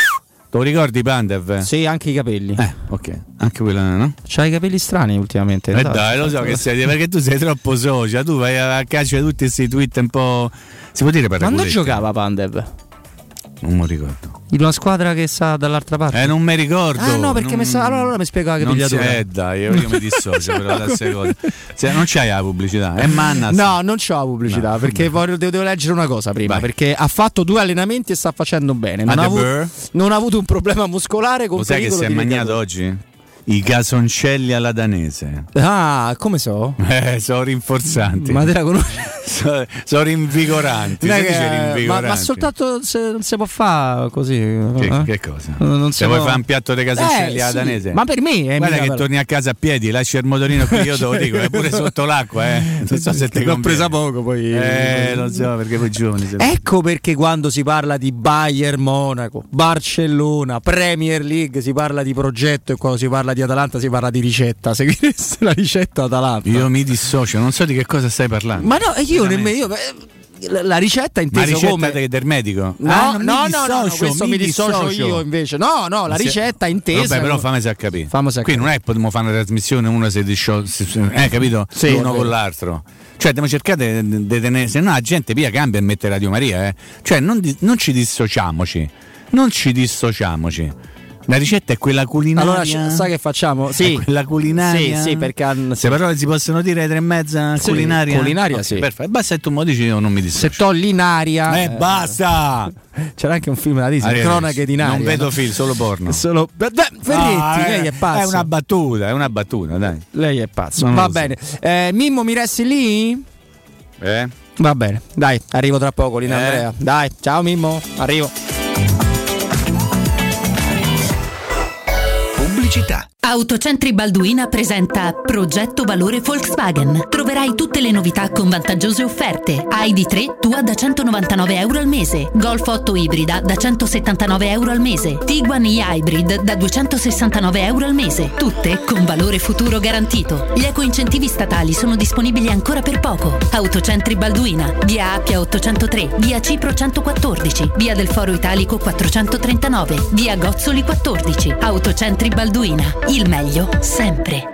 Speaker 8: Lo ricordi Pandev?
Speaker 1: Sì, anche i capelli.
Speaker 8: Eh, ok. Anche quella, no?
Speaker 1: C'hai i capelli strani ultimamente.
Speaker 8: Eh dai, lo so che sei, perché tu sei troppo social, tu vai a caccia tutti questi tweet un po'. Si può dire per
Speaker 1: quando giocava Pandev?
Speaker 8: Non mi ricordo.
Speaker 1: In una squadra che sta dall'altra parte?
Speaker 8: Eh, non mi ricordo.
Speaker 1: Ah, no, perché
Speaker 8: non...
Speaker 1: mi sa... allora, allora mi spiegava che pigliatura.
Speaker 8: Eh, dai, io, io mi dissocio però da queste cose. Se non c'hai la pubblicità, è Mannas.
Speaker 1: No, non c'ho la pubblicità, no, perché voglio, devo, devo leggere una cosa prima. Vai. Perché ha fatto due allenamenti e sta facendo bene. Non, ha avuto, non ha avuto un problema muscolare. Con
Speaker 8: lo sai che si è magnato oggi? I casoncelli alla danese.
Speaker 1: Ah, come so?
Speaker 8: Eh, sono rinforzanti.
Speaker 1: Ma te la conosci?
Speaker 8: sono, sono rinvigoranti.
Speaker 1: Che, rinvigoranti. Ma, ma soltanto se non si può fare così.
Speaker 8: Che,
Speaker 1: eh?
Speaker 8: che cosa?
Speaker 1: Non
Speaker 8: se vuoi fare un piatto di casoncelli
Speaker 1: eh,
Speaker 8: alla
Speaker 1: sì.
Speaker 8: danese?
Speaker 1: Ma per me è
Speaker 8: guarda che
Speaker 1: però.
Speaker 8: torni a casa a piedi, lasci il motorino qui, io te lo dico, è pure sotto l'acqua, eh. Non so se te
Speaker 1: l'ho presa poco poi.
Speaker 8: Eh, non so, perché poi giovani.
Speaker 1: Ecco perché quando si parla di Bayern Monaco, Barcellona, Premier League, si parla di progetto, e quando si parla di Atalanta si parla di ricetta. Seguireste la ricetta Atalanta?
Speaker 8: Io mi dissocio, non so di che cosa stai parlando.
Speaker 1: Ma no, io nemmeno io, la ricetta intesa
Speaker 8: Ma ricetta
Speaker 1: come
Speaker 8: del medico?
Speaker 1: No,
Speaker 8: ah,
Speaker 1: no, no, no, no, questo mi, mi dissocio, dissocio io invece. No, no, la ricetta intesa.
Speaker 8: Vabbè, però fammi a capire.
Speaker 1: Fammi
Speaker 8: Qui non è che potremmo fare una trasmissione, uno si dissocia, eh, capito?
Speaker 1: Sì,
Speaker 8: uno con l'altro. Cioè, devo cercare di tenere, se no la gente via cambia e mette Radio Maria, eh. Cioè, non, di, non ci dissociamoci. Non ci dissociamoci. La ricetta è quella culinaria.
Speaker 1: Allora, sai che facciamo? Sì,
Speaker 8: è quella culinaria.
Speaker 1: Sì, sì, perché hanno,
Speaker 8: se parole si possono dire alle tre e mezza
Speaker 1: sì,
Speaker 8: culinaria.
Speaker 1: Culinaria, okay, sì.
Speaker 8: Perfetto. Basta che tu mi dici io non mi dissocio.
Speaker 1: Se togli Naria.
Speaker 8: Eh, eh, basta.
Speaker 1: C'era anche un film da Disney, Cronache di Naria.
Speaker 8: Non vedo
Speaker 1: no?
Speaker 8: film, solo porno.
Speaker 1: Solo Ferretti, ah, lei è pazzo.
Speaker 8: È una battuta, è una battuta, dai.
Speaker 1: Lei è pazzo.
Speaker 8: Non
Speaker 1: Va bene. Eh, Mimmo, mi resti lì?
Speaker 8: Eh?
Speaker 1: Va bene. Dai, arrivo tra poco, Lina
Speaker 8: eh?
Speaker 1: Andrea. Dai, ciao Mimmo, arrivo.
Speaker 5: Pubblicità.
Speaker 7: Autocentri Balduina presenta Progetto Valore Volkswagen. Troverai tutte le novità con vantaggiose offerte. I D tre tua da centonovantanove euro al mese. Golf otto ibrida da centosettantanove euro al mese. Tiguan e-Hybrid da duecentosessantanove euro al mese. Tutte con valore futuro garantito. Gli eco-incentivi statali sono disponibili ancora per poco. Autocentri Balduina. Via Appia ottocentotre. Via Cipro centoquattordici. Via del Foro Italico quattrocentotrentanove. Via Gozzoli quattordici. Autocentri Balduina. Il meglio sempre.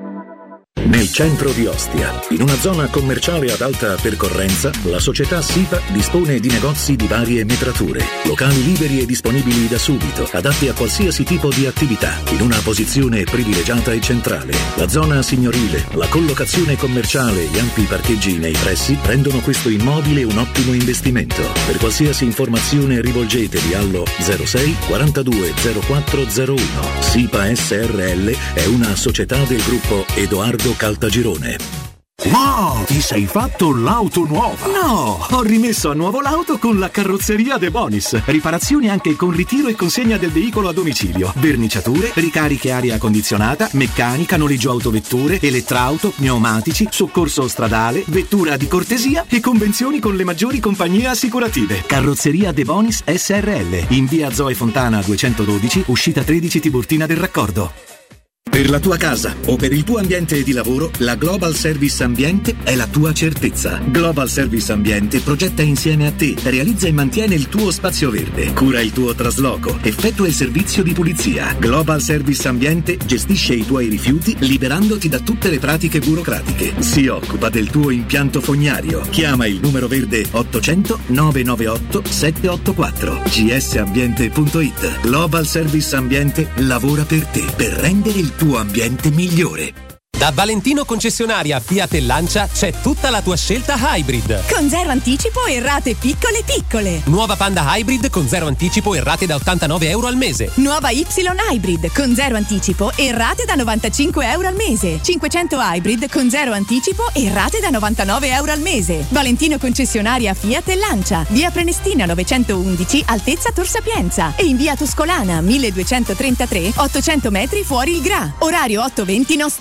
Speaker 10: Nel centro di Ostia, in una zona commerciale ad alta percorrenza, la società SIPA dispone di negozi di varie metrature, locali liberi e disponibili da subito, adatti a qualsiasi tipo di attività, in una posizione privilegiata e centrale. La zona signorile, la collocazione commerciale e gli ampi parcheggi nei pressi rendono questo immobile un ottimo investimento. Per qualsiasi informazione rivolgetevi allo zero sei quarantadue zero quattro zero uno. SIPA S R L è una società del gruppo Edoardo Caltagirone.
Speaker 23: Wow, ti sei fatto l'auto nuova?
Speaker 11: No, ho rimesso a nuovo l'auto con la carrozzeria De Bonis. Riparazioni anche con ritiro e consegna del veicolo a domicilio. Verniciature, ricariche aria condizionata, meccanica, noleggio autovetture, elettrauto, pneumatici, soccorso stradale, vettura di cortesia e convenzioni con le maggiori compagnie assicurative. Carrozzeria De Bonis S R L, in via Zoe Fontana duecentododici, uscita tredici Tiburtina del Raccordo.
Speaker 10: Per la tua casa o per il tuo ambiente di lavoro, la Global Service Ambiente è la tua certezza. Global Service Ambiente progetta insieme a te, realizza e mantiene il tuo spazio verde, cura il tuo trasloco, effettua il servizio di pulizia. Global Service Ambiente gestisce i tuoi rifiuti liberandoti da tutte le pratiche burocratiche. Si occupa del tuo impianto fognario. Chiama il numero verde ottocento nove nove otto sette otto quattro g s ambiente punto i t. Global Service Ambiente lavora per te, per rendere il tuo ambiente migliore.
Speaker 12: Da Valentino concessionaria Fiat e Lancia c'è tutta la tua scelta hybrid.
Speaker 19: Con zero anticipo e rate piccole piccole.
Speaker 12: Nuova Panda Hybrid con zero anticipo e rate da ottantanove euro al mese.
Speaker 19: Nuova Y Hybrid con zero anticipo e rate da novantacinque euro al mese. cinquecento Hybrid con zero anticipo e rate da novantanove euro al mese. Valentino concessionaria Fiat e Lancia. Via Prenestina novecentoundici, altezza Tor Sapienza. E in via Tuscolana milleduecentotrentatré, ottocento metri fuori il Gra. Orario otto venti non stop.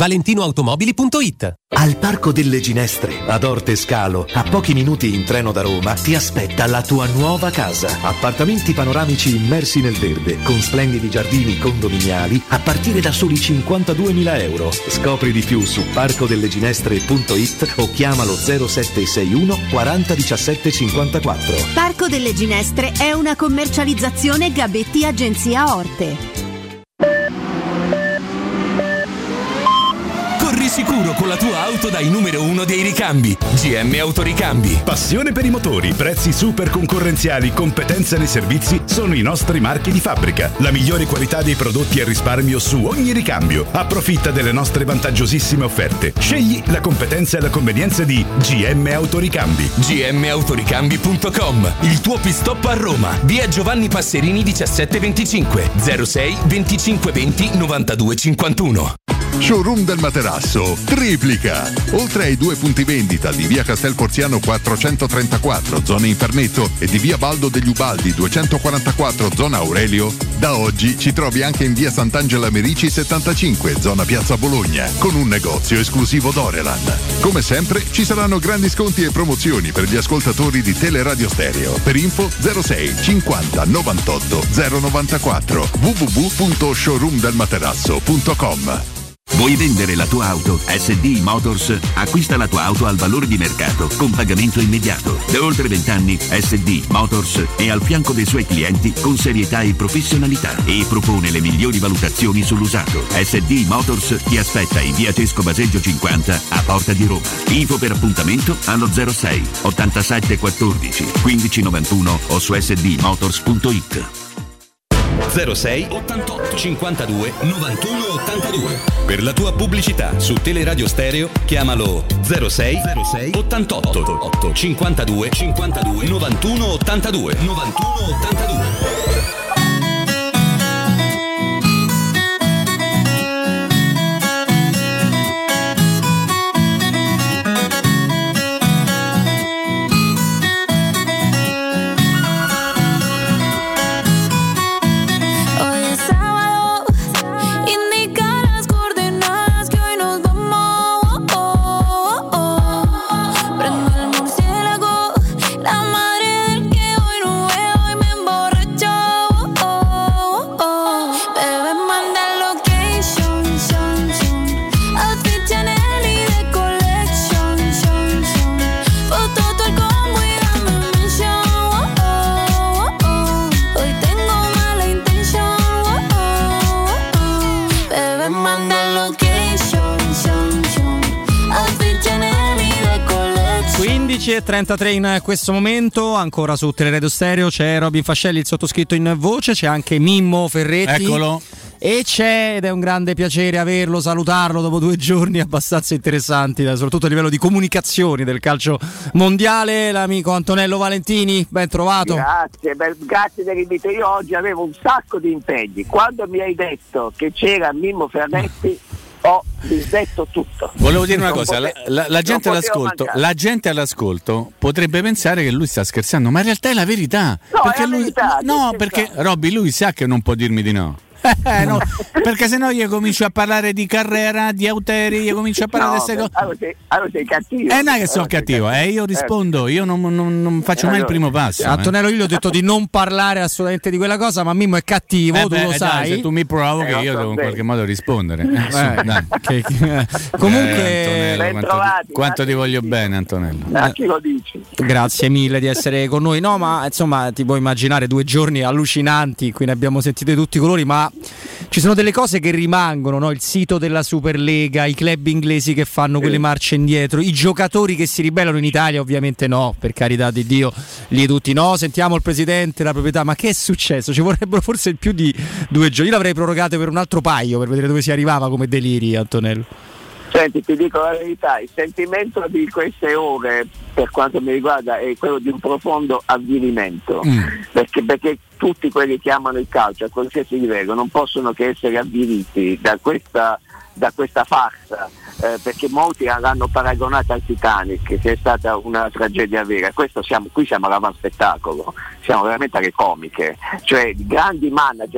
Speaker 12: valentinoautomobili punto it.
Speaker 3: Al Parco delle Ginestre, ad Orte Scalo, a pochi minuti in treno da Roma, ti aspetta la tua nuova casa. Appartamenti panoramici immersi nel verde, con splendidi giardini condominiali, a partire da soli cinquantaduemila euro. Scopri di più su parco delle ginestre punto it o chiamalo zero sette sei uno quaranta diciassette cinquantaquattro.
Speaker 5: Parco delle Ginestre è una commercializzazione Gabetti Agenzia Orte.
Speaker 13: Corri sicuro con la tua auto dai numero uno dei ricambi. G M Autoricambi.
Speaker 23: Passione per i motori, prezzi super concorrenziali, competenza nei servizi sono i nostri marchi di fabbrica. La migliore qualità dei prodotti e risparmio su ogni ricambio. Approfitta delle nostre vantaggiosissime offerte. Scegli la competenza e la convenienza di G M Autoricambi.
Speaker 13: G M Autoricambi punto com. Il tuo pit-stop a Roma. Via Giovanni Passerini diciassette venticinque zero sei venticinque venti novantadue cinquantuno.
Speaker 14: Showroom del Materasso triplica. Oltre ai due punti vendita di via Castel Porziano quattrocentotrentaquattro, zona Infernetto, e di via Baldo degli Ubaldi duecentoquarantaquattro, zona Aurelio, da oggi ci trovi anche in via Sant'Angela Merici settantacinque, zona Piazza Bologna, con un negozio esclusivo Dorelan. Come sempre ci saranno grandi sconti e promozioni per gli ascoltatori di Teleradio Stereo. Per info zero sei cinquanta novantotto zero novantaquattro w w w punto showroom del materasso punto com.
Speaker 15: Vuoi vendere la tua auto? S D Motors acquista la tua auto al valore di mercato con pagamento immediato. Da oltre vent'anni S D Motors è al fianco dei suoi clienti con serietà e professionalità e propone le migliori valutazioni sull'usato. S D Motors ti aspetta in via Tesco Baseggio cinquanta a Porta di Roma. Info per appuntamento allo zero sei ottantasette quattordici quindici novantuno o su s d motors punto it.
Speaker 13: zero sei ottantotto cinquantadue novantuno ottantadue. Per la tua pubblicità su Teleradio Stereo chiamalo zero sei ottantotto cinquantadue cinquantadue novantuno ottantadue novantuno ottantadue.
Speaker 1: e trentatré in questo momento, ancora su Teleradio Stereo c'è Robin Fascelli, il sottoscritto in voce, c'è anche Mimmo Ferretti.
Speaker 8: Eccolo.
Speaker 1: E c'è, ed è un grande piacere averlo, salutarlo dopo due giorni abbastanza interessanti, soprattutto a livello di comunicazioni del calcio mondiale, l'amico Antonello Valentini, ben trovato.
Speaker 16: Grazie, ben, grazie dell'invito. Io oggi avevo un sacco di impegni. Quando mi hai detto che c'era Mimmo Ferretti ho disdetto tutto.
Speaker 8: Volevo dire una cosa, la, la, la, gente all'ascolto, la gente all'ascolto potrebbe pensare che lui sta scherzando, ma in realtà è la verità.
Speaker 16: No,
Speaker 8: perché
Speaker 16: è la
Speaker 8: lui,
Speaker 16: verità,
Speaker 8: no, perché Robby, lui sa che non può dirmi di no. Eh, no, perché sennò io comincio a parlare di Carrera, di Auteri, io comincio a parlare
Speaker 16: no,
Speaker 8: di queste cose.
Speaker 16: Allora sei, allora sei cattivo.
Speaker 8: Eh, non è che sono cattivo, eh, io rispondo, io non, non, non faccio mai il primo passo.
Speaker 1: Antonello, io gli ho detto di non parlare assolutamente di quella cosa, ma Mimmo è cattivo,
Speaker 8: eh
Speaker 1: tu
Speaker 8: beh,
Speaker 1: lo
Speaker 8: eh
Speaker 1: sai.
Speaker 8: Dai, se tu mi provochi, eh, io devo in qualche modo rispondere. Eh, su, dai.
Speaker 1: Che, che, comunque,
Speaker 8: eh, Antonello, quanto, trovati, quanto ti voglio bene, Antonello.
Speaker 16: A chi lo dici?
Speaker 1: Grazie mille di essere con noi. No, ma insomma, ti puoi immaginare due giorni allucinanti, qui ne abbiamo sentite tutti i colori, ma ci sono delle cose che rimangono, no? Il sito della Superlega, i club inglesi che fanno quelle marce indietro, i giocatori che si ribellano in Italia, ovviamente no, per carità di Dio, lì tutti no, sentiamo il presidente, la proprietà, ma che è successo? Ci vorrebbero forse più di due giorni, io l'avrei prorogato per un altro paio per vedere dove si arrivava come deliri, Antonello.
Speaker 16: Senti, ti dico la verità, il sentimento di queste ore per quanto mi riguarda è quello di un profondo avvilimento, mm. perché, perché tutti quelli che amano il calcio a qualsiasi livello non possono che essere avviliti da questa, da questa farsa, eh, perché molti l'hanno paragonata al Titanic, che è stata una tragedia vera. Questo siamo, qui siamo all'avanspettacolo, siamo veramente alle comiche, cioè grandi manager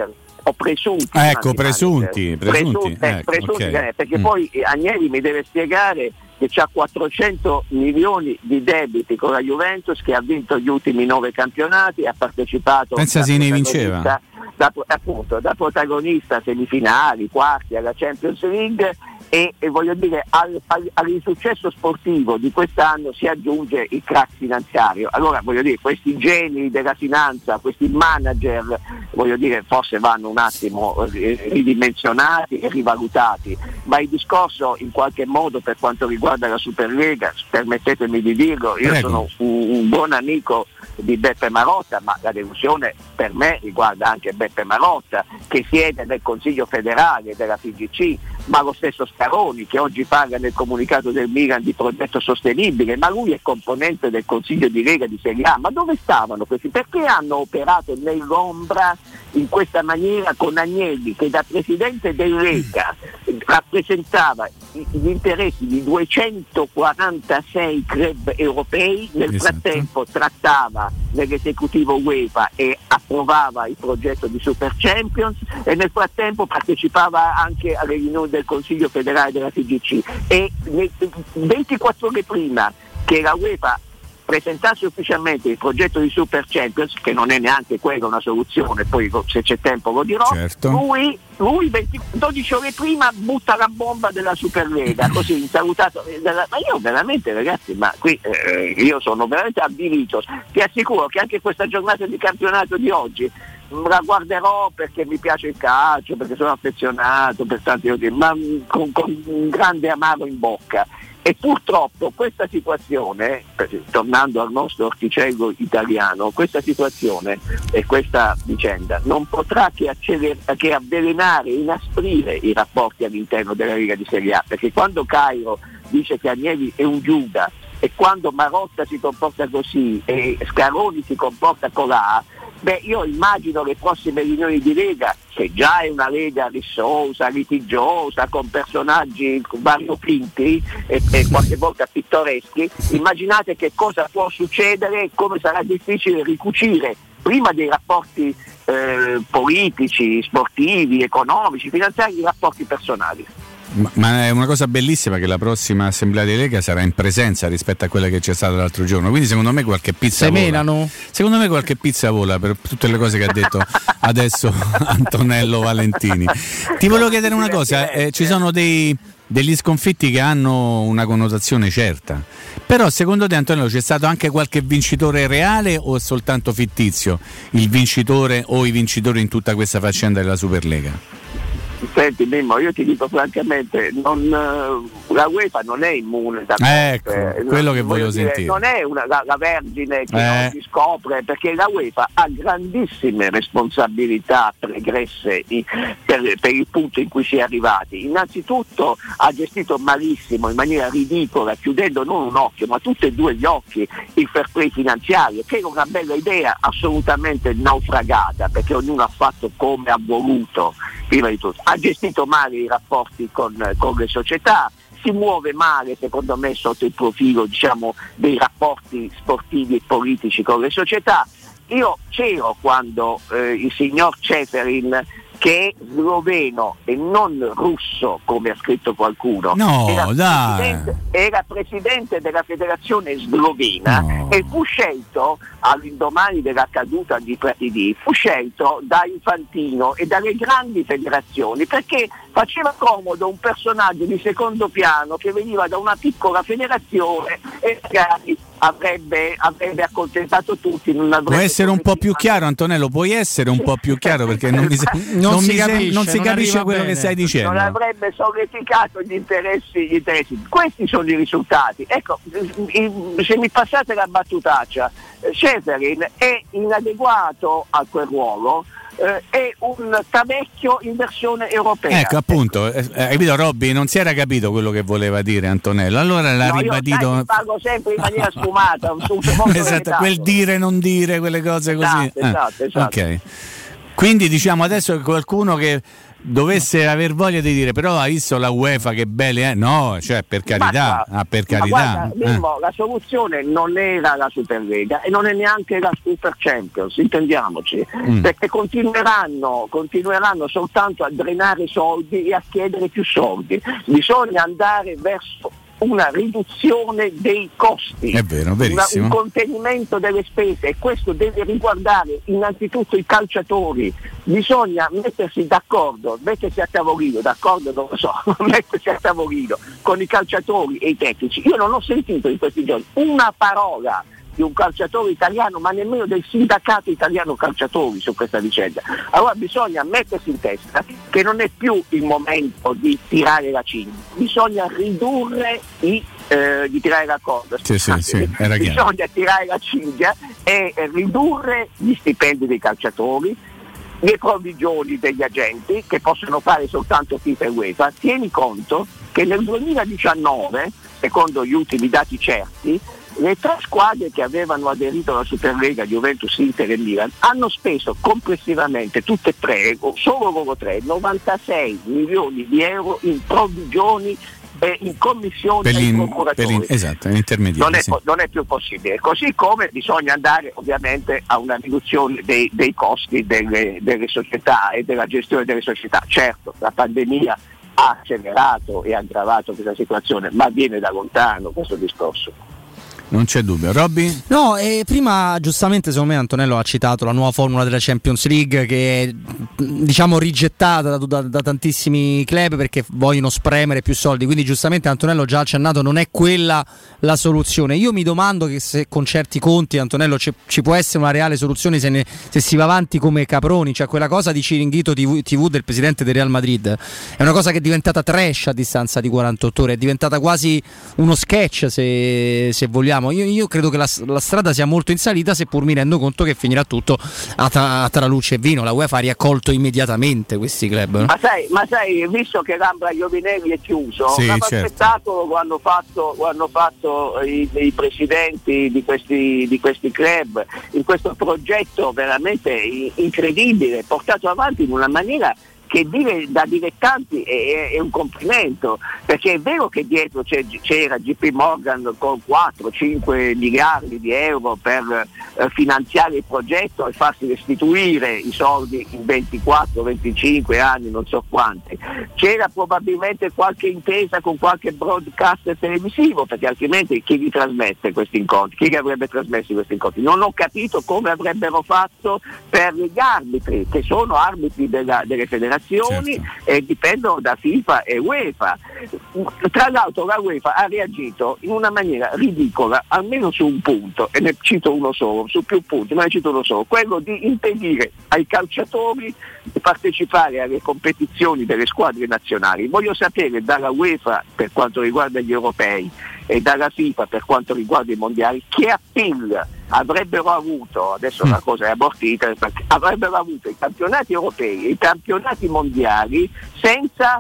Speaker 16: o presunti.
Speaker 8: Ecco, presunti, presunti,
Speaker 16: presunti, eh,
Speaker 8: ecco,
Speaker 16: presunti
Speaker 8: okay.
Speaker 16: perché
Speaker 8: mm.
Speaker 16: poi Agnelli mi deve spiegare che c'ha quattrocento milioni di debiti con la Juventus, che ha vinto gli ultimi nove campionati, ha partecipato
Speaker 8: pensa se ne vinceva
Speaker 16: da, appunto da protagonista semifinali, quarti alla Champions League, e, e voglio dire al, al, all'insuccesso sportivo di quest'anno si aggiunge il crack finanziario. Allora voglio dire, questi geni della finanza, questi manager, voglio dire, forse vanno un attimo ridimensionati e rivalutati, ma il discorso in qualche modo per quanto riguarda la Superlega, permettetemi di dirlo, io Prego. sono un, un buon amico di Beppe Marotta, ma la delusione per me riguarda anche Beppe Marotta, che siede nel Consiglio federale della F I G C, ma lo stesso Scaroni, che oggi parla nel comunicato del Milan di progetto sostenibile, ma lui è componente del Consiglio di Lega di Serie A. Ma dove stavano questi? Perché hanno operato nell'ombra in questa maniera con Agnelli, che da presidente del Lega rappresentava gli interessi di duecentoquarantasei club europei, nel esatto. frattempo trattava nell'esecutivo UEFA e approvava il progetto di Super Champions, e nel frattempo partecipava anche alle riunioni del Consiglio federale della F I G C, e ventiquattro ore prima che la UEFA presentasse ufficialmente il progetto di Super Champions, che non è neanche quella una soluzione, poi se c'è tempo lo dirò,
Speaker 8: certo.
Speaker 16: lui, lui venti, dodici ore prima butta la bomba della Superlega, così insalutato. Ma io veramente, ragazzi, ma qui eh, io sono veramente avvilito. Ti assicuro che anche questa giornata di campionato di oggi la guarderò perché mi piace il calcio, perché sono affezionato, per tanti motivi, ma con, con un grande amaro in bocca. E purtroppo questa situazione, tornando al nostro orticello italiano, questa situazione e questa vicenda non potrà che, acceler- che avvelenare, inasprire i rapporti all'interno della Lega di Serie A, perché quando Cairo dice che Agnelli è un Giuda, e quando Marotta si comporta così e Scaroni si comporta colà, beh, io immagino le prossime riunioni di Lega, che già è una Lega rissosa, litigiosa, con personaggi variopinti e, e qualche volta pittoreschi. Immaginate che cosa può succedere e come sarà difficile ricucire prima dei rapporti eh, politici, sportivi, economici, finanziari, i rapporti personali.
Speaker 8: Ma, ma è una cosa bellissima che la prossima assemblea di Lega sarà in presenza rispetto a quella che c'è stata l'altro giorno, quindi secondo me qualche pizza vola. Secondo me qualche pizza vola per tutte le cose che ha detto adesso Antonello Valentini. Ti volevo chiedere una cosa, eh, ci sono dei degli sconfitti che hanno una connotazione certa, però secondo te, Antonello, c'è stato anche qualche vincitore reale o è soltanto fittizio il vincitore o i vincitori in tutta questa faccenda della Superlega?
Speaker 16: Senti Mimmo, io ti dico francamente, non, la UEFA non è immune da
Speaker 8: ecco,
Speaker 16: eh,
Speaker 8: quello che voglio
Speaker 16: dire,
Speaker 8: sentire.
Speaker 16: Non è una, la, la vergine che
Speaker 8: eh.
Speaker 16: non si scopre, perché la UEFA ha grandissime responsabilità pregresse i, per, per il punto in cui si è arrivati. Innanzitutto ha gestito malissimo, in maniera ridicola, chiudendo non un occhio ma tutti e due gli occhi, il fair play finanziario, che era una bella idea assolutamente naufragata, perché ognuno ha fatto come ha voluto. Prima di tutto ha gestito male i rapporti con, con le società, si muove male secondo me sotto il profilo, diciamo, dei rapporti sportivi e politici con le società. Io c'ero quando eh, il signor Ceferin, che è sloveno e non russo come ha scritto qualcuno,
Speaker 8: no,
Speaker 16: era,
Speaker 8: dai.
Speaker 16: Presidente, era presidente della federazione slovena, no. E fu scelto all'indomani della caduta di Platini, fu scelto da Infantino e dalle grandi federazioni perché faceva comodo un personaggio di secondo piano che veniva da una piccola federazione e magari avrebbe, avrebbe accontentato tutti. Non avrebbe
Speaker 8: Può essere un po' più chiaro, Antonello, puoi essere un po' più chiaro, perché non mi, se- non non si, mi capisce, se- non si non capisce quello bene. Che stai dicendo.
Speaker 16: Non avrebbe solleficato gli interessi, gli interessi. Questi sono i risultati. Ecco, se mi passate la battutaccia, Ceferin è inadeguato a quel ruolo. Eh, è un Tavecchio in versione europea.
Speaker 8: Ecco, appunto, eh, hai capito, Robby? Non si era capito quello che voleva dire Antonello, allora l'ha
Speaker 16: no,
Speaker 8: ribadito.
Speaker 16: Io parlo sempre in maniera sfumata, su,
Speaker 8: esatto, quel dire non dire, quelle cose così.
Speaker 16: Esatto, esatto,
Speaker 8: ah,
Speaker 16: esatto.
Speaker 8: Ok. Quindi diciamo adesso che qualcuno che dovesse aver voglia di dire però ha visto la UEFA che belle, eh? No, cioè per carità,
Speaker 16: ma,
Speaker 8: ah, per
Speaker 16: ma
Speaker 8: carità.
Speaker 16: Guarda, Mimmo,
Speaker 8: eh.
Speaker 16: la soluzione non era la Superlega e non è neanche la Super Champions, intendiamoci, mm. perché continueranno, continueranno soltanto a drenare soldi e a chiedere più soldi. Bisogna andare verso una riduzione dei costi,
Speaker 8: è vero, verissimo.
Speaker 16: Una, un contenimento delle spese, e questo deve riguardare innanzitutto i calciatori. Bisogna mettersi d'accordo, mettersi a tavolino, d'accordo non lo so, mettersi a tavolino con i calciatori e i tecnici. Io non ho sentito in questi giorni una parola di un calciatore italiano, ma nemmeno del sindacato italiano calciatori su questa vicenda. Allora bisogna mettersi in testa che non è più il momento di tirare la cinghia, bisogna ridurre i eh, di tirare la corda,
Speaker 8: sì, sì, sì, era
Speaker 16: bisogna tirare la cinghia e eh, ridurre gli stipendi dei calciatori, le provvigioni degli agenti che possono fare soltanto FIFA e UEFA. Tieni conto che nel duemiladiciannove, secondo gli ultimi dati certi, le tre squadre che avevano aderito alla Superlega, Juventus, Inter e Milan, hanno speso complessivamente, tutte e tre, solo loro tre, novantasei milioni di euro in provvigioni e in commissioni
Speaker 8: per
Speaker 16: ai
Speaker 8: in,
Speaker 16: procuratori.
Speaker 8: Per in, esatto, intermediari.
Speaker 16: Non è,
Speaker 8: sì.
Speaker 16: non è più possibile. Così come bisogna andare ovviamente a una riduzione dei, dei costi delle, delle società e della gestione delle società. Certo, la pandemia ha accelerato e aggravato questa situazione, ma viene da lontano questo discorso.
Speaker 8: Non c'è dubbio. Robby?
Speaker 1: No, e prima giustamente secondo me Antonello ha citato la nuova formula della Champions League che è diciamo rigettata da, da, da tantissimi club perché vogliono spremere più soldi, quindi giustamente Antonello già accennato, non è quella la soluzione. Io mi domando che se con certi conti, Antonello, ci, ci può essere una reale soluzione se, ne, se si va avanti come caproni, cioè quella cosa di Ciringhito tivù, tivù del presidente del Real Madrid è una cosa che è diventata trash a distanza di quarantotto ore, è diventata quasi uno sketch se, se vogliamo. Io, io credo che la, la strada sia molto in salita, seppur mi rendo conto che finirà tutto a, tra, a traluce e vino. La UEFA ha riaccolto immediatamente questi club.
Speaker 16: Ma sai, ma sai visto che l'Ambra Iovinelli è chiuso,
Speaker 8: sì,
Speaker 16: avevo
Speaker 8: certo.
Speaker 16: aspettato quando hanno fatto, quando hanno fatto i, i presidenti di questi, di questi club in questo progetto veramente incredibile, portato avanti in una maniera che dire da dilettanti è, è un complimento, perché è vero che dietro c'era J P Morgan con quattro cinque miliardi di euro per eh, finanziare il progetto e farsi restituire i soldi in ventiquattro venticinque anni, non so quanti. C'era probabilmente qualche intesa con qualche broadcaster televisivo, perché altrimenti chi li trasmette questi incontri? Chi li avrebbe trasmessi questi incontri? Non ho capito come avrebbero fatto per gli arbitri, che sono arbitri della, delle federazioni. Certo. E dipendono da FIFA e UEFA. Tra l'altro la UEFA ha reagito in una maniera ridicola almeno su un punto, e ne cito uno solo, su più punti, ma ne cito uno solo, quello di impedire ai calciatori di partecipare alle competizioni delle squadre nazionali. Voglio sapere dalla UEFA per quanto riguarda gli europei e dalla FIFA per quanto riguarda i mondiali che appeal avrebbero avuto, adesso la cosa è abortita, avrebbero avuto i campionati europei e i campionati mondiali senza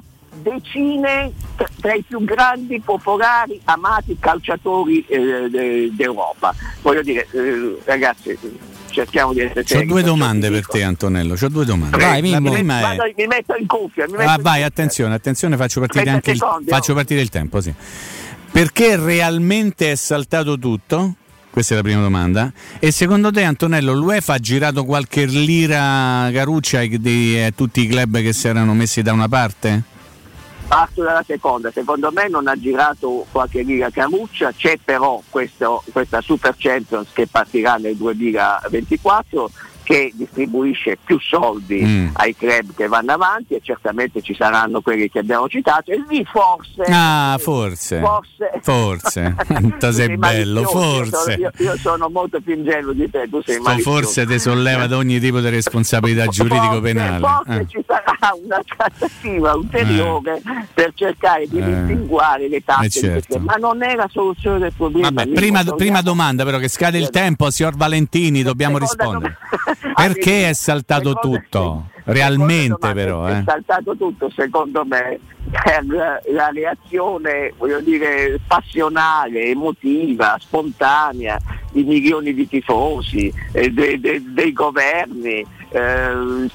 Speaker 16: decine tra i più grandi, popolari, amati calciatori eh, d'Europa. Voglio dire, eh, ragazzi, cerchiamo di essere seri.
Speaker 8: C'ho due domande per te, Antonello. C'ho due domande. Vai,
Speaker 16: mi,
Speaker 8: la prima
Speaker 16: vado,
Speaker 8: è...
Speaker 16: mi metto in cuffia. Mi metto
Speaker 8: ah,
Speaker 16: in
Speaker 8: vai,
Speaker 16: cuffia.
Speaker 8: attenzione, attenzione, faccio partire anche il,
Speaker 16: secondi,
Speaker 8: faccio
Speaker 16: oh.
Speaker 8: partire il tempo, sì. Perché realmente è saltato tutto? Questa è la prima domanda. E secondo te, Antonello, l'UEFA ha girato qualche lira caruccia di eh, tutti i club che si erano messi da una parte?
Speaker 16: Parto dalla seconda, secondo me non ha girato qualche lira caruccia, c'è però questo, questa Super Champions che partirà nel duemilaventiquattro che distribuisce più soldi mm. ai club che vanno avanti, e certamente ci saranno quelli che abbiamo citato, e lì forse
Speaker 8: ah forse
Speaker 16: forse,
Speaker 8: forse. tu sei bello forse
Speaker 16: io sono, io, io sono molto più ingenuo di te, tu sei malizioso.
Speaker 8: Forse ti solleva da ogni tipo di responsabilità giuridico-penale.
Speaker 16: Forse
Speaker 8: eh.
Speaker 16: ci sarà una trattativa ulteriore eh. per cercare di eh. distinguere le tasse,
Speaker 8: eh certo.
Speaker 16: ma non è la soluzione del problema.
Speaker 8: Vabbè, prima, prima domanda però, che scade il tempo, signor Valentini, dobbiamo rispondere. Perché è saltato tutto? Realmente però
Speaker 16: è
Speaker 8: eh.
Speaker 16: saltato tutto secondo me per la reazione, voglio dire, passionale, emotiva, spontanea di milioni di tifosi, eh, de, de, dei governi, eh,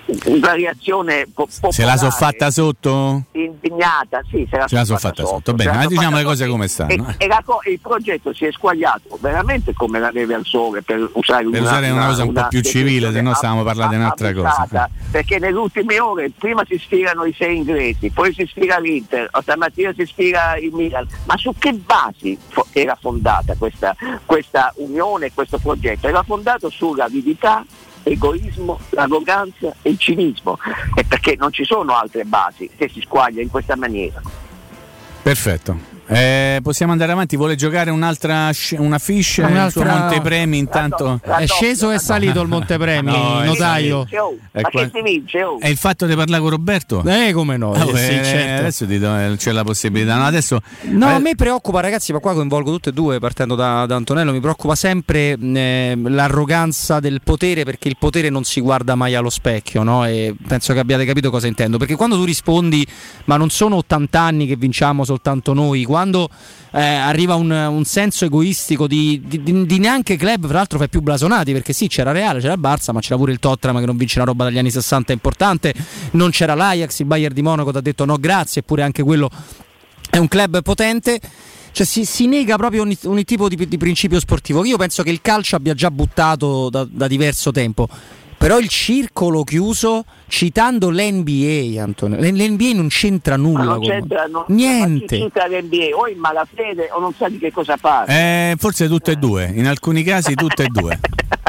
Speaker 16: una reazione po- popolare.
Speaker 8: Se la so fatta sotto?
Speaker 16: Indignata, sì, se la,
Speaker 8: se la so fatta, fatta sotto. sotto. Bene, ma diciamo le cose come stanno.
Speaker 16: E, e la, il progetto si è squagliato veramente come la neve al sole, per usare,
Speaker 8: per
Speaker 16: una,
Speaker 8: usare una, una cosa un po' più civile, se no stavamo parlando di un'altra cosa.
Speaker 16: Perché nelle ultime ore prima si sfilano i sei inglesi, poi si sfila l'Inter, stamattina si sfila il Milan. Ma su che basi fo- era fondata questa, questa unione, questo progetto? Era fondato sull'avidità, egoismo, l'arroganza e il cinismo, e perché non ci sono altre basi se si squaglia in questa maniera.
Speaker 8: Perfetto. Eh, possiamo andare avanti, vuole giocare un'altra una fish un'altra... il suo Montepremi intanto
Speaker 1: è sceso o è salito il Montepremi, no, notaio?
Speaker 16: Ma qua... che si vince? Oh.
Speaker 8: È il fatto di parlare con Roberto?
Speaker 1: Eh come no,
Speaker 8: oh,
Speaker 1: eh, sì,
Speaker 8: eh,
Speaker 1: certo.
Speaker 8: Adesso ti do, c'è la possibilità. No, adesso
Speaker 1: no, eh... a me preoccupa, ragazzi, ma qua coinvolgo tutte e due partendo da, da Antonello, mi preoccupa sempre eh, l'arroganza del potere, perché il potere non si guarda mai allo specchio, no? E penso che abbiate capito cosa intendo, perché quando tu rispondi ma non sono ottanta anni che vinciamo soltanto noi, quando eh, arriva un, un senso egoistico di, di, di neanche club, fra l'altro fai più blasonati, perché sì, c'era Reale, c'era il Barça, ma c'era pure il Tottenham che non vince una roba dagli anni sessanta importante, non c'era l'Ajax, il Bayern di Monaco ti ha detto no grazie, eppure anche quello è un club potente. Cioè si, si nega proprio ogni, ogni tipo di, di principio sportivo. Io penso che il calcio abbia già buttato da, da diverso tempo. Però il circolo chiuso, citando l'N B A, Antonio, l'N B A non c'entra nulla.
Speaker 16: Ma non c'entra
Speaker 1: non, niente.
Speaker 16: Ma chi cita l'N B A o in malafede o non sa di che cosa parla.
Speaker 8: Eh, forse tutte e due, in alcuni casi tutte e due.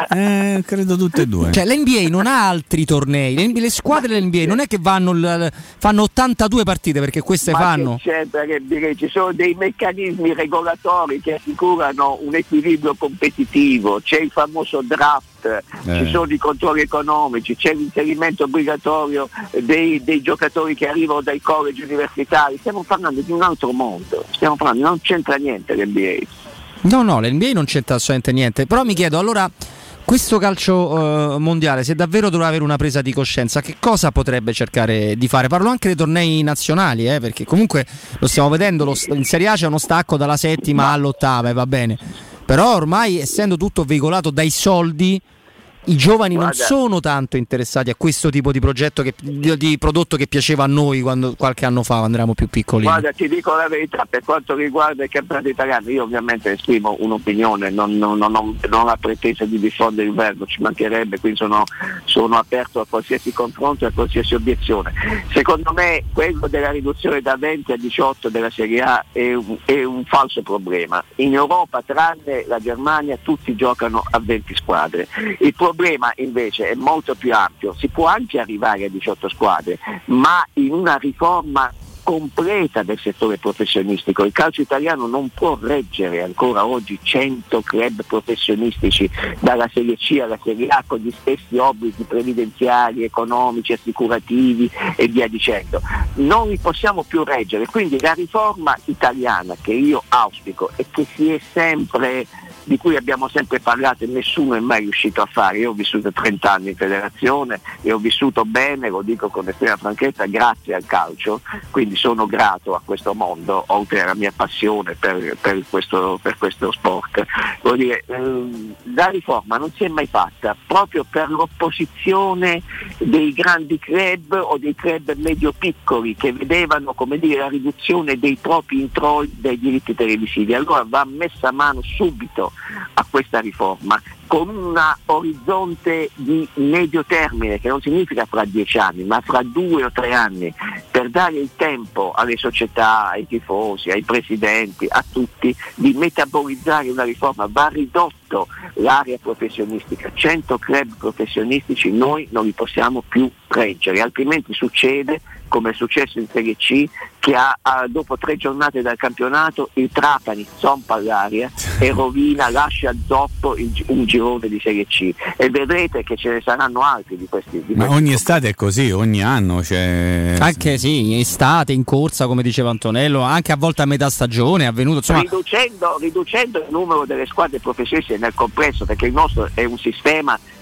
Speaker 8: Eh, credo tutte e due.
Speaker 1: Cioè l'N B A non ha altri tornei, le squadre dell'N B A non è che vanno fanno ottantadue partite, perché queste
Speaker 16: ma
Speaker 1: fanno.
Speaker 16: Che c'entra che dire, ci sono dei meccanismi regolatori che assicurano un equilibrio competitivo, c'è il famoso draft. Eh. Ci sono i controlli economici, c'è l'inserimento obbligatorio dei, dei giocatori che arrivano dai college universitari. Stiamo parlando di un altro mondo, stiamo parlando, non c'entra niente l'N B A.
Speaker 1: No, no, l'N B A non c'entra assolutamente niente. Però mi chiedo, allora, questo calcio uh, mondiale, se davvero dovrà avere una presa di coscienza, che cosa potrebbe cercare di fare? Parlo anche dei tornei nazionali, eh, perché comunque lo stiamo vedendo, lo, in Serie A c'è uno stacco dalla settima Ma... all'ottava, e va bene. Però ormai, essendo tutto veicolato dai soldi, i giovani Guarda. non sono tanto interessati a questo tipo di progetto che, di, di prodotto che piaceva a noi quando qualche anno fa, quando eravamo più piccoli.
Speaker 16: Guarda, ti dico la verità, per quanto riguarda il campionato italiano, io ovviamente esprimo un'opinione, non, non, non, non, non ho pretesa di diffondere il verbo, ci mancherebbe, quindi sono, sono aperto a qualsiasi confronto e a qualsiasi obiezione. Secondo me quello della riduzione da venti a diciotto della Serie A è un, è un falso problema. In Europa, tranne la Germania, tutti giocano a venti squadre. Il Il problema invece è molto più ampio, si può anche arrivare a diciotto squadre, ma in una riforma completa del settore professionistico. Il calcio italiano non può reggere ancora oggi cento club professionistici dalla Serie C alla Serie A con gli stessi obblighi previdenziali, economici, assicurativi e via dicendo. Non li possiamo più reggere, quindi la riforma italiana che io auspico e che si è sempre di cui abbiamo sempre parlato e nessuno è mai riuscito a fare. Io ho vissuto trenta anni in federazione e ho vissuto bene, lo dico con estrema franchezza, grazie al calcio, quindi sono grato a questo mondo, oltre alla mia passione per, per, questo, per questo sport. Vuol dire, ehm, la riforma non si è mai fatta proprio per l'opposizione dei grandi club o dei club medio-piccoli che vedevano, come dire, la riduzione dei propri introiti dai diritti televisivi. Allora va messa mano subito a questa riforma con un orizzonte di medio termine, che non significa fra dieci anni ma fra due o tre anni, per dare il tempo alle società, ai tifosi, ai presidenti, a tutti di metabolizzare una riforma. Va ridotto l'area professionistica, cento club professionistici noi non li possiamo più reggere, altrimenti succede come è successo in Serie C, che ha, ha, dopo tre giornate dal campionato il Trapani zompa all'aria e rovina, lascia zoppo il, un girone di Serie C, e vedrete che ce ne saranno altri di questi. Di
Speaker 8: Ma
Speaker 16: questi
Speaker 8: ogni estate è così, ogni anno c'è...
Speaker 1: Anche sì, in estate, in corsa, come diceva Antonello, anche a volte a metà stagione è avvenuto, insomma...
Speaker 16: riducendo, riducendo il numero delle squadre professionistiche nel complesso, perché il nostro è un sistema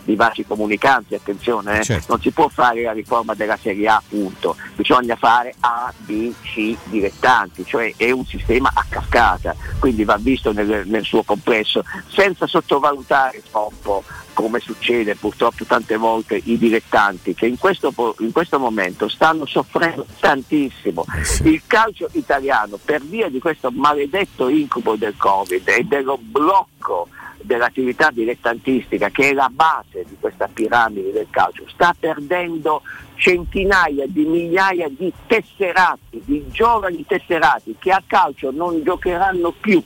Speaker 16: di vasi comunicanti, attenzione, eh? certo. Non si può fare la riforma della Serie A, punto, bisogna fare A, B, C dilettanti, cioè è un sistema a cascata, quindi va visto nel, nel suo complesso, senza sottovalutare troppo, come succede purtroppo tante volte, i dilettanti che in questo, in questo momento stanno soffrendo tantissimo. Eh sì. Il calcio italiano, per via di questo maledetto incubo del Covid e dello blocco dell'attività dilettantistica, che è la base di questa piramide del calcio, sta perdendo centinaia di migliaia di tesserati, di giovani tesserati che a calcio non giocheranno più.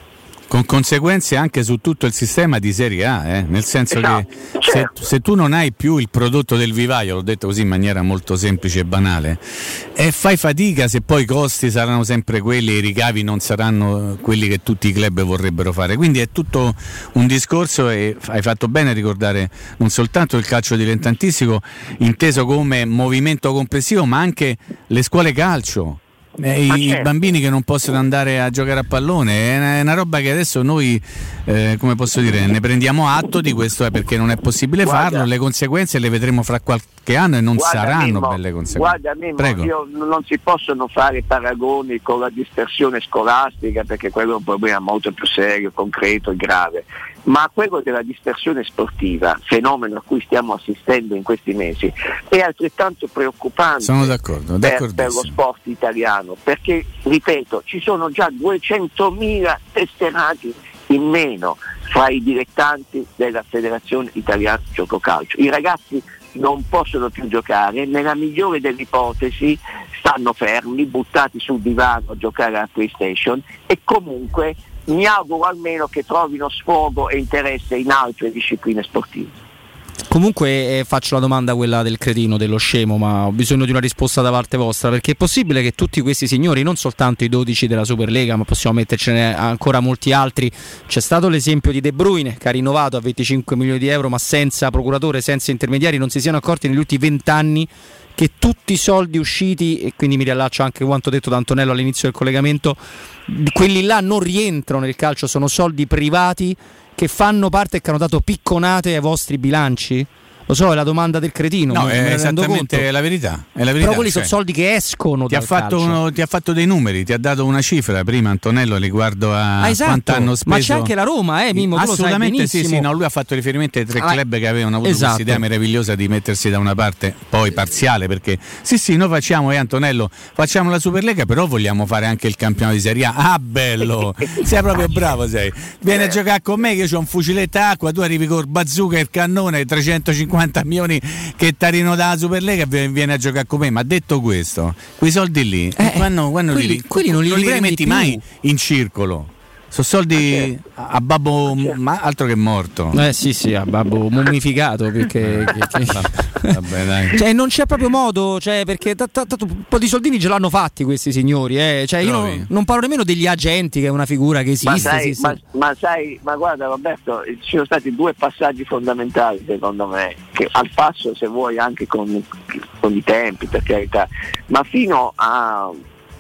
Speaker 8: Con conseguenze anche su tutto il sistema di Serie A, eh? Nel senso esatto, che certo. se, se tu non hai più il prodotto del vivaio, l'ho detto così in maniera molto semplice e banale, e fai fatica se poi i costi saranno sempre quelli e i ricavi non saranno quelli che tutti i club vorrebbero fare. Quindi è tutto un discorso, e hai fatto bene a ricordare non soltanto il calcio dilettantistico inteso come movimento complessivo, ma anche le scuole calcio. Eh, i certo. bambini che non possono andare a giocare a pallone è una, è una roba che adesso noi eh, come posso dire, ne prendiamo atto di questo, eh, perché non è possibile guarda, farlo, le conseguenze le vedremo fra qualche anno e non guarda, saranno Mimmo, belle conseguenze.
Speaker 16: Guarda Mimmo, io, non si possono fare paragoni con la dispersione scolastica, perché quello è un problema molto più serio, concreto e grave, ma quello della dispersione sportiva, fenomeno a cui stiamo assistendo in questi mesi, è altrettanto preoccupante.
Speaker 8: Sono d'accordo,
Speaker 16: per, per lo sport italiano, perché ripeto, ci sono già duecentomila tesserati in meno fra i dilettanti della Federazione Italiana Giococalcio. I ragazzi non possono più giocare, nella migliore delle ipotesi stanno fermi, buttati sul divano a giocare alla PlayStation, e comunque mi auguro almeno che trovino sfogo e interesse in altre discipline sportive.
Speaker 1: Comunque eh, faccio la domanda, quella del cretino, dello scemo, ma ho bisogno di una risposta da parte vostra, perché è possibile che tutti questi signori, non soltanto i dodici della Superlega, ma possiamo mettercene ancora molti altri, c'è stato l'esempio di De Bruyne che ha rinnovato a venticinque milioni di euro ma senza procuratore, senza intermediari, non si siano accorti negli ultimi vent'anni che tutti i soldi usciti, e quindi mi riallaccio anche a quanto detto da Antonello all'inizio del collegamento, quelli là non rientrano nel calcio, sono soldi privati che fanno parte e che hanno dato picconate ai vostri bilanci? Lo so, è la domanda del cretino.
Speaker 8: No, è esattamente la verità, è la verità.
Speaker 1: Però quelli cioè, sono soldi che escono
Speaker 8: ti
Speaker 1: dal
Speaker 8: ha fatto
Speaker 1: calcio.
Speaker 8: Uno, ti ha fatto dei numeri, ti ha dato una cifra prima Antonello riguardo a
Speaker 1: ah, esatto.
Speaker 8: quanto hanno speso.
Speaker 1: Ma c'è anche la Roma, eh, Mimmo,
Speaker 8: assolutamente sì, sì, no, lui ha fatto riferimento ai tre ah, club che avevano avuto esatto. questa idea meravigliosa di mettersi da una parte, poi parziale, perché sì sì, noi facciamo, eh Antonello, facciamo la Superlega, però vogliamo fare anche il campionato di Serie A. Ah, bello, sei proprio bravo, sei. Vieni a giocare con me che io ho un fuciletto acqua, tu arrivi col bazooka e il cannone, trecentocinquanta milioni che Tarino dalla Superlega viene a giocare con me. Ma detto questo, quei soldi lì eh, quando, quando
Speaker 1: quelli,
Speaker 8: li,
Speaker 1: quelli non li,
Speaker 8: non li rimetti
Speaker 1: più.
Speaker 8: mai in circolo. Sono soldi a, a babbo, ma altro che morto.
Speaker 1: Eh sì sì, a babbo mummificato, perché che, che...
Speaker 8: Vabbè, dai.
Speaker 1: Cioè non c'è proprio modo, cioè, perché t- t- t- un po' di soldini ce l'hanno fatti questi signori, eh. Cioè io non, non parlo nemmeno degli agenti, che è una figura che esiste.
Speaker 16: Ma sai,
Speaker 1: esiste.
Speaker 16: Ma, ma sai, ma guarda Roberto, ci sono stati due passaggi fondamentali secondo me, che al passo se vuoi anche con, con i tempi, per carità, ma fino a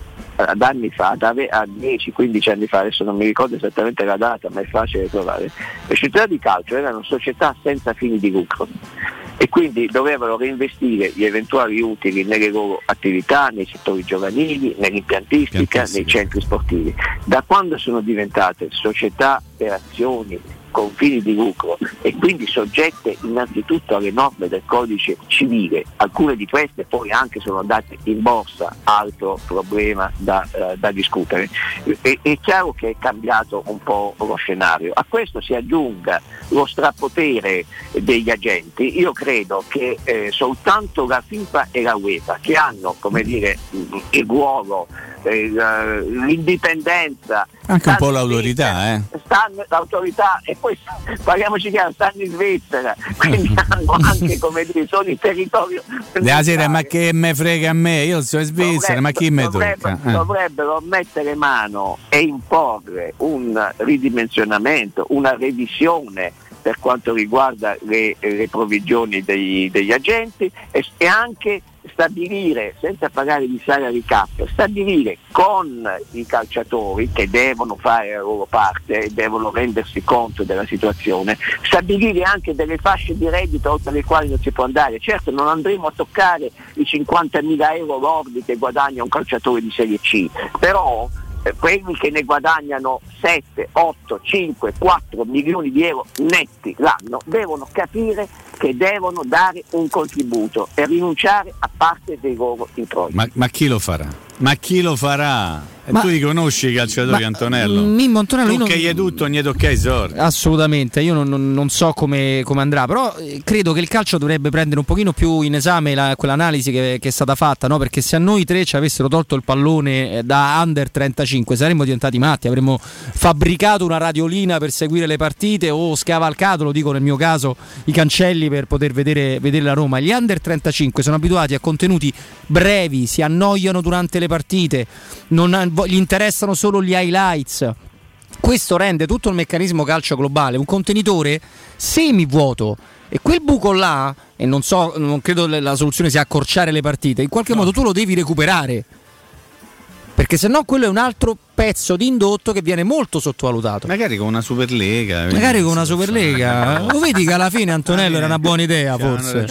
Speaker 16: ad anni fa, a dieci quindici anni fa, adesso non mi ricordo esattamente la data, ma è facile trovare, le società di calcio erano società senza fini di lucro e quindi dovevano reinvestire gli eventuali utili nelle loro attività, nei settori giovanili, nell'impiantistica, nei centri sportivi. Da quando sono diventate società per azioni con fini di lucro e quindi soggette innanzitutto alle norme del codice civile, alcune di queste poi anche sono andate in borsa, altro problema da, uh, da discutere, e, è chiaro che è cambiato un po' lo scenario. A questo si aggiunga lo strapotere degli agenti. Io credo che eh, soltanto la FIFA e la UEFA, che hanno, come dire, il ruolo, eh, l'indipendenza,
Speaker 8: anche un po' l'autorità, eh.
Speaker 16: stanno, l'autorità, e poi parliamoci chiaro, stanno in Svizzera, quindi hanno anche, come dire, sono in territorio
Speaker 8: della sera, ma che me frega a me, io sono in Svizzera, ma chi me tocca?
Speaker 16: Eh. Dovrebbero mettere mano e imporre un ridimensionamento, una revisione per quanto riguarda le, le provvigioni dei, degli agenti e, e anche stabilire, senza parlare di salary cap, stabilire con i calciatori che devono fare la loro parte e devono rendersi conto della situazione, stabilire anche delle fasce di reddito oltre le quali non si può andare. Certo, non andremo a toccare i cinquantamila euro lordi che guadagna un calciatore di Serie C, però eh, quelli che ne guadagnano sette, otto, cinque, quattro milioni di euro netti l'anno devono capire che devono dare un contributo e rinunciare a parte dei loro introiti.
Speaker 8: Ma, ma chi lo farà? Ma chi lo farà? E
Speaker 1: Ma-
Speaker 8: tu li conosci i calciatori,
Speaker 1: Ma-
Speaker 8: Antonello?
Speaker 1: Mimmo Antonello,
Speaker 8: tu
Speaker 1: io non-
Speaker 8: che gli hai tutto, ogni tocca i sordi.
Speaker 1: Assolutamente, io non, non- non so come, come andrà, però eh, credo che il calcio dovrebbe prendere un pochino più in esame la- quell'analisi che, che è stata fatta, no? Perché se a noi tre ci avessero tolto il pallone eh, da under trentacinque saremmo diventati matti, avremmo fabbricato una radiolina per seguire le partite o scavalcato, lo dico nel mio caso, i cancelli per poter vedere, vedere la Roma. Gli under trentacinque sono abituati a contenuti brevi, si annoiano durante le partite, non ha- gli interessano solo gli highlights. Questo rende tutto il meccanismo calcio globale un contenitore semivuoto, e quel buco là, e non so, non credo la soluzione sia accorciare le partite, in qualche modo tu lo devi recuperare, perché sennò quello è un altro pezzo di indotto che viene molto sottovalutato.
Speaker 8: Magari con una Superlega.
Speaker 1: Magari con una Superlega. Lo vedi che alla fine Antonello era una buona idea, forse.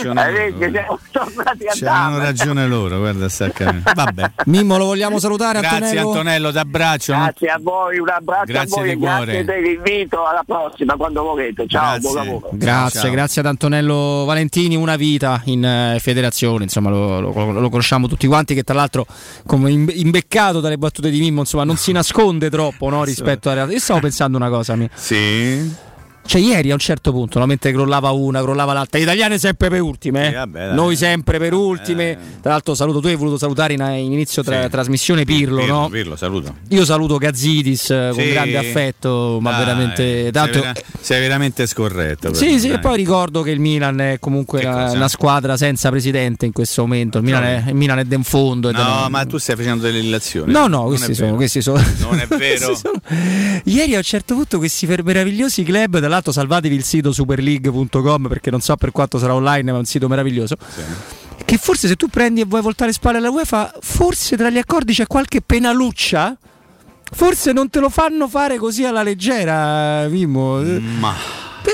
Speaker 8: C'hanno ragione loro, guarda, sta accadendo. Vabbè.
Speaker 1: Mimmo, lo vogliamo salutare,
Speaker 8: Grazie
Speaker 1: Antonello?
Speaker 8: Antonello, t'abbraccio.
Speaker 16: Grazie a voi, un abbraccio
Speaker 8: Grazie
Speaker 16: a voi,
Speaker 8: di cuore.
Speaker 16: grazie dell'invito, alla prossima quando volete. Ciao, buon lavoro.
Speaker 1: Grazie,
Speaker 8: Ciao.
Speaker 1: grazie ad Antonello Valentini, una vita in eh, federazione, insomma lo, lo- lo conosciamo tutti quanti, che tra l'altro come imbe- imbeccato dalle battute di Mimmo, insomma non si nasconde troppo, no, rispetto alla realtà. Io stavo pensando una cosa, mi-
Speaker 8: Sì.
Speaker 1: cioè ieri a un certo punto, no, mentre crollava una, crollava l'altra, gli italiani sempre per ultime, eh?
Speaker 8: Sì, vabbè, dai.
Speaker 1: Noi sempre per ultime. Tra l'altro saluto, tu hai voluto salutare in, in inizio tra-
Speaker 8: Sì.
Speaker 1: trasmissione Pirlo,
Speaker 8: Pirlo,
Speaker 1: no?
Speaker 8: Pirlo, saluto.
Speaker 1: Io saluto Gazzidis eh, con
Speaker 8: Sì.
Speaker 1: grande affetto, ma
Speaker 8: Dai,
Speaker 1: veramente tanto.
Speaker 8: sei, vera- sei veramente scorretto.
Speaker 1: Sì,
Speaker 8: però,
Speaker 1: sì,
Speaker 8: dai.
Speaker 1: e poi ricordo che il Milan è comunque una,
Speaker 8: cosa?
Speaker 1: una squadra senza presidente in questo momento. Il Milan è, il Milan è in fondo. ed
Speaker 8: No,
Speaker 1: è-
Speaker 8: ma tu stai facendo delle illazioni.
Speaker 1: No, no,
Speaker 8: Non
Speaker 1: questi
Speaker 8: è
Speaker 1: sono,
Speaker 8: vero.
Speaker 1: questi sono.
Speaker 8: Non è vero.
Speaker 1: Questi sono- Ieri a un certo punto questi per- meravigliosi club, tra l'altro salvatevi il sito superleague punto com perché non so per quanto sarà online, ma è un sito meraviglioso. Che forse se tu prendi e vuoi voltare spalle alla UEFA, forse tra gli accordi c'è qualche penaluccia. Forse non te lo fanno fare così alla leggera, Mimmo.
Speaker 8: Ma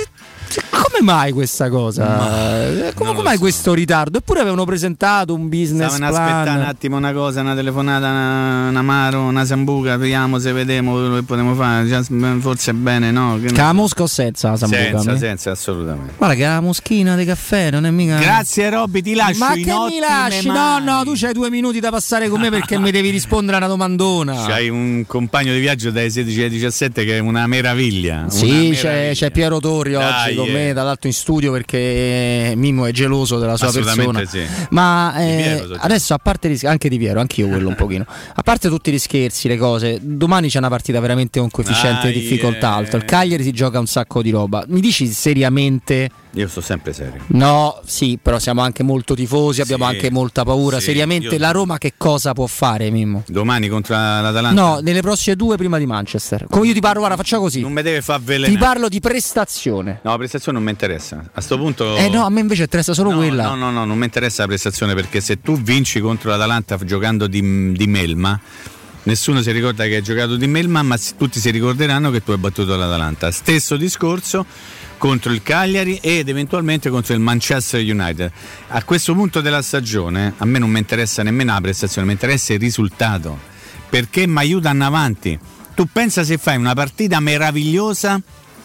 Speaker 1: Come mai questa cosa? Eh, Come come mai questo ritardo? Eppure avevano presentato un business
Speaker 8: stavano aspettando un
Speaker 1: plan.
Speaker 8: attimo una cosa, una telefonata, una, una Maro, una Sambuca, vediamo se vediamo quello che potremo fare. Già, forse è bene, no? Che
Speaker 1: Che la mosca o senza la Sambuca?
Speaker 8: senza,
Speaker 1: mi?
Speaker 8: senza, assolutamente.
Speaker 1: Guarda che la moschina di caffè non è mica.
Speaker 8: Grazie Robby, ti lascio
Speaker 1: Ma
Speaker 8: in
Speaker 1: che mi
Speaker 8: ottime
Speaker 1: lasci?
Speaker 8: mani.
Speaker 1: No, no, tu c'hai due minuti da passare con me perché mi devi rispondere a una domandona.
Speaker 8: C'hai un compagno di viaggio dai sedici ai diciassette che è una meraviglia.
Speaker 1: Sì,
Speaker 8: una
Speaker 1: c'è, c'è Piero Torri
Speaker 8: Dai,
Speaker 1: oggi con
Speaker 8: eh.
Speaker 1: me, dall'altro in studio perché Mimmo è geloso della sua persona.
Speaker 8: Assolutamente sì.
Speaker 1: Ma eh,
Speaker 8: Di Piero, so già.
Speaker 1: adesso, a parte gli, anche di Piero, anch'io quello un pochino. A parte tutti gli scherzi, le cose, domani c'è una partita veramente con coefficiente
Speaker 8: Dai,
Speaker 1: di difficoltà
Speaker 8: eh.
Speaker 1: alto. Il Cagliari si gioca un sacco di roba. Mi dici seriamente?
Speaker 8: Io sto sempre serio.
Speaker 1: No, sì, però siamo anche molto tifosi, abbiamo
Speaker 8: Sì,
Speaker 1: anche molta paura.
Speaker 8: sì,
Speaker 1: Seriamente,
Speaker 8: io-
Speaker 1: la Roma che cosa può fare, Mimmo?
Speaker 8: Domani contro l'Atalanta?
Speaker 1: No, nelle prossime due prima di Manchester. Come io ti parlo, guarda, facciamo così.
Speaker 8: Non mi deve far
Speaker 1: Ti
Speaker 8: avvelenare.
Speaker 1: parlo di prestazione.
Speaker 8: No, la prestazione non mi interessa. A sto punto.
Speaker 1: Eh no, a me invece interessa solo
Speaker 8: no,
Speaker 1: quella.
Speaker 8: No, no, no, non mi interessa la prestazione perché se tu vinci contro l'Atalanta giocando di, di melma, nessuno si ricorda che hai giocato di melma, ma s- tutti si ricorderanno che tu hai battuto l'Atalanta. Stesso discorso contro il Cagliari ed eventualmente contro il Manchester United. A questo punto della stagione a me non mi interessa nemmeno la prestazione, mi interessa il risultato perché mi aiuta andare avanti. Tu pensa se fai una partita meravigliosa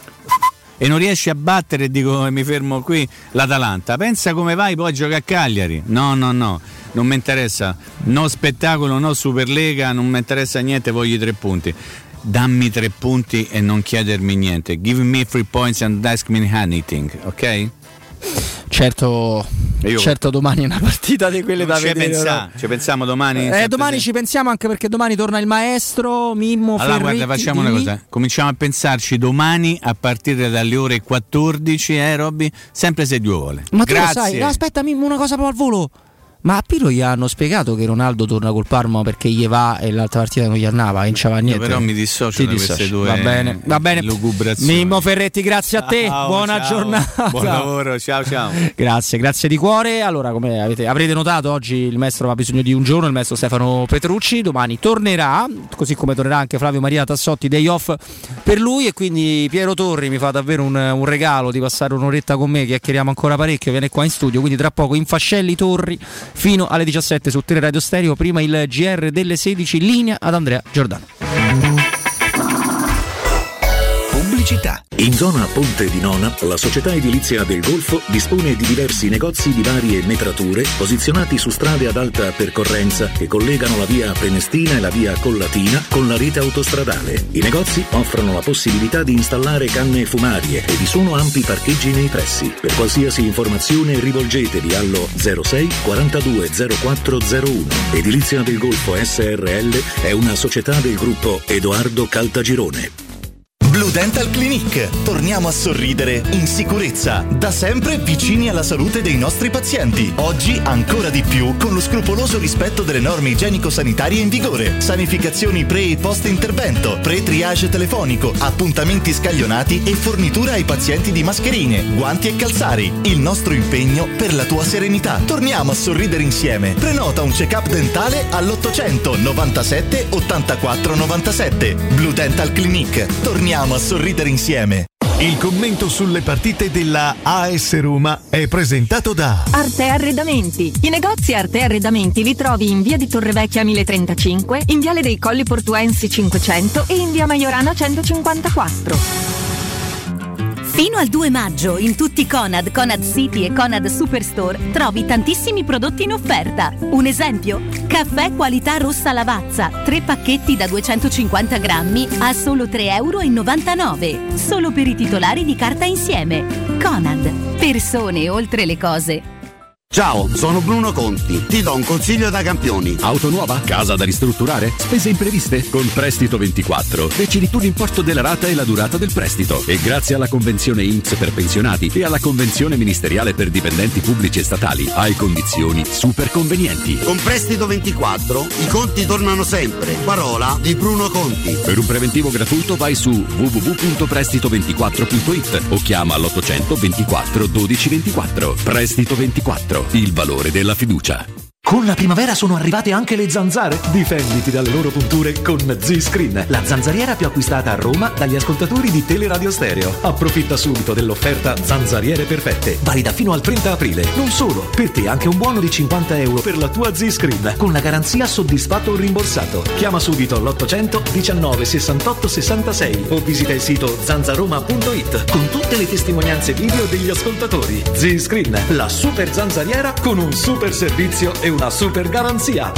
Speaker 8: e non riesci a battere e dico mi fermo qui l'Atalanta, pensa come vai poi a giocare a Cagliari. No, no, no, non mi interessa, no spettacolo, no Superlega, non mi interessa niente, voglio i tre punti. Dammi tre punti e non chiedermi niente. Give me three points and ask me anything, ok?
Speaker 1: Certo,
Speaker 8: Io-
Speaker 1: certo domani è una partita di quelle
Speaker 8: Non
Speaker 1: da
Speaker 8: ci
Speaker 1: vedere.
Speaker 8: pensa-
Speaker 1: no?
Speaker 8: ci pensiamo domani?
Speaker 1: Eh, domani ci pensiamo anche perché domani torna il maestro Mimmo
Speaker 8: Allora
Speaker 1: Ferretti.
Speaker 8: guarda, facciamo una
Speaker 1: dimmi.
Speaker 8: cosa, cominciamo a pensarci domani a partire dalle ore quattordici, eh Robby? Sempre se Dio vuole.
Speaker 1: Ma tu lo
Speaker 8: Grazie.
Speaker 1: sai, no, aspetta Mimmo, una cosa proprio al volo. Ma a Pirlo gli hanno spiegato che Ronaldo torna col Parma perché gli va e l'altra partita non gli andava, non c'aveva niente.
Speaker 8: Io però mi dissocio da queste due
Speaker 1: va bene, va bene.
Speaker 8: lugubrazioni.
Speaker 1: Mimmo Ferretti, grazie a te,
Speaker 8: ciao,
Speaker 1: buona
Speaker 8: ciao.
Speaker 1: giornata.
Speaker 8: Buon lavoro, ciao ciao.
Speaker 1: Grazie, grazie di cuore. Allora, come avete, avrete notato, oggi il maestro ha bisogno di un giorno, il maestro Stefano Petrucci, domani tornerà, così come tornerà anche Flavio Maria Tassotti, day off per lui, e quindi Piero Torri mi fa davvero un, un regalo di passare un'oretta con me, chiacchieriamo ancora parecchio, viene qua in studio, quindi tra poco Infascelli Torri fino alle diciassette su Teleradio Stereo, prima il G R delle sedici, linea ad Andrea Giordano.
Speaker 10: Pubblicità. In zona Ponte di Nona, la società edilizia del Golfo dispone di diversi negozi di varie metrature posizionati su strade ad alta percorrenza che collegano la via Prenestina e la via Collatina con la rete autostradale. I negozi offrono la possibilità di installare canne fumarie e vi sono ampi parcheggi nei pressi. Per qualsiasi informazione rivolgetevi allo zero sei quarantadue zero quattro zero uno. Edilizia del Golfo S R L è una società del gruppo Edoardo Caltagirone.
Speaker 6: Blue Dental Clinic. Torniamo a sorridere in sicurezza, da sempre vicini alla salute dei nostri pazienti. Oggi ancora di più con lo scrupoloso rispetto delle norme igienico-sanitarie in vigore. Sanificazioni pre e post intervento, pre-triage telefonico, appuntamenti scaglionati e fornitura ai pazienti di mascherine, guanti e calzari. Il nostro impegno per la tua serenità. Torniamo a sorridere insieme. Prenota un check-up dentale all'ottocento novantasette ottantaquattro novantasette. Blue Dental Clinic. Torniamo a sorridere insieme.
Speaker 9: Il commento sulle partite della A S Roma è presentato da
Speaker 17: Arte Arredamenti. I negozi Arte Arredamenti li trovi in via di Torrevecchia mille trentacinque, in viale dei Colli Portuensi cinquecento e in via Maiorana centocinquantaquattro.
Speaker 7: Fino al due maggio in tutti Conad, Conad City e Conad Superstore trovi tantissimi prodotti in offerta. Un esempio? Caffè qualità rossa Lavazza, tre pacchetti da duecentocinquanta grammi a solo tre virgola novantanove euro. Solo per i titolari di carta insieme. Conad, persone oltre le cose.
Speaker 18: Ciao, sono Bruno Conti. Ti do un consiglio da campioni.
Speaker 22: Auto nuova? Casa da ristrutturare? Spese impreviste? Con Prestito ventiquattro decidi tu l'importo della rata e la durata del prestito. E grazie alla convenzione I N P S per pensionati e alla convenzione ministeriale per dipendenti pubblici e statali hai condizioni super convenienti.
Speaker 18: Con Prestito ventiquattro i conti tornano sempre. Parola di Bruno Conti.
Speaker 22: Per un preventivo gratuito vai su w w w punto prestito ventiquattro punto i t o chiama all'ottocento ventiquattro dodici ventiquattro. Prestito ventiquattro. Il valore della fiducia.
Speaker 11: Con la primavera sono arrivate anche le zanzare. Difenditi dalle loro punture con Z-Screen, la zanzariera più acquistata a Roma dagli ascoltatori di Teleradio Stereo. Approfitta subito dell'offerta Zanzariere Perfette, valida fino al trenta aprile. Non solo, per te anche un buono di cinquanta euro per la tua Z-Screen, con la garanzia soddisfatto o rimborsato. Chiama subito l'ottocento diciannove sessantotto sessantasei o visita il sito zanzaroma punto it con tutte le testimonianze video degli ascoltatori. Z-Screen, la super zanzariera con un super servizio e una super garanzia.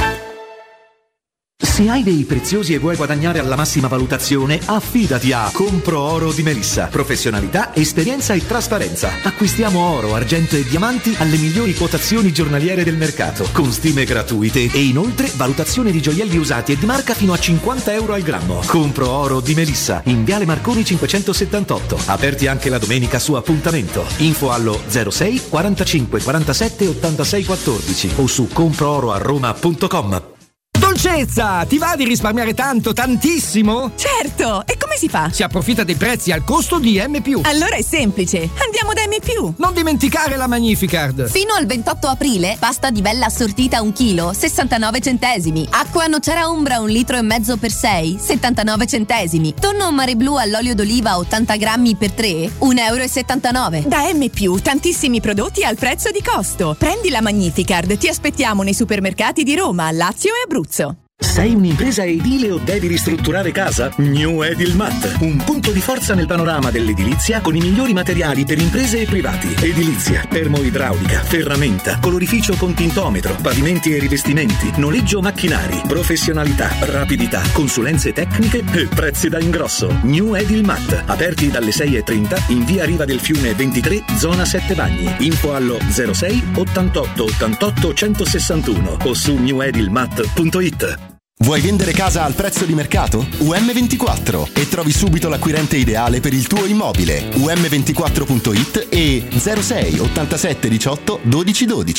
Speaker 11: Se hai dei preziosi e vuoi guadagnare alla massima valutazione, affidati a Compro Oro di Melissa. Professionalità, esperienza e trasparenza. Acquistiamo oro, argento e diamanti alle migliori quotazioni giornaliere del mercato, con stime gratuite e inoltre valutazione di gioielli usati e di marca fino a cinquanta euro al grammo. Compro Oro di Melissa, in Viale Marconi cinquecentosettantotto. Aperti anche la domenica su appuntamento. Info allo zero sei quarantacinque quarantasette ottantasei quattordici o su compro oro a roma punto com.
Speaker 21: Dolcezza, ti va di risparmiare tanto, tantissimo?
Speaker 19: Certo, e come si fa?
Speaker 21: Si approfitta dei prezzi al costo di M più.
Speaker 19: Allora è semplice, andiamo da M più.
Speaker 21: Non dimenticare la Magnificard.
Speaker 25: Fino al ventotto aprile, pasta di bella assortita un chilo, sessantanove centesimi. Acqua Nocera Umbra un litro e mezzo per sei, settantanove centesimi. Tonno Mare Blu all'olio d'oliva ottanta grammi per tre, un euro e settantanove.
Speaker 19: Da M più, tantissimi prodotti al prezzo di costo. Prendi la Magnificard, ti aspettiamo nei supermercati di Roma, Lazio e Abruzzo.
Speaker 10: Sei un'impresa edile o devi ristrutturare casa? New Edilmat, un punto di forza nel panorama dell'edilizia con i migliori materiali per imprese e privati. Edilizia, termoidraulica, ferramenta, colorificio con tintometro, pavimenti e rivestimenti, noleggio macchinari, professionalità, rapidità, consulenze tecniche e prezzi da ingrosso. New Edilmat, aperti dalle sei e trenta in via Riva del Fiume ventitré, zona Sette Bagni. Info allo zero sei ottantotto ottantotto centosessantuno o su new edilmat punto it.
Speaker 6: Vuoi vendere casa al prezzo di mercato? U M ventiquattro e trovi subito l'acquirente ideale per il tuo immobile. u m ventiquattro punto it e zero sei ottantasette diciotto dodici dodici.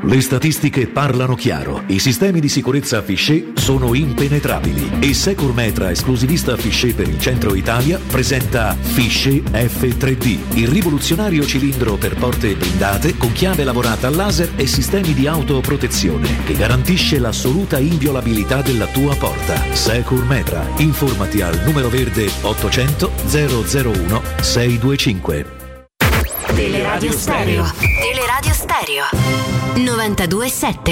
Speaker 3: Le statistiche parlano chiaro. I sistemi di sicurezza Fichet sono impenetrabili e Securmetra, esclusivista Fichet per il centro Italia, presenta Fichet F tre D, il rivoluzionario cilindro per porte blindate con chiave lavorata a laser e sistemi di autoprotezione che garantisce l'assoluta inviolabilità della tua porta. Securmetra. Informati al numero verde ottocento zero zero uno sei due cinque.
Speaker 7: Teleradio Stereo. Teleradio Stereo. novantadue sette.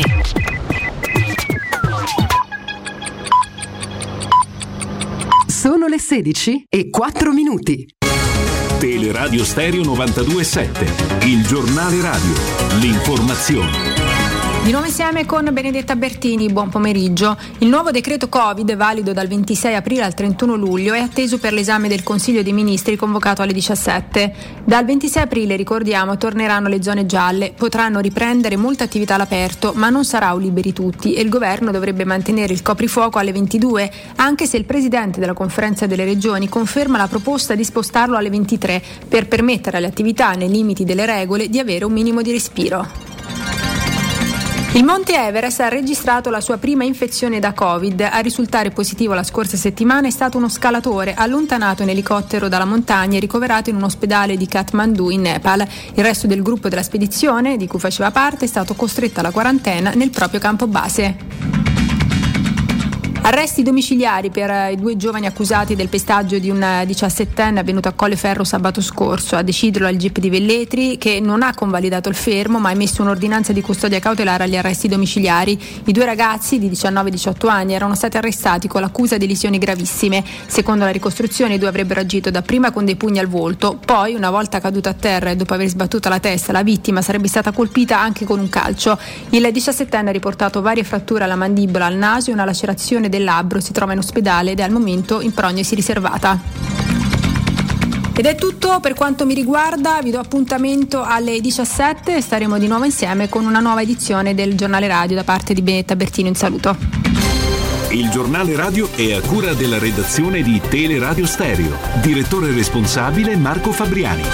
Speaker 2: Sono le sedici e quattro minuti.
Speaker 22: Teleradio Stereo novantadue sette. Il giornale radio. L'informazione.
Speaker 4: Di nuovo insieme con Benedetta Bertini, buon pomeriggio. Il nuovo decreto Covid, valido dal ventisei aprile al trentuno luglio, è atteso per l'esame del Consiglio dei Ministri convocato alle diciassette. Dal ventisei aprile, ricordiamo, torneranno le zone gialle, potranno riprendere molte attività all'aperto, ma non sarà un liberi tutti e il governo dovrebbe mantenere il coprifuoco alle ventidue, anche se il Presidente della Conferenza delle Regioni conferma la proposta di spostarlo alle ventitré per permettere alle attività, nei limiti delle regole, di avere un minimo di respiro. Il Monte Everest ha registrato la sua prima infezione da Covid. A risultare positivo la scorsa settimana è stato uno scalatore allontanato in elicottero dalla montagna e ricoverato in un ospedale di Kathmandu in Nepal. Il resto del gruppo della spedizione, di cui faceva parte, è stato costretto alla quarantena nel proprio campo base. Arresti domiciliari per i due giovani accusati del pestaggio di un diciassettenne avvenuto a Colleferro sabato scorso. A deciderlo il G I P di Velletri, che non ha convalidato il fermo ma ha emesso un'ordinanza di custodia cautelare agli arresti domiciliari. I due ragazzi di diciannove e diciotto anni erano stati arrestati con l'accusa di lesioni gravissime. Secondo la ricostruzione i due avrebbero agito dapprima con dei pugni al volto, poi una volta caduta a terra e dopo aver sbattuto la testa, la vittima sarebbe stata colpita anche con un calcio. Il diciassettenne ha riportato varie fratture alla mandibola, al naso e una lacerazione del labbro, si trova in ospedale ed è al momento in prognosi riservata. Ed è tutto per quanto mi riguarda, vi do appuntamento alle diciassette e staremo di nuovo insieme con una nuova edizione del giornale radio da parte di Benedetta Bertini. Un saluto.
Speaker 22: Il giornale radio è a cura della redazione di Teleradio Stereo. Direttore responsabile Marco Fabriani.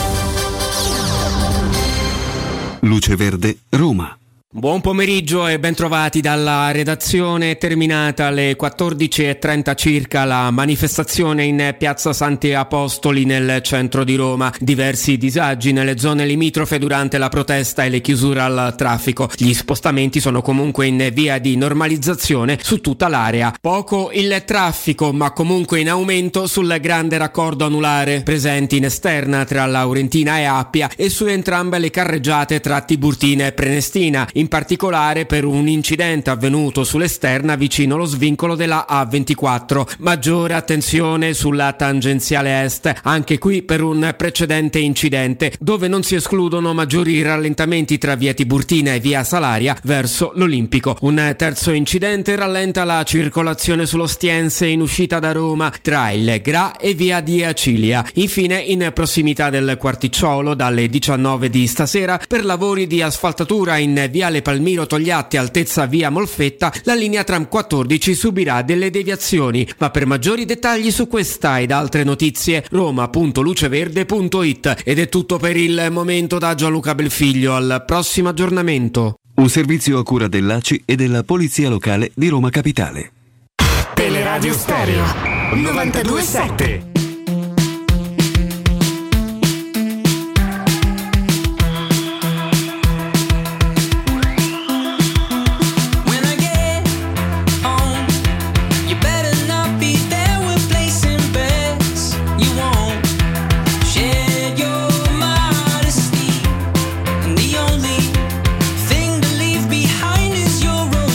Speaker 12: Luce Verde, Roma.
Speaker 1: Buon pomeriggio e bentrovati dalla redazione. È terminata alle quattordici e trenta circa la manifestazione in piazza Santi Apostoli nel centro di Roma. Diversi disagi nelle zone limitrofe durante la protesta e le chiusure al traffico. Gli spostamenti sono comunque in via di normalizzazione su tutta l'area. Poco il traffico, ma comunque in aumento sul grande raccordo anulare presenti in esterna tra Laurentina e Appia e su entrambe le carreggiate tra Tiburtina e Prenestina. In particolare per un incidente avvenuto sull'esterna vicino allo svincolo della A ventiquattro. Maggiore attenzione sulla tangenziale est, anche qui per un precedente incidente, dove non si escludono maggiori rallentamenti tra via Tiburtina e via Salaria verso l'Olimpico. Un terzo incidente rallenta la circolazione sull'Ostiense in uscita da Roma tra il Gra e via di Acilia. Infine, in prossimità del Quarticciolo, dalle diciannove di stasera, per lavori di asfaltatura in via Le Palmiro Togliatti altezza via Molfetta, la linea tram quattordici subirà delle deviazioni. Ma per maggiori dettagli su questa ed altre notizie roma punto luceverde punto it. Ed è tutto per il momento da Gianluca Belfiglio. Al prossimo aggiornamento.
Speaker 12: Un servizio a cura dell'A C I e della Polizia Locale di Roma Capitale.
Speaker 7: Teleradio Stereo novantadue sette.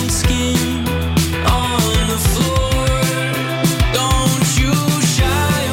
Speaker 20: Shy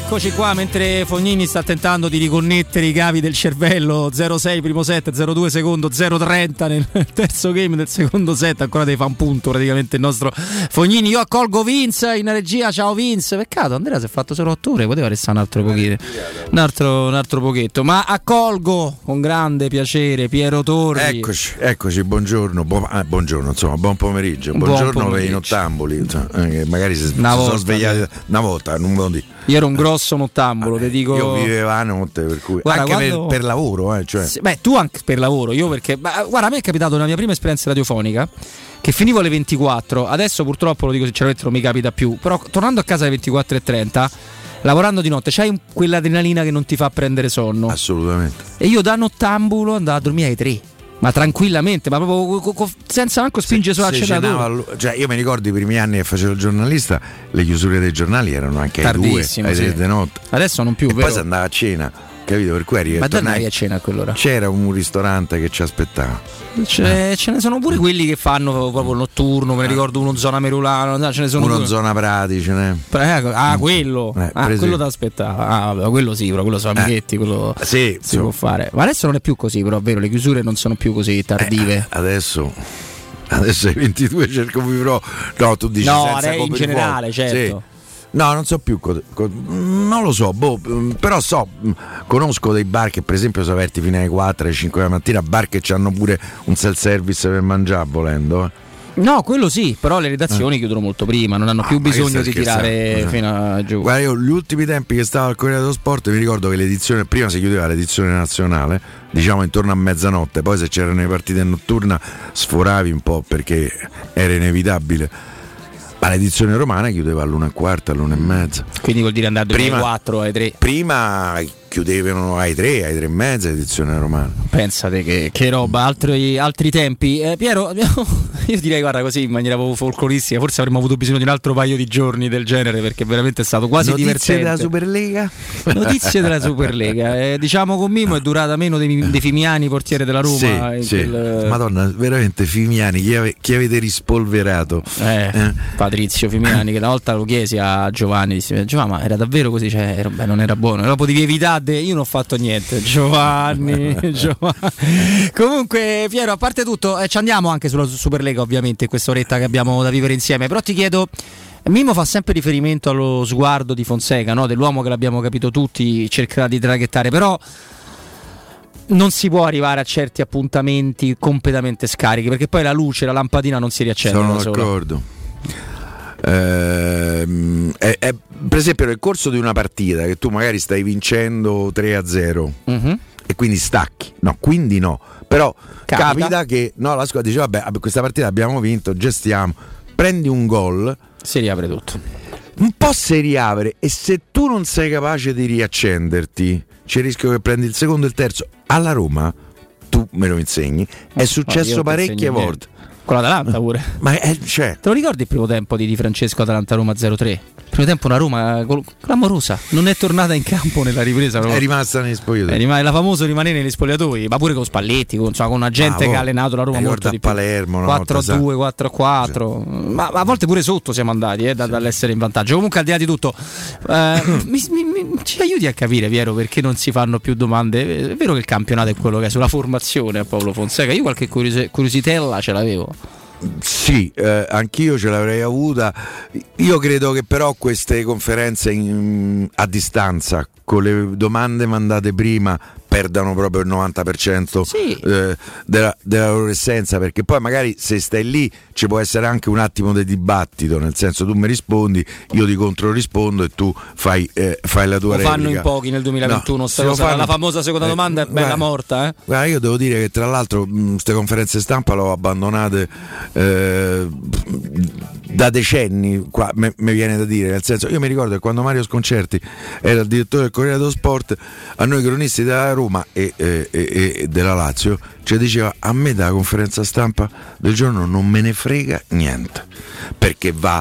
Speaker 1: eccoci qua mentre Fognini sta tentando di riconnettere i cavi del cervello. Zero sei primo set, zero due secondo, zero trenta nel terzo game del secondo set. Ancora deve fare un punto praticamente il nostro Fognini. Io accolgo Vince in regia. Ciao Vince. Peccato, Andrea si è fatto solo otto ore, poteva restare un altro pochetto. Un altro, un altro pochetto. Ma accolgo con grande piacere Piero Torri.
Speaker 5: Eccoci, eccoci, buongiorno. Bu- ah, buongiorno, insomma, buon pomeriggio. Buongiorno buon pomeriggio. Per i nottamboli, insomma, eh, magari si, si volta, sono svegliati una volta, non me lo dico.
Speaker 1: Io ero un grosso nottambolo, ah, ti dico.
Speaker 5: Io vivevo a notte, per cui guarda, anche quando... per, per lavoro, eh, cioè.
Speaker 1: Beh, tu anche per lavoro, io perché ma, guarda, a me è capitato nella mia prima esperienza radiofonica che finivo alle ventiquattro. Adesso purtroppo lo dico sinceramente non mi capita più, però tornando a casa alle ventiquattro e trenta, lavorando di notte, c'hai un, quell'adrenalina che non ti fa prendere sonno.
Speaker 5: Assolutamente.
Speaker 1: E io da nottambulo andavo a dormire alle tre. Ma tranquillamente, ma proprio co- co- senza manco spingere sull'acceleratore.
Speaker 5: Cioè, io mi ricordo i primi anni che facevo il giornalista, le chiusure dei giornali erano anche alle due, alle tre di notte.
Speaker 1: Adesso non più,
Speaker 5: e
Speaker 1: vero?
Speaker 5: Poi si andava a cena, capito? Per cui eri
Speaker 1: ma dove andavi a cena a quell'ora?
Speaker 5: C'era un ristorante che ci aspettava.
Speaker 1: C'è, eh. Ce ne sono pure quelli che fanno proprio notturno, me ne ricordo uno zona Merulano, ce ne sono
Speaker 5: uno
Speaker 1: due.
Speaker 5: Zona Prati, ce n'è.
Speaker 1: Ah, quello, eh, ah, quello ti aspettava. Ah, vabbè, quello sì, però quello sono amichetti, quello
Speaker 5: eh, sì,
Speaker 1: si sì. può fare. Ma adesso non è più così, però è vero, le chiusure non sono più così tardive.
Speaker 5: Eh, adesso adesso ai ventidue cerco però no, tu dici
Speaker 1: no,
Speaker 5: senza
Speaker 1: in generale, certo.
Speaker 5: Sì. No, non so più, co- co- non lo so, boh, però so, conosco dei bar che per esempio sono aperti fino alle quattro, alle cinque della mattina, bar che hanno pure un self-service per mangiare volendo.
Speaker 1: No, quello sì, però le redazioni eh. chiudono molto prima, non hanno più ah, bisogno di tirare eh. fino a giù.
Speaker 5: Guarda, io gli ultimi tempi che stavo al Corriere dello Sport mi ricordo che l'edizione, prima si chiudeva l'edizione nazionale, diciamo intorno a mezzanotte, poi se c'erano le partite notturna sforavi un po' perché era inevitabile. Ma l'edizione romana chiudeva all'una e quarta, all'una e mezza.
Speaker 1: Quindi vuol dire andare alle quattro, alle tre.
Speaker 5: Prima chiudevano ai tre, ai tre e mezza l'edizione romana.
Speaker 1: Pensate che, che roba, altri, altri tempi. Eh, Piero, io direi guarda così in maniera folcloristica, forse avremmo avuto bisogno di un altro paio di giorni del genere perché veramente è stato quasi
Speaker 5: Notizie
Speaker 1: divertente.
Speaker 5: Della Superlega?
Speaker 1: Notizie della Superlega. Eh, diciamo con Mimo è durata meno dei, dei Fimiani, portiere della Roma.
Speaker 5: Sì,
Speaker 1: in
Speaker 5: sì.
Speaker 1: Quel...
Speaker 5: Madonna, veramente Fimiani, chi, ave, chi avete rispolverato?
Speaker 1: Eh, eh. Patrizio Fimiani, che una volta lo chiesi a Giovanni, disse, Giovanni, ma era davvero così? Cioè, era, beh, non era buono, però potevi evitare, io non ho fatto niente. Giovanni, Giovanni. Comunque, Piero, a parte tutto, eh, ci andiamo anche sulla Superlega, ovviamente, in questa oretta che abbiamo da vivere insieme. Però ti chiedo. Mimo fa sempre riferimento allo sguardo di Fonseca, no? Dell'uomo che l'abbiamo capito tutti, cercherà di traghettare, però non si può arrivare a certi appuntamenti completamente scarichi, perché poi la luce, la lampadina non si riaccende.
Speaker 5: Sono
Speaker 1: da sola.
Speaker 5: d'accordo. Eh, è, è, per esempio nel corso di una partita che tu magari stai vincendo tre a zero uh-huh. e quindi stacchi, no, quindi no, però capita, capita che no, la squadra dice vabbè, questa partita abbiamo vinto, gestiamo, prendi un gol,
Speaker 1: si riapre tutto,
Speaker 5: un po' si riapre, e se tu non sei capace di riaccenderti c'è il rischio che prendi il secondo e il terzo. Alla Roma, tu me lo insegni, è successo parecchie volte.
Speaker 1: Con l'Atalanta pure.
Speaker 5: Ma è, cioè...
Speaker 1: Te lo ricordi il primo tempo di Di Francesco Atalanta-Roma zero tre? Il primo tempo una Roma clamorosa, non è tornata in campo nella ripresa.
Speaker 5: È rimasta negli spogliatoi.
Speaker 1: È rim- la famosa rimanere negli spogliatoi, ma pure con Spalletti, con, insomma, con una gente ah, che ha allenato la Roma molto di più.
Speaker 5: Palermo,
Speaker 1: quattro a due, quattro a quattro. Ma, ma a volte pure sotto siamo andati eh, da, dall'essere in vantaggio. Comunque al di là di tutto, eh, mi, mi, mi, ci aiuti a capire, Piero, perché non si fanno più domande. È vero che il campionato è quello che è, sulla formazione a Paolo Fonseca. Io qualche curios- curiositella ce l'avevo.
Speaker 5: Sì, eh, anch'io ce l'avrei avuta. Io credo che però queste conferenze in, a distanza, con le domande mandate prima, perdano proprio il novanta per cento sì. eh, della, della loro essenza, perché poi magari se stai lì ci può essere anche un attimo di dibattito, nel senso tu mi rispondi, io ti controrispondo e tu fai, eh, fai la tua
Speaker 1: lo
Speaker 5: replica.
Speaker 1: Fanno in pochi nel duemilaventuno, no, sta cosa, fanno... la famosa seconda eh, domanda è bella guarda, morta. Eh?
Speaker 5: Guarda, io devo dire che tra l'altro queste conferenze stampa l'ho abbandonate eh, da decenni, qua mi viene da dire, nel senso, io mi ricordo che quando Mario Sconcerti era il direttore del Corriere dello Sport, a noi cronisti della Roma e, e, e della Lazio ci diceva: a me dalla conferenza stampa del giorno non me ne frega niente, perché va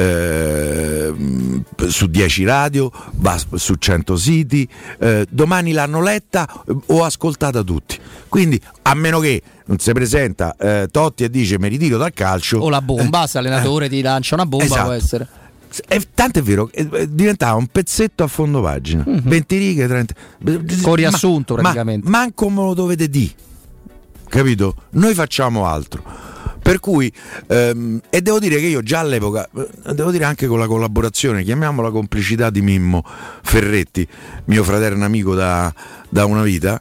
Speaker 5: eh, su dieci radio, va su cento siti, eh, domani l'hanno letta o ascoltata tutti, quindi a meno che non si presenta eh, Totti e dice mi ritiro dal calcio,
Speaker 1: o la bomba, eh, se l'allenatore eh, ti lancia una bomba, esatto. Può essere.
Speaker 5: è, tanto è vero, eh, diventava un pezzetto a fondo pagina, mm-hmm. venti righe, trenta
Speaker 1: con riassunto
Speaker 5: ma,
Speaker 1: praticamente.
Speaker 5: Ma, manco me lo dovete di, capito? Noi facciamo altro. Per cui, ehm, e devo dire che io già all'epoca, devo dire anche con la collaborazione, chiamiamola complicità di Mimmo Ferretti, mio fraterno amico da, da una vita,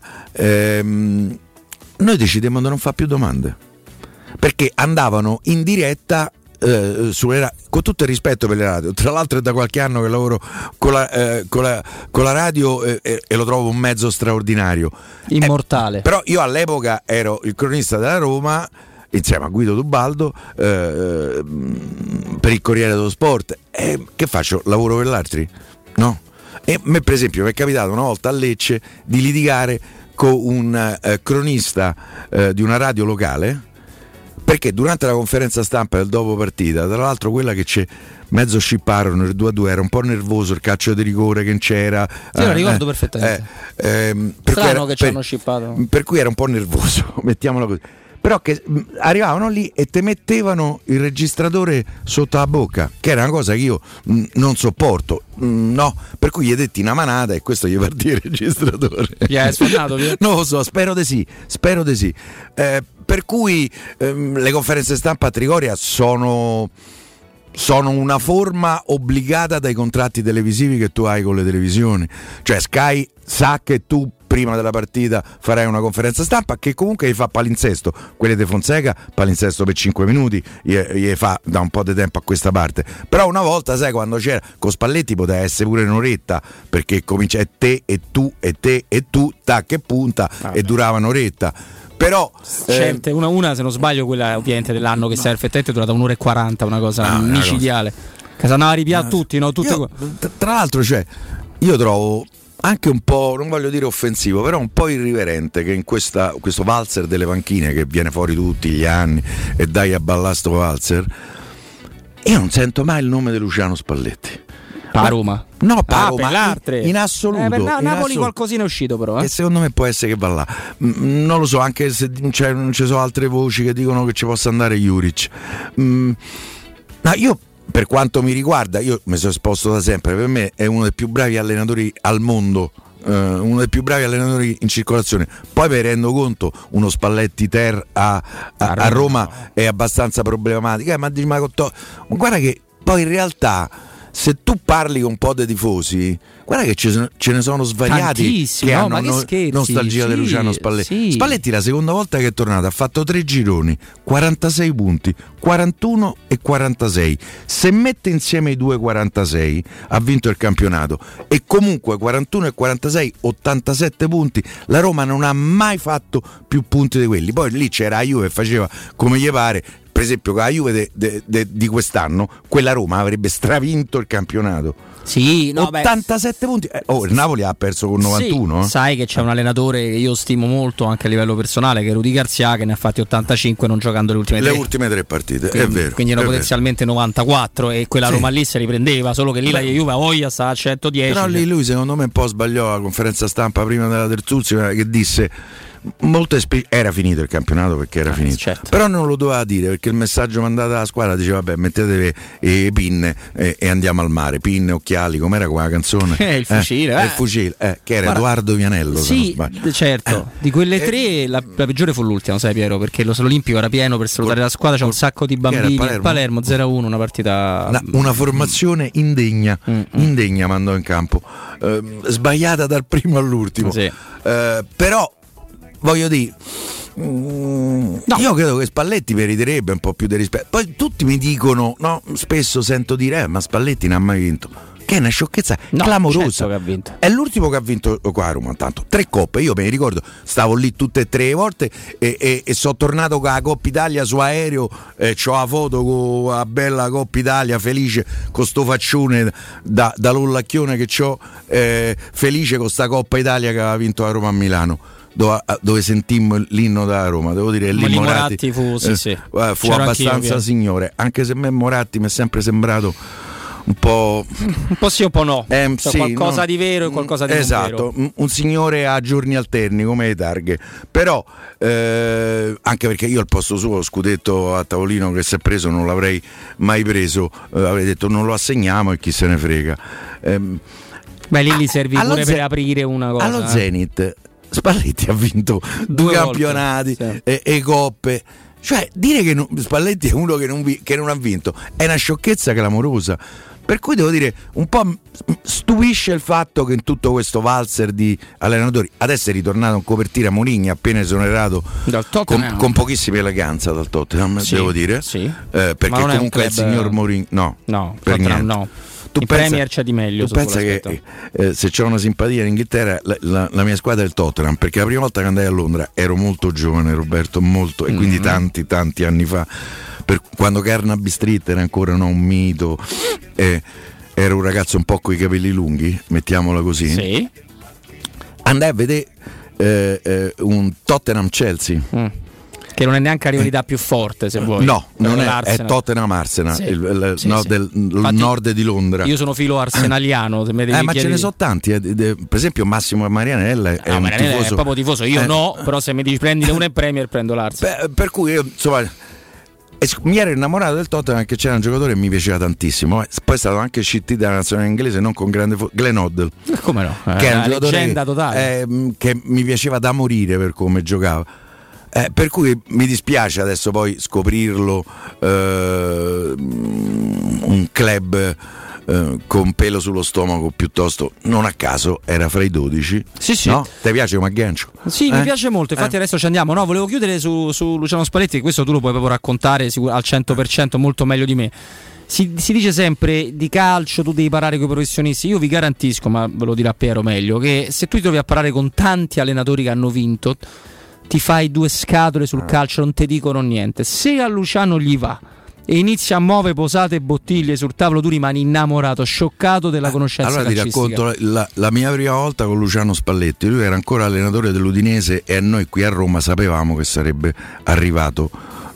Speaker 5: ehm, noi decidemmo di non fare più domande, perché andavano in diretta eh, sulle ra- con tutto il rispetto per le radio, tra l'altro è da qualche anno che lavoro con la, eh, con la, con la radio eh, eh, e lo trovo un mezzo straordinario,
Speaker 1: immortale.
Speaker 5: Eh, però io all'epoca ero il cronista della Roma insieme a Guido Dubaldo eh, per il Corriere dello Sport. Eh, che faccio? Lavoro per l'altri? No. E a me per esempio mi è capitato una volta a Lecce di litigare con un eh, cronista eh, di una radio locale, perché durante la conferenza stampa del dopo partita, tra l'altro quella che c'è mezzo scipparono il due a due, era un po' nervoso il calcio di rigore che c'era.
Speaker 1: Sì, eh, lo ricordo eh, perfettamente.
Speaker 5: Eh, ehm, per
Speaker 1: Strano
Speaker 5: era,
Speaker 1: che ci
Speaker 5: per,
Speaker 1: hanno scippato.
Speaker 5: Per cui era un po' nervoso, mettiamolo così. Però che mh, arrivavano lì e te mettevano il registratore sotto la bocca, che era una cosa che io mh, non sopporto, mh, no, per cui gli detti una manata e questo gli partì il registratore.
Speaker 1: Gli hai sfondato?
Speaker 5: Non lo so, spero di sì, spero di sì. Eh, per cui ehm, le conferenze stampa a Trigoria sono sono una forma obbligata dai contratti televisivi che tu hai con le televisioni, cioè Sky sa che tu prima della partita farai una conferenza stampa che comunque gli fa palinsesto, quelle di Fonseca palinsesto per cinque minuti gli, gli fa da un po' di tempo a questa parte, però una volta sai quando c'era con Spalletti poteva essere pure un'oretta, perché comincia e te e tu e te e tu tac e punta ah, e durava un'oretta. Però
Speaker 1: Certe, eh, una, una se non sbaglio quella ovviamente dell'anno che no. serve effettivamente è durata un'ora e quaranta, una cosa ah, micidiale cosa. Che si andava a ripiare tutti, no? Tutte
Speaker 5: io, tra l'altro cioè io trovo anche un po', non voglio dire offensivo, però un po' irriverente che in questa, questo valzer delle panchine che viene fuori tutti gli anni e dai a ballare sto valzer, io non sento mai il nome di Luciano Spalletti.
Speaker 1: A Roma?
Speaker 5: No, pa
Speaker 1: ah,
Speaker 5: Roma,
Speaker 1: per l'altre.
Speaker 5: In, in assoluto.
Speaker 1: Eh, per na-
Speaker 5: in
Speaker 1: Napoli
Speaker 5: assoluto.
Speaker 1: Qualcosina è uscito però. Eh?
Speaker 5: E secondo me può essere che va là. Mm, non lo so, anche se cioè, non ci sono altre voci che dicono che ci possa andare Juric. Mm, no, io per quanto mi riguarda, io mi sono esposto da sempre, per me è uno dei più bravi allenatori al mondo. Uh, uno dei più bravi allenatori in circolazione. Poi mi rendo conto uno Spalletti Ter a, a, a Roma è abbastanza problematica, eh, ma, ma, ma guarda che poi in realtà se tu parli con un po' dei tifosi, guarda che ce, ce ne sono svariati
Speaker 1: tantissimo,
Speaker 5: che
Speaker 1: no,
Speaker 5: hanno
Speaker 1: ma che
Speaker 5: no,
Speaker 1: scherzi,
Speaker 5: nostalgia
Speaker 1: sì,
Speaker 5: di Luciano Spalletti.
Speaker 1: sì.
Speaker 5: Spalletti la seconda volta che è tornato ha fatto tre gironi, quarantasei punti, quarantuno e quarantasei. Se mette insieme i due quarantasei ha vinto il campionato, e comunque quarantuno e quarantasei, ottantasette punti. La Roma non ha mai fatto più punti di quelli. Poi lì c'era la Juve che faceva come gli pare. Per esempio con la Juve de, de, de, di quest'anno quella Roma avrebbe stravinto il campionato.
Speaker 1: Sì, no,
Speaker 5: ottantasette
Speaker 1: beh,
Speaker 5: punti. Eh, oh, il Napoli ha perso con novantuno.
Speaker 1: Sì,
Speaker 5: eh?
Speaker 1: sai che c'è un allenatore che io stimo molto anche a livello personale, che è Rudy Garcia, che ne ha fatti ottantacinque non giocando le ultime
Speaker 5: le
Speaker 1: tre.
Speaker 5: ultime tre partite,
Speaker 1: quindi,
Speaker 5: è vero.
Speaker 1: Quindi erano potenzialmente vero. novantaquattro, e quella sì. Roma lì si riprendeva, solo che lì Beh, la Juve Oia sta a centodieci.
Speaker 5: Però lì lui secondo me un po' sbagliò la conferenza stampa prima della Terzuzzi, che disse molto espe- era finito il campionato, perché era ah, finito,
Speaker 1: certo.
Speaker 5: Però non lo doveva dire, perché il messaggio mandato alla squadra diceva vabbè mettetevi le pinne e, e andiamo al mare, pinne, occhiali, com'era quella canzone?
Speaker 1: Eh, il fucile,
Speaker 5: eh,
Speaker 1: eh.
Speaker 5: il fucile eh, che era
Speaker 1: Guarda,
Speaker 5: Edoardo Vianello,
Speaker 1: sì, certo, di quelle tre la, la peggiore fu l'ultima, sai Piero, perché lo Olimpico era pieno per salutare la squadra, c'è un sacco di bambini,
Speaker 5: Palermo,
Speaker 1: Palermo zero a uno, una partita
Speaker 5: una, una formazione indegna,
Speaker 1: mm-hmm.
Speaker 5: indegna mandò in campo, eh, sbagliata dal primo all'ultimo,
Speaker 1: sì.
Speaker 5: eh, però voglio dire, mm, no. io credo che Spalletti meriterebbe un po' più di rispetto. Poi tutti mi dicono, no, spesso sento dire, eh, ma Spalletti non ha mai vinto. Che è una sciocchezza
Speaker 1: no,
Speaker 5: clamorosa.
Speaker 1: Certo che ha vinto.
Speaker 5: È l'ultimo che ha vinto qua a Roma, tanto tre coppe. Io me ne ricordo, stavo lì tutte e tre volte e, e, e sono tornato con la Coppa Italia su aereo. Eh, c'ho la foto con la bella Coppa Italia, felice con sto faccione da, da Lollacchione che c'ho, eh, felice con sta Coppa Italia che aveva vinto a Roma a Milano. Dove, dove sentimmo l'inno da Roma, devo dire lì Moratti,
Speaker 1: Moratti fu, sì, sì.
Speaker 5: Eh, fu abbastanza signore, anche se a me Moratti mi è sempre sembrato un po'...
Speaker 1: Un po' sì, un po' no.
Speaker 5: Eh,
Speaker 1: cioè,
Speaker 5: sì,
Speaker 1: qualcosa
Speaker 5: no,
Speaker 1: di vero e qualcosa di
Speaker 5: esatto,
Speaker 1: non vero.
Speaker 5: un signore a giorni alterni come le targhe. Però, eh, anche perché io al posto suo, lo scudetto a tavolino che si è preso, non l'avrei mai preso. Eh, avrei detto non lo assegniamo e chi se ne frega. Eh,
Speaker 1: Beh, lì gli servi
Speaker 5: allo
Speaker 1: pure
Speaker 5: Ze-
Speaker 1: per aprire una cosa.
Speaker 5: Allo
Speaker 1: eh.
Speaker 5: Zenit Spalletti ha vinto due,
Speaker 1: Due
Speaker 5: campionati
Speaker 1: volte,
Speaker 5: e, e coppe. Cioè, dire che non, Spalletti è uno che non, vi, che non ha vinto è una sciocchezza clamorosa. Per cui devo dire, un po' stupisce il fatto che in tutto questo valzer di allenatori, adesso è ritornato in copertina Mourinho appena esonerato con, con pochissima eleganza dal Tottenham,
Speaker 1: Sì,
Speaker 5: devo dire,
Speaker 1: sì.
Speaker 5: eh, perché
Speaker 1: Ma non è un
Speaker 5: comunque il
Speaker 1: club-
Speaker 5: signor Mourinho no,
Speaker 1: No,
Speaker 5: per
Speaker 1: Tottenham
Speaker 5: niente.
Speaker 1: no.
Speaker 5: Tu
Speaker 1: In
Speaker 5: pensa-
Speaker 1: Premier c'è di meglio.
Speaker 5: Tu
Speaker 1: su
Speaker 5: pensa che
Speaker 1: quell'aspetto.
Speaker 5: eh, se c'è una simpatia in Inghilterra, la, la, la mia squadra è il Tottenham, perché la prima volta che andai a Londra ero molto giovane, Roberto, molto, e quindi
Speaker 1: Mm-hmm.
Speaker 5: tanti tanti anni fa, per quando Carnaby Street era ancora no, un mito, eh, ero un ragazzo un po' coi capelli lunghi, mettiamola così.
Speaker 1: Sì.
Speaker 5: Andai a vedere eh, eh, un Tottenham-Chelsea.
Speaker 1: Mm. Che non è neanche la rivalità più forte, se vuoi.
Speaker 5: No, non è, è
Speaker 1: L'Arsenal.
Speaker 5: Tottenham-Arsenal,
Speaker 1: Sì.
Speaker 5: il, il,
Speaker 1: Sì,
Speaker 5: no,
Speaker 1: sì.
Speaker 5: del il
Speaker 1: Infatti,
Speaker 5: nord di Londra.
Speaker 1: Io sono filo arsenaliano. Se mi devi
Speaker 5: Eh, ma ce
Speaker 1: chiedere-
Speaker 5: ne so tanti, eh, de- de- per esempio Massimo Marianella è
Speaker 1: No,
Speaker 5: un
Speaker 1: ma Marianella
Speaker 5: tifoso.
Speaker 1: è proprio tifoso, io
Speaker 5: Eh,
Speaker 1: no, però se mi dici prendi una in Premier prendo l'Arsenal.
Speaker 5: per, per cui io insomma es- mi ero innamorato del Tottenham perché c'era un giocatore che mi piaceva tantissimo. Eh, Poi è stato anche C T della nazionale inglese, non con grande fo- Glenn Hoddle,
Speaker 1: Come no?
Speaker 5: che era un
Speaker 1: una
Speaker 5: giocatore
Speaker 1: leggenda totale.
Speaker 5: eh, che mi piaceva da morire per come giocava. Eh, per cui mi dispiace adesso poi scoprirlo eh, un club eh, con pelo sullo stomaco, piuttosto non a caso era fra i dodici.
Speaker 1: Sì, sì.
Speaker 5: No? Ti piace come aggancio?
Speaker 1: Sì,
Speaker 5: Eh?
Speaker 1: mi piace molto, infatti
Speaker 5: Eh.
Speaker 1: adesso ci andiamo. No, volevo chiudere su, su Luciano Spalletti, che questo tu lo puoi proprio raccontare sicur- al cento per cento molto meglio di me. Si, si dice sempre di calcio tu devi parlare con i professionisti. Io vi garantisco, ma ve lo dirà Piero meglio, che se tu ti trovi a parlare con tanti allenatori che hanno vinto, ti fai due scatole sul calcio, non ti dicono niente. Se a Luciano gli va e inizia a muovere posate e bottiglie sul tavolo, tu rimani innamorato, scioccato della conoscenza
Speaker 5: Allora ti
Speaker 1: calcistica.
Speaker 5: racconto la, la mia prima volta con Luciano Spalletti. Lui era ancora allenatore dell'Udinese e noi qui a Roma sapevamo che sarebbe arrivato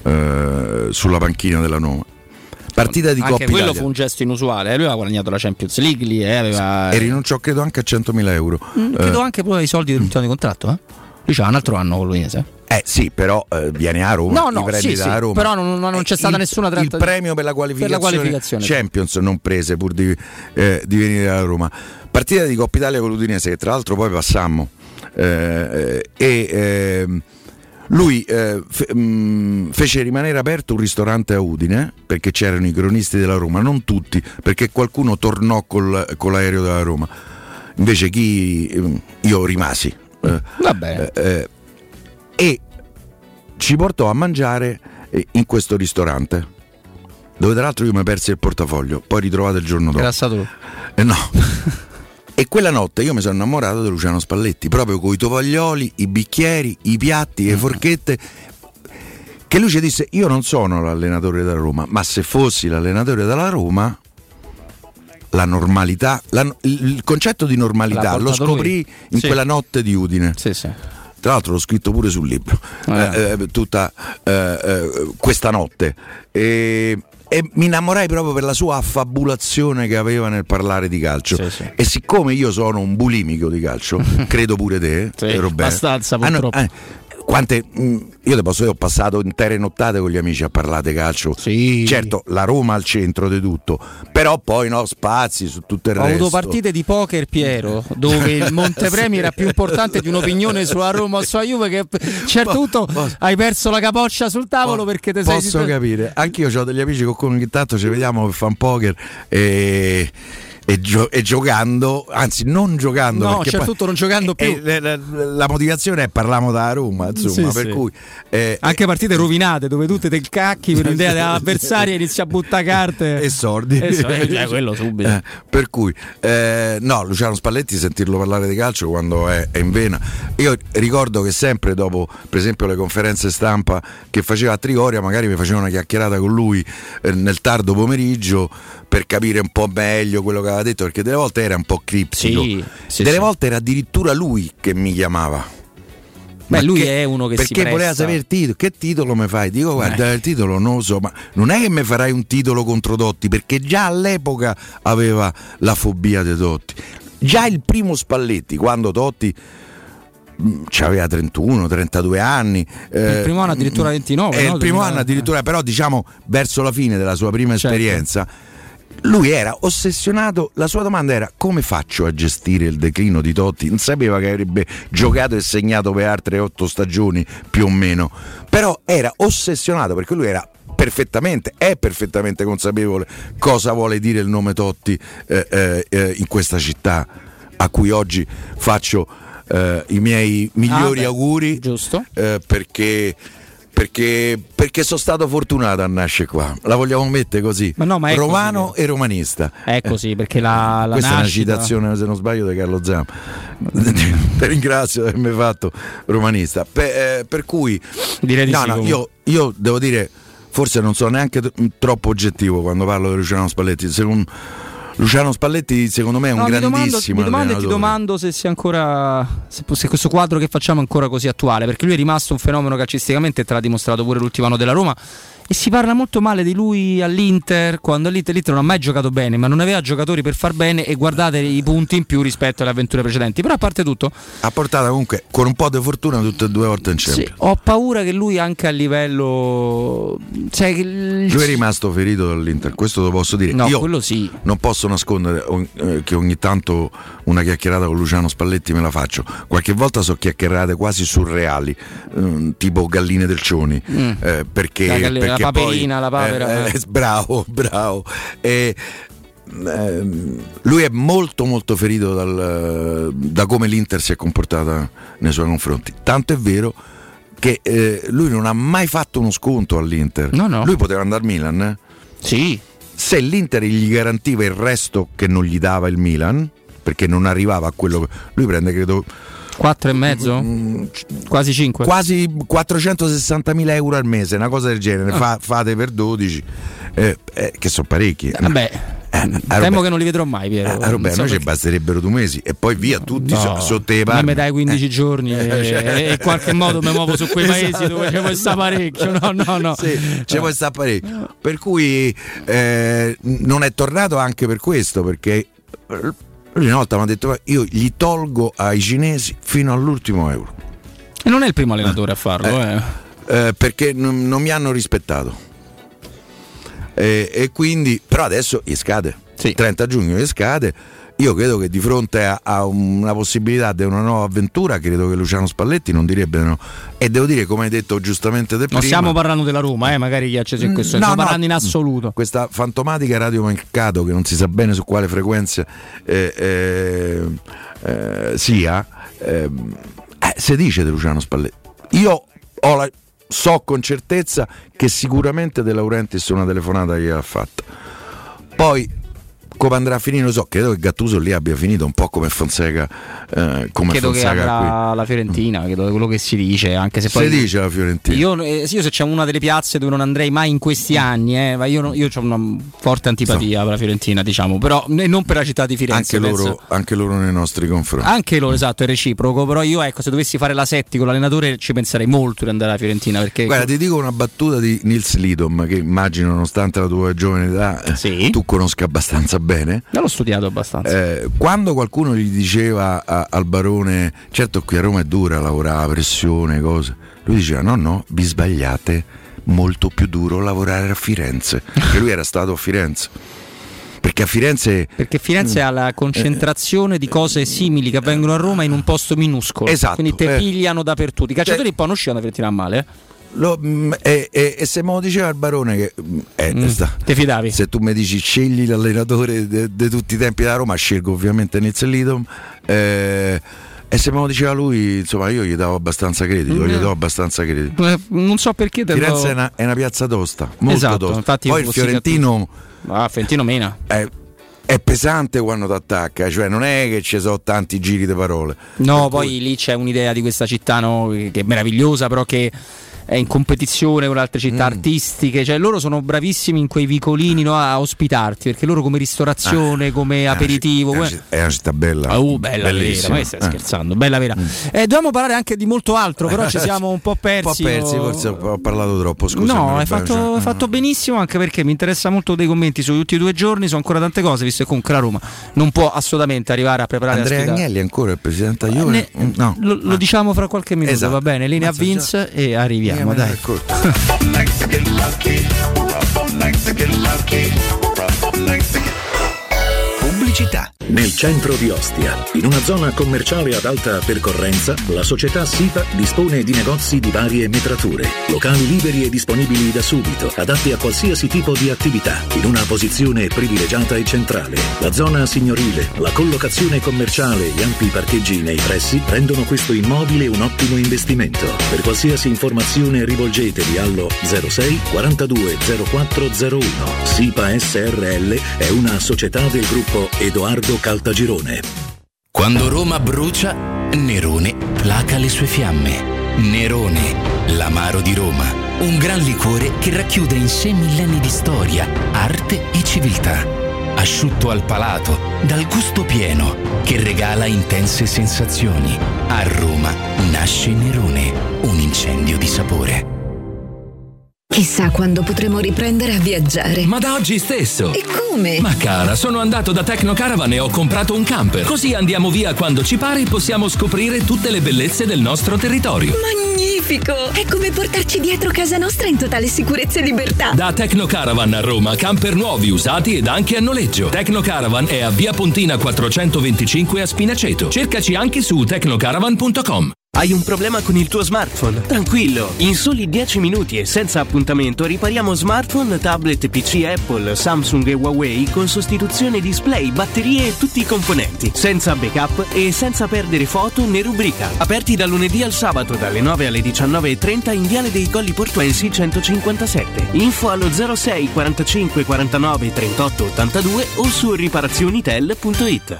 Speaker 5: eh, sulla panchina della Roma. Partita di
Speaker 1: Anche
Speaker 5: Coppa
Speaker 1: quello
Speaker 5: Italia.
Speaker 1: fu un gesto inusuale, eh. Lui aveva guadagnato la Champions League lì, eh, aveva...
Speaker 5: E rinunciò credo anche a centomila euro.
Speaker 1: Mm, credo
Speaker 5: Eh,
Speaker 1: anche poi ai soldi dell'ultimo di contratto, eh? Lui c'ha un altro anno con l'Udinese.
Speaker 5: Eh sì, però eh, viene a Roma,
Speaker 1: No,
Speaker 5: ti
Speaker 1: no,
Speaker 5: prendi
Speaker 1: sì,
Speaker 5: da
Speaker 1: sì,
Speaker 5: Roma.
Speaker 1: però non, non c'è stata
Speaker 5: il,
Speaker 1: nessuna
Speaker 5: il
Speaker 1: tratta-
Speaker 5: premio per la qualificazione,
Speaker 1: per la qualificazione, sì.
Speaker 5: Champions non prese pur di, eh, di venire da Roma. Partita di Coppa Italia con l'Udinese che tra l'altro poi passammo eh, e eh, lui eh, fe, mh, fece rimanere aperto un ristorante a Udine perché c'erano i cronisti della Roma, non tutti, perché qualcuno tornò col, con l'aereo della Roma, invece chi io rimasi eh,
Speaker 1: Vabbè.
Speaker 5: eh, e ci portò a mangiare eh, in questo ristorante dove tra l'altro io mi persi il portafoglio, poi ritrovato il giorno dopo.
Speaker 1: Era stato tu.
Speaker 5: Eh, no. E quella notte io mi sono innamorato di Luciano Spalletti, proprio con i tovaglioli, i bicchieri, i piatti, le forchette, che lui ci disse: io non sono l'allenatore della Roma, ma se fossi l'allenatore della Roma la normalità, la, il concetto di normalità
Speaker 1: L'ha
Speaker 5: lo
Speaker 1: portato
Speaker 5: scoprì
Speaker 1: lui.
Speaker 5: in
Speaker 1: Sì.
Speaker 5: quella notte di Udine.
Speaker 1: Sì, sì.
Speaker 5: Tra l'altro l'ho scritto pure sul libro,
Speaker 1: Eh.
Speaker 5: eh, tutta eh, eh, questa notte. E, e mi innamorai proprio per la sua affabulazione che aveva nel parlare di calcio.
Speaker 1: Sì, sì.
Speaker 5: E siccome io sono un bulimico di calcio, credo pure te,
Speaker 1: Sì,
Speaker 5: eh, Roberto.
Speaker 1: abbastanza,
Speaker 5: Ah, no,
Speaker 1: purtroppo.
Speaker 5: eh, quante, mh, io te posso dire, ho passato intere nottate con gli amici a parlare di calcio.
Speaker 1: Sì.
Speaker 5: Certo, la Roma al centro di tutto, però poi no, spazi su tutto il
Speaker 1: Ho
Speaker 5: resto.
Speaker 1: avuto partite di poker, Piero, dove il Montepremi era più importante di un'opinione sulla Roma o sulla Juve, che a un certo punto hai perso la capoccia sul tavolo perché te sei...
Speaker 5: Posso capire, anch'io ho degli amici con cui ogni tanto ci vediamo per fare un poker e, e, gio- e giocando, anzi non giocando,
Speaker 1: No,
Speaker 5: perché
Speaker 1: certo,
Speaker 5: poi-
Speaker 1: tutto non giocando più.
Speaker 5: e- e- la, la motivazione è parliamo da Roma, insomma,
Speaker 1: Sì,
Speaker 5: per
Speaker 1: sì.
Speaker 5: cui eh,
Speaker 1: Anche partite rovinate dove tu te te cacchi per un'idea dell'avversario e inizi a buttare carte
Speaker 5: e sordi,
Speaker 1: e so- eh, cioè, quello subito.
Speaker 5: Eh, per cui eh, no, Luciano Spalletti, sentirlo parlare di calcio quando è, è in vena. Io ricordo che sempre dopo, per esempio, le conferenze stampa che faceva a Trigoria, magari mi facevo una chiacchierata con lui eh, nel tardo pomeriggio per capire un po' meglio quello che aveva detto, perché delle volte era un po' criptico,
Speaker 1: Sì, sì,
Speaker 5: delle
Speaker 1: sì.
Speaker 5: volte era addirittura lui che mi chiamava.
Speaker 1: Beh,
Speaker 5: ma
Speaker 1: lui
Speaker 5: che,
Speaker 1: è uno che
Speaker 5: perché
Speaker 1: si presta.
Speaker 5: voleva sapere il titolo. Che titolo mi fai? Dico guarda,
Speaker 1: Eh.
Speaker 5: il titolo non lo so, ma non è che mi farai un titolo contro Totti, perché già all'epoca aveva la fobia dei Totti. Già il primo Spalletti, quando Totti aveva trentuno trentadue anni,
Speaker 1: il primo anno addirittura ventinove,
Speaker 5: eh,
Speaker 1: no?
Speaker 5: il primo
Speaker 1: duemila
Speaker 5: anno addirittura, però diciamo verso la fine della sua prima
Speaker 1: Certo.
Speaker 5: esperienza lui era ossessionato. La sua domanda era: come faccio a gestire il declino di Totti? Non sapeva che avrebbe giocato e segnato per altre otto stagioni più o meno, però era ossessionato perché lui era perfettamente, è perfettamente consapevole cosa vuole dire il nome Totti eh, eh, eh, in questa città a cui oggi faccio eh, i miei migliori
Speaker 1: Ah, beh,
Speaker 5: auguri,
Speaker 1: giusto.
Speaker 5: eh, perché Perché, perché sono stato fortunato a nascere qua. La vogliamo mettere così?
Speaker 1: Ma no, ma è
Speaker 5: romano
Speaker 1: così.
Speaker 5: e romanista.
Speaker 1: È così, perché la, la
Speaker 5: Questa
Speaker 1: nascita...
Speaker 5: è una citazione, se non sbaglio, di Carlo Zampa. Ti ringrazio di avermi fatto romanista. Per, eh, per cui
Speaker 1: Direi di
Speaker 5: no,
Speaker 1: sì,
Speaker 5: no, io, io devo dire, forse non sono neanche t- troppo oggettivo quando parlo di Luciano Spalletti. Se un, Luciano Spalletti secondo me è un
Speaker 1: No, mi domando,
Speaker 5: grandissimo
Speaker 1: mi domando e ti
Speaker 5: allenatore.
Speaker 1: domando se sia ancora se, se questo quadro che facciamo è ancora così attuale, perché lui è rimasto un fenomeno calcisticamente, te l'ha dimostrato pure l'ultimo anno della Roma, e si parla molto male di lui all'Inter, quando all'Inter l'Inter non ha mai giocato bene, ma non aveva giocatori per far bene, e guardate i punti in più rispetto alle avventure precedenti. Però a parte tutto
Speaker 5: ha portato comunque con un po' di fortuna tutte e due volte in
Speaker 1: sì,
Speaker 5: Champions.
Speaker 1: ho paura che lui anche a livello, cioè, che il-
Speaker 5: Lui è rimasto ferito dall'Inter, questo lo posso dire.
Speaker 1: No,
Speaker 5: Io
Speaker 1: quello sì.
Speaker 5: non posso nascondere eh, che ogni tanto una chiacchierata con Luciano Spalletti me la faccio. Qualche volta so chiacchierate quasi surreali, eh, tipo galline del Cioni,
Speaker 1: Mm.
Speaker 5: eh, perché,
Speaker 1: La galle- la
Speaker 5: perché
Speaker 1: paperina,
Speaker 5: poi,
Speaker 1: la papera.
Speaker 5: eh, eh, bravo, bravo. E, ehm, lui è molto molto ferito dal, da come l'Inter si è comportata nei suoi confronti. Tanto è vero che eh, lui non ha mai fatto uno sconto all'Inter.
Speaker 1: No, no.
Speaker 5: Lui poteva andare al Milan, eh?
Speaker 1: Sì.
Speaker 5: Se l'Inter gli garantiva il resto che non gli dava il Milan, perché non arrivava a quello che lui prende, credo
Speaker 1: quattro e mezzo? Quasi cinque.
Speaker 5: quasi quattrocentosessantamila euro al mese, una cosa del genere.
Speaker 1: Ah.
Speaker 5: Fa- fate per dodici, eh, eh, che sono parecchi.
Speaker 1: Vabbè,
Speaker 5: Eh,
Speaker 1: temo che non li vedrò mai, Piero.
Speaker 5: a Robè,
Speaker 1: Non so
Speaker 5: noi ci
Speaker 1: perché.
Speaker 5: basterebbero due mesi e poi via tutti
Speaker 1: No,
Speaker 5: so- sotto i
Speaker 1: a me
Speaker 5: palmi.
Speaker 1: mi dai quindici giorni e,
Speaker 5: cioè-
Speaker 1: e in qualche modo mi muovo su quei paesi
Speaker 5: Esatto.
Speaker 1: dove c'è questa parecchio. No, no, no.
Speaker 5: Sì, ci può stare parecchio. Per cui eh, non è tornato anche per questo, perché lui una volta mi ha detto: io gli tolgo ai cinesi fino all'ultimo euro.
Speaker 1: E non è il primo allenatore a farlo, eh.
Speaker 5: Eh, perché non, non mi hanno rispettato. E, e quindi, però adesso gli scade, trenta giugno gli scade. Io credo che di fronte a, a una possibilità di una nuova avventura, credo che Luciano Spalletti non direbbe no. E devo dire, come hai detto giustamente te prima,
Speaker 1: Non stiamo parlando della Roma, eh, magari chi ha acceso in questo,
Speaker 5: No,
Speaker 1: stiamo
Speaker 5: no.
Speaker 1: parlando in assoluto.
Speaker 5: Questa fantomatica radiomercato che non si sa bene su quale frequenza eh, eh, eh, sia, eh, eh, si dice di Luciano Spalletti. Io ho la, so con certezza che sicuramente De Laurentiis una telefonata gliel'ha fatta. Poi come andrà a finire lo so, credo che Gattuso lì abbia finito un po' come Fonseca, eh, come
Speaker 1: Credo che
Speaker 5: Fonseca
Speaker 1: avrà la Fiorentina, credo quello che si dice, anche se
Speaker 5: qui.
Speaker 1: poi
Speaker 5: Si dice la Fiorentina.
Speaker 1: Io, eh, sì, io se c'è una delle piazze dove non andrei mai in questi anni, eh, ma io, no- io ho una forte antipatia per la Fiorentina, diciamo, però e non per la città di Firenze.
Speaker 5: anche,
Speaker 1: penso.
Speaker 5: loro, anche loro nei nostri confronti.
Speaker 1: Anche loro, esatto, è reciproco, però io ecco, se dovessi fare la setti con l'allenatore ci penserei molto di andare alla Fiorentina, perché
Speaker 5: Guarda, ti dico una battuta di Nils Lidom che immagino, nonostante la tua giovane età, eh, tu conosca abbastanza bene.
Speaker 1: io l'ho studiato abbastanza.
Speaker 5: Eh, quando qualcuno gli diceva a- al barone, certo qui a Roma è dura lavorare, pressione, cose, lui diceva no no, vi sbagliate, molto più duro lavorare a Firenze, perché lui era stato a Firenze. Perché a Firenze
Speaker 1: Perché Firenze ha la concentrazione di cose simili che avvengono a Roma in un posto minuscolo.
Speaker 5: Esatto,
Speaker 1: Quindi te
Speaker 5: eh.
Speaker 1: pigliano dappertutto. I calciatori poi non uscivano a Fiorentina a male. eh.
Speaker 5: Lo- mh, e, e- e se me lo diceva il barone che mh, eh,
Speaker 1: Mm,
Speaker 5: sta-
Speaker 1: ti fidavi?
Speaker 5: se tu mi dici scegli l'allenatore di tutti i tempi da Roma, scelgo ovviamente Nils Lidom, eh, e se me lo diceva lui, insomma, io gli davo abbastanza credito,
Speaker 1: Mm.
Speaker 5: gli do abbastanza credito.
Speaker 1: Eh, Non so perché tendo-
Speaker 5: Firenze è una, è una piazza tosta, molto
Speaker 1: Esatto,
Speaker 5: tosta.
Speaker 1: infatti
Speaker 5: Poi il
Speaker 1: fossi
Speaker 5: Fiorentino
Speaker 1: Ah, Fiorentino mena.
Speaker 5: è, è pesante quando ti attacca, cioè non è che ci sono tanti giri di parole.
Speaker 1: No, poi lì c'è un'idea di questa città, no, che è meravigliosa, però che è in competizione con altre città mm. artistiche, cioè loro sono bravissimi in quei vicolini, no, a ospitarti, perché loro come ristorazione, ah, come aperitivo,
Speaker 5: è una città, è una città bella,
Speaker 1: ah, uh, bella vera, ma che stai eh. scherzando, bella vera. Mm. Eh, dobbiamo parlare anche di molto altro, però ci siamo un po' persi.
Speaker 5: Un po' persi, forse ho parlato troppo, scusa.
Speaker 1: No, hai fatto, hai fatto benissimo, anche perché mi interessa molto dei commenti sugli ultimi due giorni, sono ancora tante cose, visto che comunque la Roma non può assolutamente arrivare a preparare
Speaker 5: Andrea
Speaker 1: la
Speaker 5: Agnelli ancora il presidente a Juve.
Speaker 1: Ne, no. Lo, lo ah. diciamo fra qualche minuto, esatto. Va bene, linea
Speaker 5: Mazza
Speaker 1: Vince già. E arriviamo, dai.
Speaker 10: Pubblicità. Nel centro di Ostia, in una zona commerciale ad alta percorrenza, la società SIPA dispone di negozi di varie metrature, locali liberi e disponibili da subito, adatti a qualsiasi tipo di attività, in una posizione privilegiata e centrale. La zona signorile, la collocazione commerciale e gli ampi parcheggi nei pressi rendono questo immobile un ottimo investimento. Per qualsiasi informazione rivolgetevi allo zero sei quarantadue zero quattro zero uno. SIPA S R L è una società del gruppo Edoardo Caltagirone.
Speaker 14: Quando Roma brucia, Nerone placa le sue fiamme. Nerone, l'amaro di Roma, un gran liquore che racchiude in sé millenni di storia, arte e civiltà. Asciutto al palato, dal gusto pieno, che regala intense sensazioni. A Roma nasce Nerone, un incendio di sapore.
Speaker 15: Chissà quando potremo riprendere a viaggiare.
Speaker 14: Ma da oggi stesso!
Speaker 15: E come?
Speaker 14: Ma cara, sono andato da Tecnocaravan e ho comprato un camper. Così andiamo via quando ci pare e possiamo scoprire tutte le bellezze del nostro territorio.
Speaker 15: Magnifico! È come portarci dietro casa nostra in totale sicurezza e libertà.
Speaker 14: Da Tecnocaravan a Roma, camper nuovi, usati ed anche a noleggio. Tecnocaravan è a Via Pontina quattrocentoventicinque a Spinaceto. Cercaci anche su tecnocaravan punto com.
Speaker 20: Hai un problema con il tuo smartphone? Tranquillo! In soli dieci minuti e senza appuntamento ripariamo smartphone, tablet, P C Apple, Samsung e Huawei con sostituzione display, batterie e tutti i componenti, senza backup e senza perdere foto né rubrica. Aperti dal lunedì al sabato dalle nove alle diciannove e trenta in Viale dei Colli Portuensi centocinquantasette. Info allo zero sei quarantacinque quarantanove trentotto ottantadue o su riparazionitel punto it.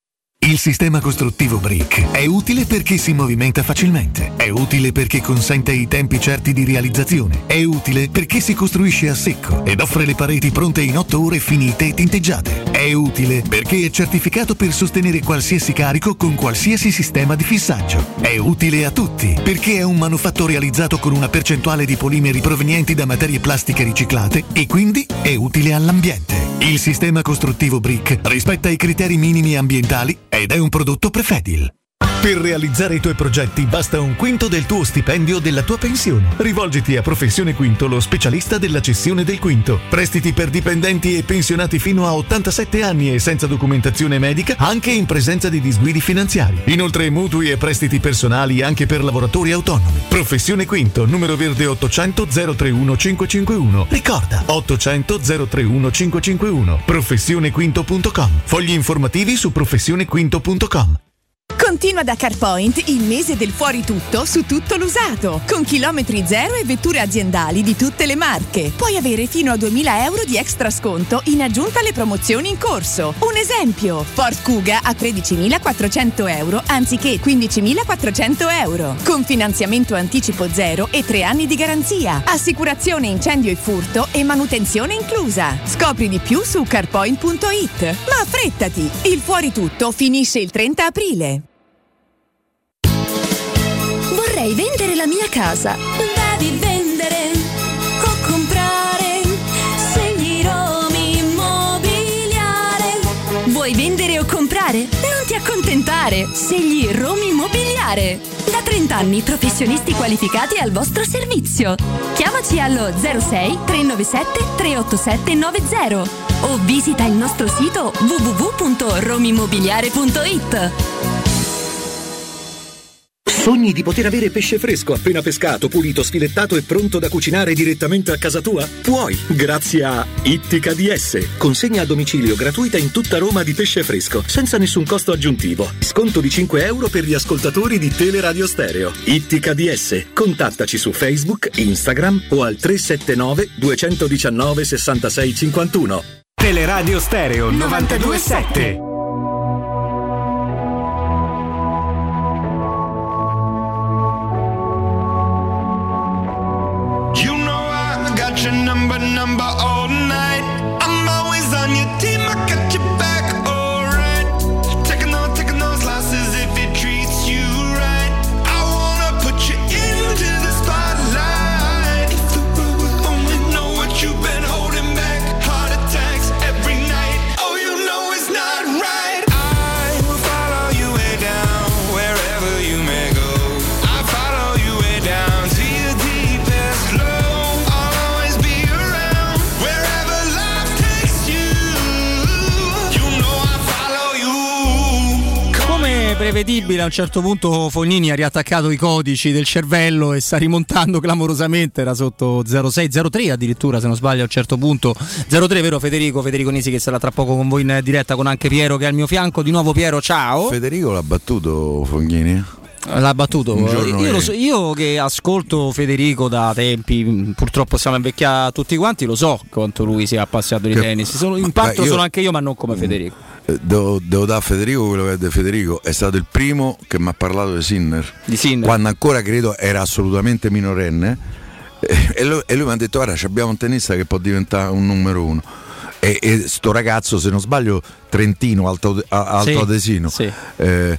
Speaker 9: Il sistema costruttivo Brick è utile perché si movimenta facilmente, è utile perché consente i tempi certi di realizzazione, è utile perché si costruisce a secco ed offre le pareti pronte in otto ore finite e tinteggiate, è utile perché è certificato per sostenere qualsiasi carico con qualsiasi sistema di fissaggio, è utile a tutti perché è un manufatto realizzato con una percentuale di polimeri provenienti da materie plastiche riciclate e quindi è utile all'ambiente. Il sistema costruttivo Brick rispetta i criteri minimi ambientali ed è un prodotto Prefedil. Per realizzare i tuoi progetti basta un quinto del tuo stipendio o della tua pensione. Rivolgiti a Professione Quinto, lo specialista della cessione del quinto. Prestiti per dipendenti e pensionati fino a ottantasette anni e senza documentazione medica, anche in presenza di disguidi finanziari. Inoltre mutui e prestiti personali anche per lavoratori autonomi. Professione Quinto, numero verde ottocento zero trentuno cinquecentocinquantuno. Ricorda, ottocento zero trentuno cinquecentocinquantuno. professione quinto punto com. Fogli informativi su professione quinto punto com.
Speaker 19: Continua da CarPoint il mese del fuori tutto su tutto l'usato, con chilometri zero e vetture aziendali di tutte le marche. Puoi avere fino a duemila euro di extra sconto in aggiunta alle promozioni in corso. Un esempio, Ford Kuga a tredicimilaquattrocento euro anziché quindicimilaquattrocento euro, con finanziamento anticipo zero e tre anni di garanzia, assicurazione incendio e furto e manutenzione inclusa. Scopri di più su carpoint punto it. Ma affrettati, il fuori tutto finisce il trenta aprile.
Speaker 15: Vorrei vendere la mia casa.
Speaker 23: Devi vendere o comprare. Scegli Romi Immobiliare.
Speaker 15: Vuoi vendere o comprare? Non ti accontentare. Scegli Romi Immobiliare. Da trenta anni professionisti qualificati al vostro servizio. Chiamaci allo zero sei trecentonovantasette trecentoottantasette novanta o visita il nostro sito w w w punto romimmobiliare punto it.
Speaker 10: Sogni di poter avere pesce fresco appena pescato, pulito, sfilettato e pronto da cucinare direttamente a casa tua? Puoi, grazie a Ittica D S. Consegna a domicilio gratuita in tutta Roma di pesce fresco, senza nessun costo aggiuntivo. Sconto di cinque euro per gli ascoltatori di Teleradio Stereo. Ittica D S. Contattaci su Facebook, Instagram o al tre sette nove due uno nove sei sei cinque uno.
Speaker 21: Teleradio Stereo novantadue sette.
Speaker 8: got your number, number all night. I'm always on your team, I got your back, alright. Taking those, taking those losses if it treats you right. I wanna put you into the spotlight. If the world would only know what you've been holding back. Heart attacks every night. Oh, you know it's not right. I will follow you way down, wherever you may go. I follow you way down to your deepest low. I'll always be around, wherever life takes you. You know I follow you.
Speaker 1: Come prevedibile, a un certo punto Fognini ha riattaccato i codici del cervello e sta rimontando clamorosamente. Era sotto zero sei zero tre addirittura, se non sbaglio, a un certo punto. zero tre, vero Federico? Federico Nisi che sarà tra poco con voi in diretta, con anche Piero che è al mio fianco. Di nuovo Piero, ciao.
Speaker 5: Federico l'ha battuto Fognini?
Speaker 1: L'ha battuto.
Speaker 5: Un
Speaker 1: Io, lo so, io che ascolto Federico da tempi, purtroppo siamo invecchiati tutti quanti, lo so quanto lui sia appassionato di
Speaker 5: Che-
Speaker 1: tennis. Sono, in
Speaker 5: ma
Speaker 1: parte
Speaker 5: io-
Speaker 1: sono anche io, ma non come Federico.
Speaker 5: Eh, Devo, devo dare a Federico quello che è di Federico. È stato il primo che mi ha parlato di Sinner,
Speaker 1: Di Sinner.
Speaker 5: quando ancora credo era assolutamente minorenne. Eh, E lui, e lui mi ha detto: guarda, abbiamo un tennista che può diventare un numero uno. E, e sto ragazzo, se non sbaglio, trentino, alto, a- alto
Speaker 1: Sì,
Speaker 5: adesino.
Speaker 1: sì.
Speaker 5: Eh,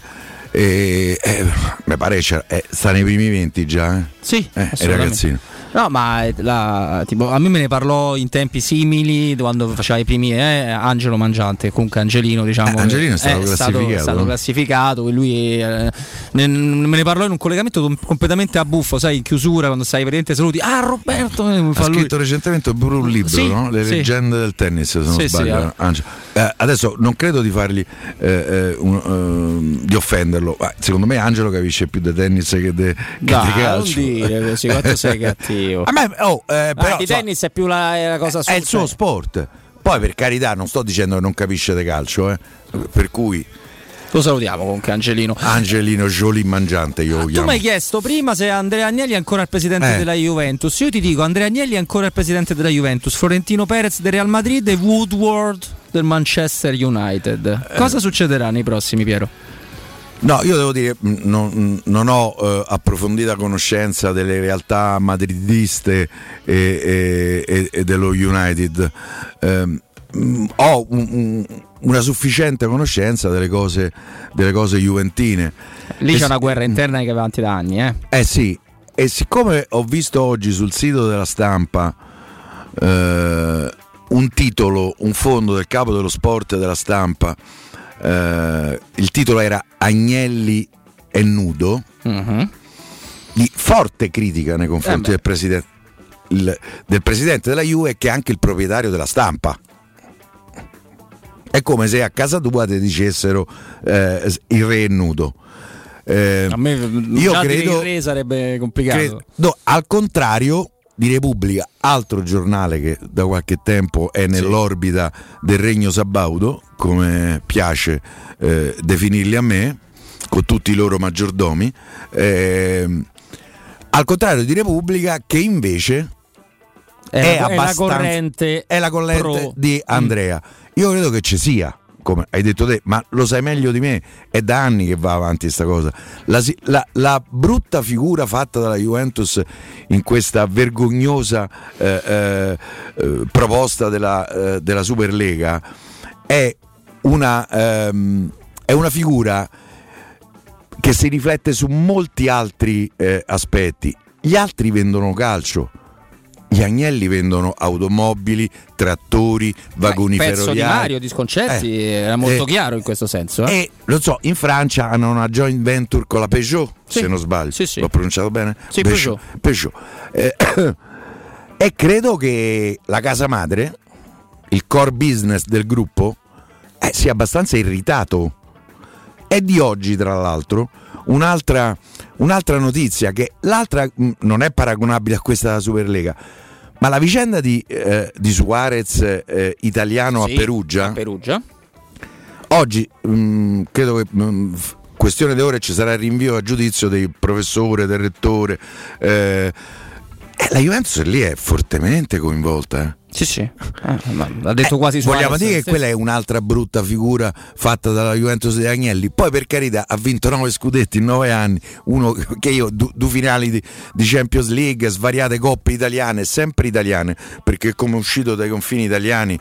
Speaker 5: e, eh, mi pare che c'era- eh, sta nei primi venti già. Eh?
Speaker 1: Sì,
Speaker 5: Eh, è
Speaker 1: assolutamente.
Speaker 5: ragazzino.
Speaker 1: No, ma eh, la- tipo, a me me ne parlò in tempi simili quando faceva i primi eh, Angelo Mangiante, comunque Angelino, diciamo.
Speaker 5: Eh, Angelino è stato classificato,
Speaker 1: È stato
Speaker 5: no?
Speaker 1: classificato e lui eh, ne- me ne parlò in un collegamento com- completamente a buffo, sai, in chiusura, quando stai presente saluti. Ah, Roberto! eh, mi
Speaker 5: Ha
Speaker 1: fa lui.
Speaker 5: scritto recentemente pure un libro,
Speaker 1: Sì,
Speaker 5: no? Le
Speaker 1: sì.
Speaker 5: leggende del tennis, se non
Speaker 1: Sì, sì,
Speaker 5: sbaglio.
Speaker 1: eh.
Speaker 5: Angelo. Eh, adesso non credo di fargli eh, eh, un- eh, di offenderlo, ma secondo me Angelo capisce più di tennis che di
Speaker 1: Dai, non
Speaker 5: calcio.
Speaker 1: dire così, quanto sei cattivo.
Speaker 5: A me, oh, eh,
Speaker 1: Ah,
Speaker 5: però,
Speaker 1: di
Speaker 5: so-
Speaker 1: tennis è più la, è la cosa sua.
Speaker 5: è il suo sport. Poi, per carità, non sto dicendo che non capisce di calcio, eh. Per cui
Speaker 1: Lo salutiamo comunque Angelino.
Speaker 5: Angelino Jolie Mangiante, io lo
Speaker 1: Tu
Speaker 5: chiamo.
Speaker 1: mi hai chiesto prima se Andrea Agnelli è ancora il presidente
Speaker 5: Eh.
Speaker 1: della Juventus. Io ti dico, Andrea Agnelli è ancora il presidente della Juventus, Florentino Perez del Real Madrid e Woodward del Manchester United. Cosa succederà nei prossimi, Piero?
Speaker 5: No, io devo dire, mh, non, non ho eh, approfondita conoscenza delle realtà madridiste e, e- e- e dello United. Ehm, mh, ho un- un- una sufficiente conoscenza delle cose, delle cose juventine.
Speaker 1: Lì
Speaker 5: E
Speaker 1: c'è
Speaker 5: si-
Speaker 1: una guerra interna che va avanti da anni, eh?
Speaker 5: Eh sì, e siccome ho visto oggi sul sito della Stampa eh, un titolo, un fondo del capo dello sport della Stampa, eh, il titolo era Agnelli è nudo,
Speaker 1: Mhm.
Speaker 5: di forte critica nei confronti
Speaker 1: Eh beh.
Speaker 5: del, presidente, il- del presidente della Juve, che è anche il proprietario della Stampa. È come se a casa tua ti dicessero eh, il re è nudo. Eh,
Speaker 1: A me
Speaker 5: io
Speaker 1: già dire
Speaker 5: credo,
Speaker 1: il re sarebbe complicato.
Speaker 5: credo- no, al contrario di Repubblica, altro giornale che da qualche tempo è nell'orbita del regno sabaudo, come piace eh, definirli a me, con tutti i loro maggiordomi, eh, al contrario di Repubblica, che invece
Speaker 1: È,
Speaker 5: è,
Speaker 1: la, è la
Speaker 5: abbastanza
Speaker 1: corrente,
Speaker 5: è la corrente
Speaker 1: pro.
Speaker 5: di Andrea. Io credo che ci sia, come hai detto te, ma lo sai meglio di me, è da anni che va avanti questa cosa. La, si- la- la brutta figura fatta dalla Juventus in questa vergognosa eh, eh, eh, proposta della, eh, della Superlega è una, ehm, è una figura che si riflette su molti altri eh, aspetti. Gli altri vendono calcio. Gli Agnelli vendono automobili, trattori, vagoni
Speaker 1: Il pezzo
Speaker 5: ferroviari.
Speaker 1: di Mario di Sconcerti
Speaker 5: Eh,
Speaker 1: era molto
Speaker 5: eh,
Speaker 1: chiaro in questo senso. Eh?
Speaker 5: E lo so, in Francia hanno una joint venture con la Peugeot,
Speaker 1: Sì.
Speaker 5: se non sbaglio.
Speaker 1: Sì, sì.
Speaker 5: L'ho pronunciato bene?
Speaker 1: Sì,
Speaker 5: Peugeot. Peugeot. Eh, e credo che la casa madre, il core business del gruppo, eh, sia abbastanza irritato. È di oggi, tra l'altro, un'altra, un'altra notizia che l'altra mh, non è paragonabile a questa della Superlega, ma la vicenda di, eh, di Suarez eh, italiano
Speaker 1: Sì,
Speaker 5: a Perugia.
Speaker 1: a Perugia.
Speaker 5: Oggi mh, credo che mh, f- questione di ore ci sarà il rinvio a giudizio del professore, del rettore. Eh, eh, la Juventus lì è fortemente coinvolta. Eh.
Speaker 1: Sì, sì, eh, l'ha detto
Speaker 5: eh,
Speaker 1: quasi su
Speaker 5: vogliamo
Speaker 1: Alex,
Speaker 5: dire che
Speaker 1: sì.
Speaker 5: quella è un'altra brutta figura fatta dalla Juventus di Agnelli. Poi per carità ha vinto nove scudetti in nove anni, uno che io due du finali di, di Champions League, svariate coppe italiane, sempre italiane, perché come è uscito dai confini italiani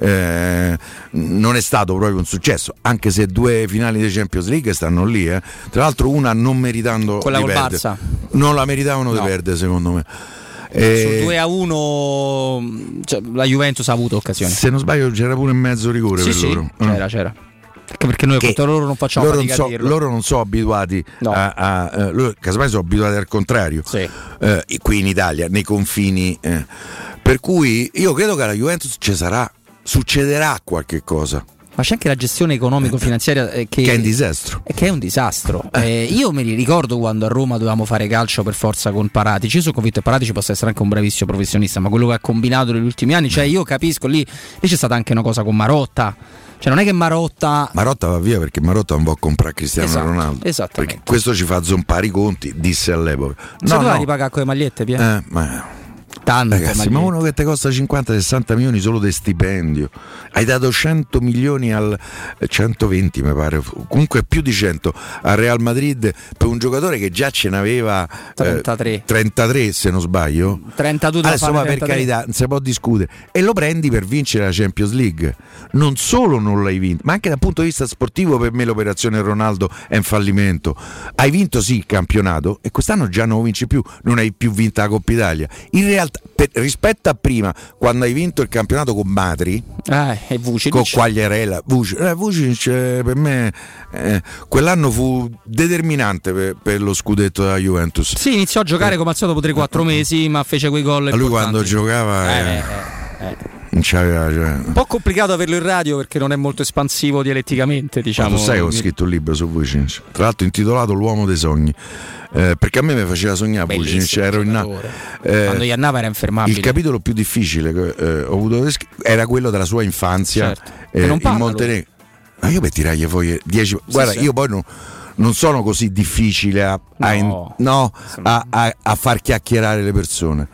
Speaker 5: eh, non è stato proprio un successo, anche se due finali di Champions League stanno lì, eh. Tra l'altro una non meritando
Speaker 1: quella
Speaker 5: di
Speaker 1: col
Speaker 5: perdere,
Speaker 1: Barça.
Speaker 5: non la meritavano
Speaker 1: No.
Speaker 5: di perdere secondo me.
Speaker 1: Su
Speaker 5: Eh,
Speaker 1: due a uno, cioè, la Juventus ha avuto occasioni.
Speaker 5: se non sbaglio c'era pure in mezzo rigore
Speaker 1: Sì,
Speaker 5: per
Speaker 1: sì,
Speaker 5: loro.
Speaker 1: c'era, c'era. Anche perché noi
Speaker 5: Che
Speaker 1: contro loro non facciamo
Speaker 5: loro non,
Speaker 1: fatica
Speaker 5: so,
Speaker 1: a dirlo.
Speaker 5: loro non sono abituati
Speaker 1: No.
Speaker 5: a, a eh, loro casomai sono abituati al contrario,
Speaker 1: Sì.
Speaker 5: eh, qui in Italia nei confini, eh. Per cui io credo che alla Juventus ci sarà, succederà qualche cosa.
Speaker 1: Ma c'è anche la gestione economico-finanziaria eh, che,
Speaker 5: Che è un disastro.
Speaker 1: eh, che è un disastro. Eh, io me li ricordo quando a Roma dovevamo fare calcio per forza con Paratici. Io sono convinto che Paratici possa essere anche un bravissimo professionista, ma quello che ha combinato negli ultimi anni, cioè io capisco, lì, lì c'è stata anche una cosa con Marotta. Cioè non è che Marotta
Speaker 5: Marotta va via perché Marotta non può comprare Cristiano
Speaker 1: Esatto,
Speaker 5: Ronaldo.
Speaker 1: esattamente.
Speaker 5: Perché questo ci fa zompare i conti, disse all'epoca.
Speaker 1: se tu vai a ripagare con le magliette, Pier?
Speaker 5: Eh, ma
Speaker 1: Tante
Speaker 5: ragazzi,
Speaker 1: magliette.
Speaker 5: ma uno che ti costa cinquanta sessanta milioni solo di stipendio, hai dato cento milioni al centoventi mi pare, comunque più di cento al Real Madrid per un giocatore che già ce n'aveva eh,
Speaker 1: trentatré
Speaker 5: trentatré se non sbaglio.
Speaker 1: trentadue da
Speaker 5: Adesso
Speaker 1: fare,
Speaker 5: ma per
Speaker 1: trentatré.
Speaker 5: carità non si può discutere, e lo prendi per vincere la Champions League. Non solo non l'hai vinto, ma anche dal punto di vista sportivo per me l'operazione Ronaldo è un fallimento. Hai vinto sì il campionato e quest'anno già non lo vinci più, non hai più vinto la Coppa Italia. In realtà per, rispetto a prima, quando hai vinto il campionato con Matri,
Speaker 1: eh, e Vucinic.
Speaker 5: con Quagliarella, Vucinic, eh, Vucinic eh, per me eh, quell'anno fu determinante per, per lo scudetto della Juventus.
Speaker 1: Sì, iniziò a giocare come al solito dopo tre quattro mesi, ma fece quei gol
Speaker 5: A lui
Speaker 1: importanti.
Speaker 5: quando giocava
Speaker 1: Eh,
Speaker 5: eh,
Speaker 1: eh, eh.
Speaker 5: non c'aveva, cioè.
Speaker 1: Un po' complicato averlo in radio perché non è molto espansivo dialetticamente,
Speaker 5: Ma
Speaker 1: diciamo.
Speaker 5: tu sai che ho scritto un libro su Vucinic, tra l'altro intitolato L'uomo dei sogni, eh, perché a me mi faceva sognare
Speaker 1: Bellissimo
Speaker 5: Vucinic, ero in na- eh,
Speaker 1: Quando gli andava era infermabile.
Speaker 5: il capitolo più difficile che eh, ho avuto da scri- era quello della sua infanzia,
Speaker 1: Certo.
Speaker 5: eh,
Speaker 1: Che non
Speaker 5: in
Speaker 1: parla
Speaker 5: Montenegro. Ma io per tirargli fuori dieci guarda,
Speaker 1: sì.
Speaker 5: io poi non, non sono così difficile a, a, in-
Speaker 1: No.
Speaker 5: no, a, a- a far chiacchierare le persone.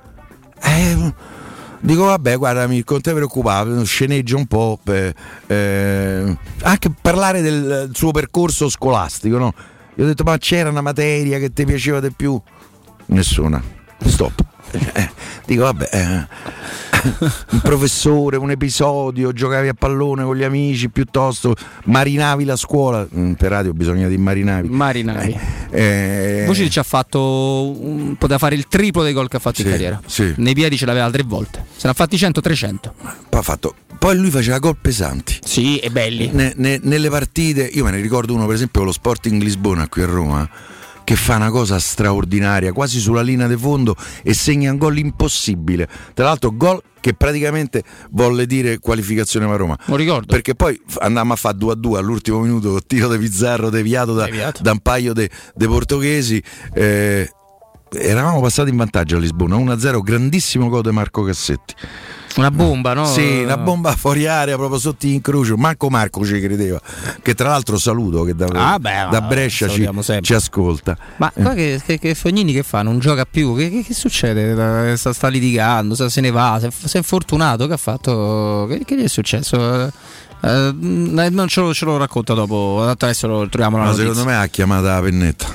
Speaker 5: Eh, dico vabbè, guarda Mirko, non ti preoccupare, sceneggio un po' per, eh, anche parlare del suo percorso scolastico, no? Io ho detto ma c'era una materia che ti piaceva di più? Nessuna. Stop. Eh, dico vabbè, eh, un professore, un episodio, giocavi a pallone con gli amici, piuttosto marinavi la scuola. Mm, per radio bisogna dire marinavi.
Speaker 1: Marinari.
Speaker 5: Eh,
Speaker 1: Vucinic ha fatto un, poteva fare il triplo dei gol che ha fatto
Speaker 5: Sì,
Speaker 1: in carriera.
Speaker 5: sì.
Speaker 1: Nei piedi ce l'aveva tre volte. Se ne ha fatti cento trecento.
Speaker 5: poi, ha fatto, poi lui faceva gol pesanti.
Speaker 1: Sì, e belli.
Speaker 5: Ne- ne- nelle partite, io me ne ricordo uno per esempio con lo Sporting Lisbona qui a Roma, che fa una cosa straordinaria, quasi sulla linea di fondo, e segna un gol impossibile. Tra l'altro gol che praticamente volle dire qualificazione per Roma.
Speaker 1: Lo ricordo.
Speaker 5: Perché poi andammo a fare due a due all'ultimo minuto con tiro di Pizzarro deviato da,
Speaker 1: Deviato.
Speaker 5: da un paio dei portoghesi. Eh, eravamo passati in vantaggio a Lisbona uno a zero, grandissimo gol di Marco Cassetti.
Speaker 1: Una bomba, no?
Speaker 5: Sì, una bomba fuori area proprio sotto incrocio. Manco Marco ci credeva, che tra l'altro saluto, che da,
Speaker 1: Ah, beh,
Speaker 5: da
Speaker 1: ma
Speaker 5: Brescia ci,
Speaker 1: salutiamo sempre.
Speaker 5: ci ascolta.
Speaker 1: Ma
Speaker 5: Eh.
Speaker 1: qua che, che, che Fognini che fa? Non gioca più? Che, che, che succede? Sta, sta litigando, sta- se ne va, si è, si è infortunato, che ha fatto? Che, che gli è successo? Eh, non ce lo, ce lo racconta dopo, tanto adesso lo troviamo la
Speaker 5: Ma
Speaker 1: notizia.
Speaker 5: secondo me ha chiamato la pennetta.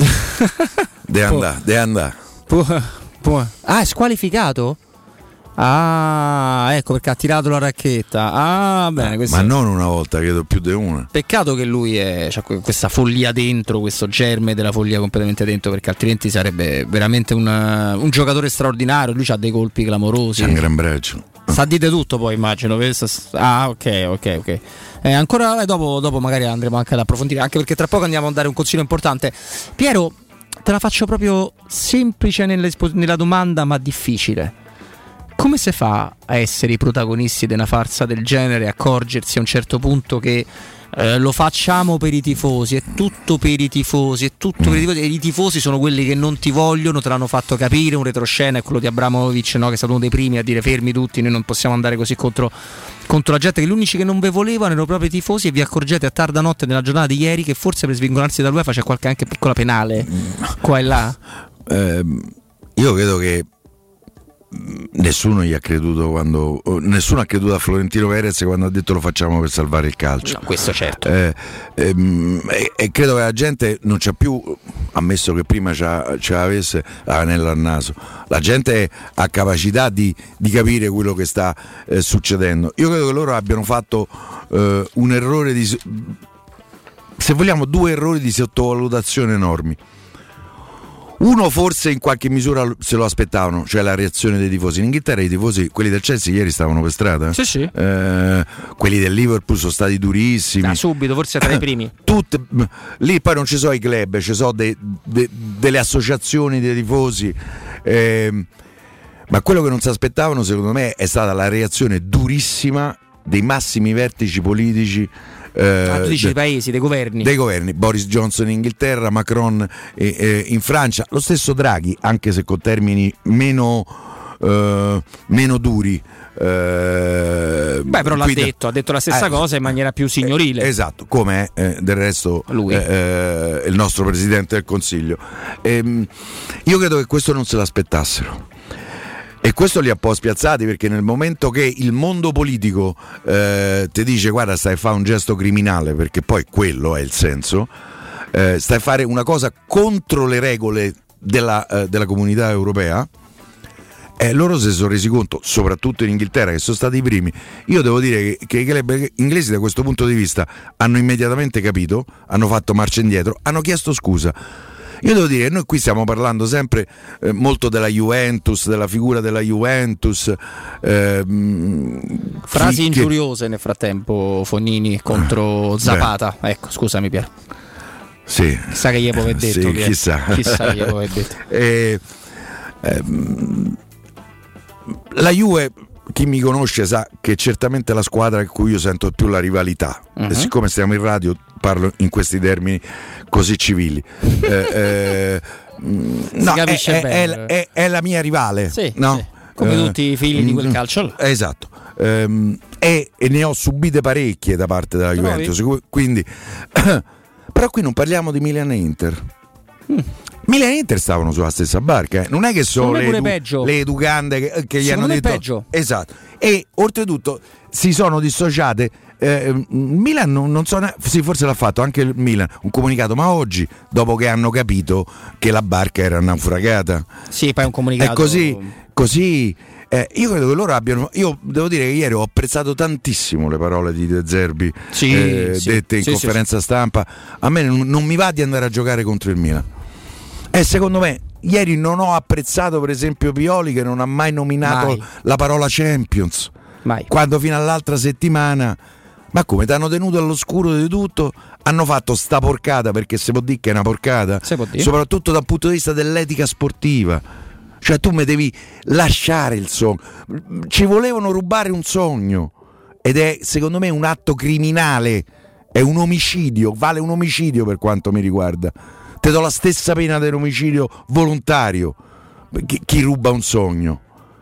Speaker 5: Deve andare, deve andare.
Speaker 1: Può- può- Ah, è squalificato? Ah, ecco perché ha tirato la racchetta. Ah, bene, questo
Speaker 5: Ma non una volta, credo più di una.
Speaker 1: peccato che lui è, c'ha que- questa follia dentro, questo germe della follia completamente dentro, perché altrimenti sarebbe veramente una- un giocatore straordinario. Lui ha dei colpi clamorosi.
Speaker 5: C'è un gran braccio.
Speaker 1: Sa di te tutto poi, immagino. Questo- Ah, ok, ok, ok. Eh, ancora eh, dopo, dopo magari andremo anche ad approfondire, anche perché tra poco andiamo a dare un consiglio importante. Piero, te la faccio proprio semplice nell'espo- nella domanda, ma difficile. Come si fa a essere i protagonisti di una farsa del genere e accorgersi a un certo punto che eh, lo facciamo per i tifosi, è tutto per i tifosi, è tutto per i tifosi, e i tifosi sono quelli che non ti vogliono, te l'hanno fatto capire. Un retroscena è quello di Abramovic, no? Che è stato uno dei primi a dire fermi tutti, noi non possiamo andare così contro, contro la gente, che gli unici che non ve volevano erano proprio i tifosi, e vi accorgete a tarda notte nella giornata di ieri che forse per svincolarsi dall'UEFA c'è qualche anche piccola penale qua e là.
Speaker 5: Eh, io credo che nessuno gli ha creduto quando nessuno ha creduto a Florentino Perez quando ha detto lo facciamo per salvare il calcio.
Speaker 1: No, questo certo.
Speaker 5: Eh, ehm, e, e credo che la gente non c'ha più, ammesso che prima ce l'avesse l'anello al naso, la gente ha capacità di, di capire quello che sta eh, succedendo. Io credo che loro abbiano fatto eh, un errore di, se vogliamo, due errori di sottovalutazione enormi. Uno forse in qualche misura se lo aspettavano, cioè la reazione dei tifosi. In Inghilterra i tifosi, quelli del Chelsea ieri stavano per strada,
Speaker 1: sì, sì.
Speaker 5: Eh, quelli del Liverpool sono stati durissimi,
Speaker 1: da subito, forse tra i primi.
Speaker 5: Tutte, lì poi non ci sono i club, ci sono de, de, delle associazioni dei tifosi, eh, ma quello che non si aspettavano secondo me è stata la reazione durissima dei massimi vertici politici.
Speaker 1: Eh, ah, tu dici de, dei paesi, dei governi.
Speaker 5: Dei governi, Boris Johnson in Inghilterra, Macron eh, eh, in Francia, lo stesso Draghi, anche se con termini meno, eh, meno duri. Eh,
Speaker 1: Beh, però l'ha detto, ha detto la stessa eh, cosa in maniera più signorile.
Speaker 5: Eh, esatto, come eh, del resto lui. Eh, il nostro Presidente del Consiglio. Eh, io credo che questo non se l'aspettassero. E questo li ha un po' spiazzati, perché nel momento che il mondo politico eh, ti dice guarda stai a fare un gesto criminale, perché poi quello è il senso, eh, stai a fare una cosa contro le regole della, eh, della comunità europea, e eh, loro si sono resi conto, soprattutto in Inghilterra che sono stati i primi. Io devo dire che, che i club inglesi da questo punto di vista hanno immediatamente capito, hanno fatto marcia indietro, hanno chiesto scusa. Io devo dire che noi qui stiamo parlando sempre eh, molto della Juventus, della figura della Juventus. Ehm,
Speaker 1: Frasi
Speaker 5: che...
Speaker 1: ingiuriose nel frattempo, Fognini contro Zapata. Beh. Ecco, scusami Pier.
Speaker 5: Sì.
Speaker 1: Chissà che gli può aver detto.
Speaker 5: Sì, chissà.
Speaker 1: Chissà che gli può aver detto.
Speaker 5: eh, ehm, la Juve, chi mi conosce sa che è certamente la squadra a cui io sento più la rivalità. Uh-huh. E siccome stiamo in radio parlo in questi termini così civili. eh, eh, no, è, è, è, è, è la mia rivale,
Speaker 1: sì,
Speaker 5: no?
Speaker 1: Sì. Come eh, tutti i figli di quel calcio.
Speaker 5: Esatto. Ehm, e, e ne ho subite parecchie da parte della Juventus. Quindi, però qui non parliamo di Milan e Inter. Mm. Milan e Inter stavano sulla stessa barca, eh. Non è che sono le, edu- le educande che, che gli hanno detto
Speaker 1: peggio.
Speaker 5: Esatto. E oltretutto si sono dissociate. Eh, Milan non, non so, sì, forse l'ha fatto anche il Milan un comunicato, ma oggi, dopo che hanno capito che la barca era naufragata,
Speaker 1: sì, poi un comunicato.
Speaker 5: È così, così eh, io credo che loro abbiano. Io devo dire che ieri ho apprezzato tantissimo le parole di De Zerbi,
Speaker 1: sì,
Speaker 5: eh,
Speaker 1: sì,
Speaker 5: dette in
Speaker 1: sì,
Speaker 5: conferenza
Speaker 1: sì,
Speaker 5: stampa. A me non, non mi va di andare a giocare contro il Milan. E secondo me ieri non ho apprezzato per esempio Pioli, che non ha mai nominato mai. la parola Champions,
Speaker 1: mai.
Speaker 5: Quando fino all'altra settimana, ma come ti hanno tenuto all'oscuro di tutto, hanno fatto sta porcata, perché si può dire che è una porcata, soprattutto dal punto di vista dell'etica sportiva. Cioè tu mi devi lasciare il sogno, ci volevano rubare un sogno, ed è secondo me un atto criminale, è un omicidio, vale un omicidio per quanto mi riguarda. Te do la stessa pena dell'omicidio volontario, chi, chi ruba un sogno.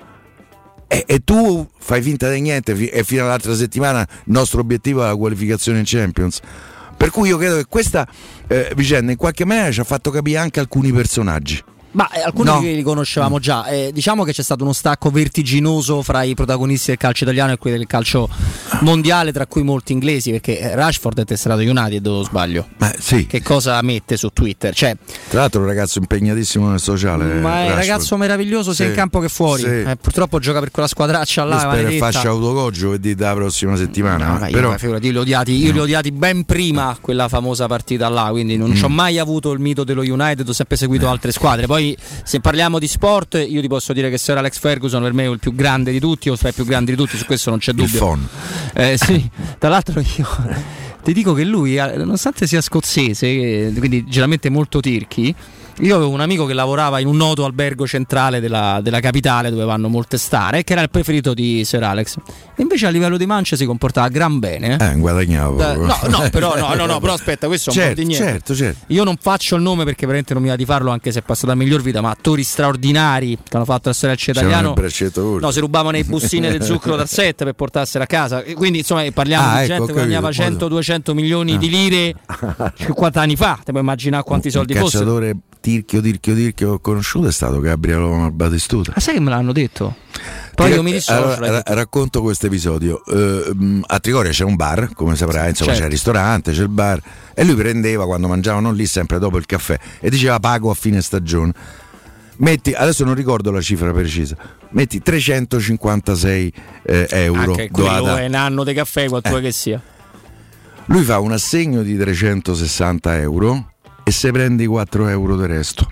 Speaker 5: E, e tu fai finta di niente, e fino all'altra settimana il nostro obiettivo è la qualificazione in Champions. Per cui io credo che questa eh, vicenda in qualche maniera ci ha fatto capire anche alcuni personaggi.
Speaker 1: Ma eh, alcuni no. li conoscevamo già. Eh, diciamo che c'è stato uno stacco vertiginoso fra i protagonisti del calcio italiano e quelli del calcio mondiale, tra cui molti inglesi, perché Rashford è tesserato United, o sbaglio?
Speaker 5: Ma sì.
Speaker 1: Che cosa mette su Twitter? Cioè,
Speaker 5: tra l'altro un ragazzo impegnatissimo nel sociale.
Speaker 1: Ma è
Speaker 5: Rashford.
Speaker 1: un ragazzo meraviglioso sia sì. in campo che fuori. Sì. Eh, purtroppo gioca per quella squadraccia là.
Speaker 5: Spero che faccia autogoggio vedete la prossima settimana.
Speaker 1: No,
Speaker 5: ma
Speaker 1: io,
Speaker 5: però...
Speaker 1: figurati, io li ho odiati, io li ho odiati ben prima quella famosa partita là, quindi non mm. ci ho mai avuto il mito dello United, ho sempre seguito eh. altre squadre. Poi se parliamo di sport, io ti posso dire che Sir Alex Ferguson per me è il più grande di tutti, o fra i più grandi di tutti, su questo non c'è dubbio. Eh, sì. Tra l'altro io ti dico che lui, nonostante sia scozzese, quindi generalmente molto tirchi, io avevo un amico che lavorava in un noto albergo centrale della, della capitale, dove vanno molte star, e che era il preferito di Sir Alex. E invece a livello di mancia si comportava gran bene.
Speaker 5: Eh, guadagnavo.
Speaker 1: Da, no, no, però no, no, no, però aspetta, questo è un
Speaker 5: certo,
Speaker 1: po' di niente.
Speaker 5: Certo, certo.
Speaker 1: Io non faccio il nome perché veramente non mi va di farlo, anche se è passata la miglior vita, ma attori straordinari che hanno fatto la storia del calcio italiano. No, si rubavano i bustine di zucchero dal set per portarsela a casa. Quindi insomma parliamo ah, di ecco, gente che guadagnava cento duecento milioni ah. di lire cinquanta anni fa. Ti puoi immaginare quanti
Speaker 5: un,
Speaker 1: soldi
Speaker 5: un
Speaker 1: fossero.
Speaker 5: Cacciatore tirchio, tirchio, tirchio che ho conosciuto è stato Gabriele Batistuta.
Speaker 1: Ma sai che me l'hanno detto? Poi
Speaker 5: Ti
Speaker 1: io
Speaker 5: ra-
Speaker 1: mi dissocio.
Speaker 5: allora, ra- racconto questo episodio. Uh, a Trigoria c'è un bar, come saprai, insomma,
Speaker 1: Certo.
Speaker 5: c'è il ristorante, c'è il bar, e lui prendeva quando mangiavano lì sempre dopo il caffè e diceva pago a fine stagione. Metti, adesso non ricordo la cifra precisa, metti trecentocinquantasei eh, euro.
Speaker 1: Anche quello
Speaker 5: data.
Speaker 1: è un anno di caffè, quanto
Speaker 5: Eh.
Speaker 1: vuoi che sia.
Speaker 5: Lui fa un assegno di trecentosessanta euro e se prendi quattro euro del resto.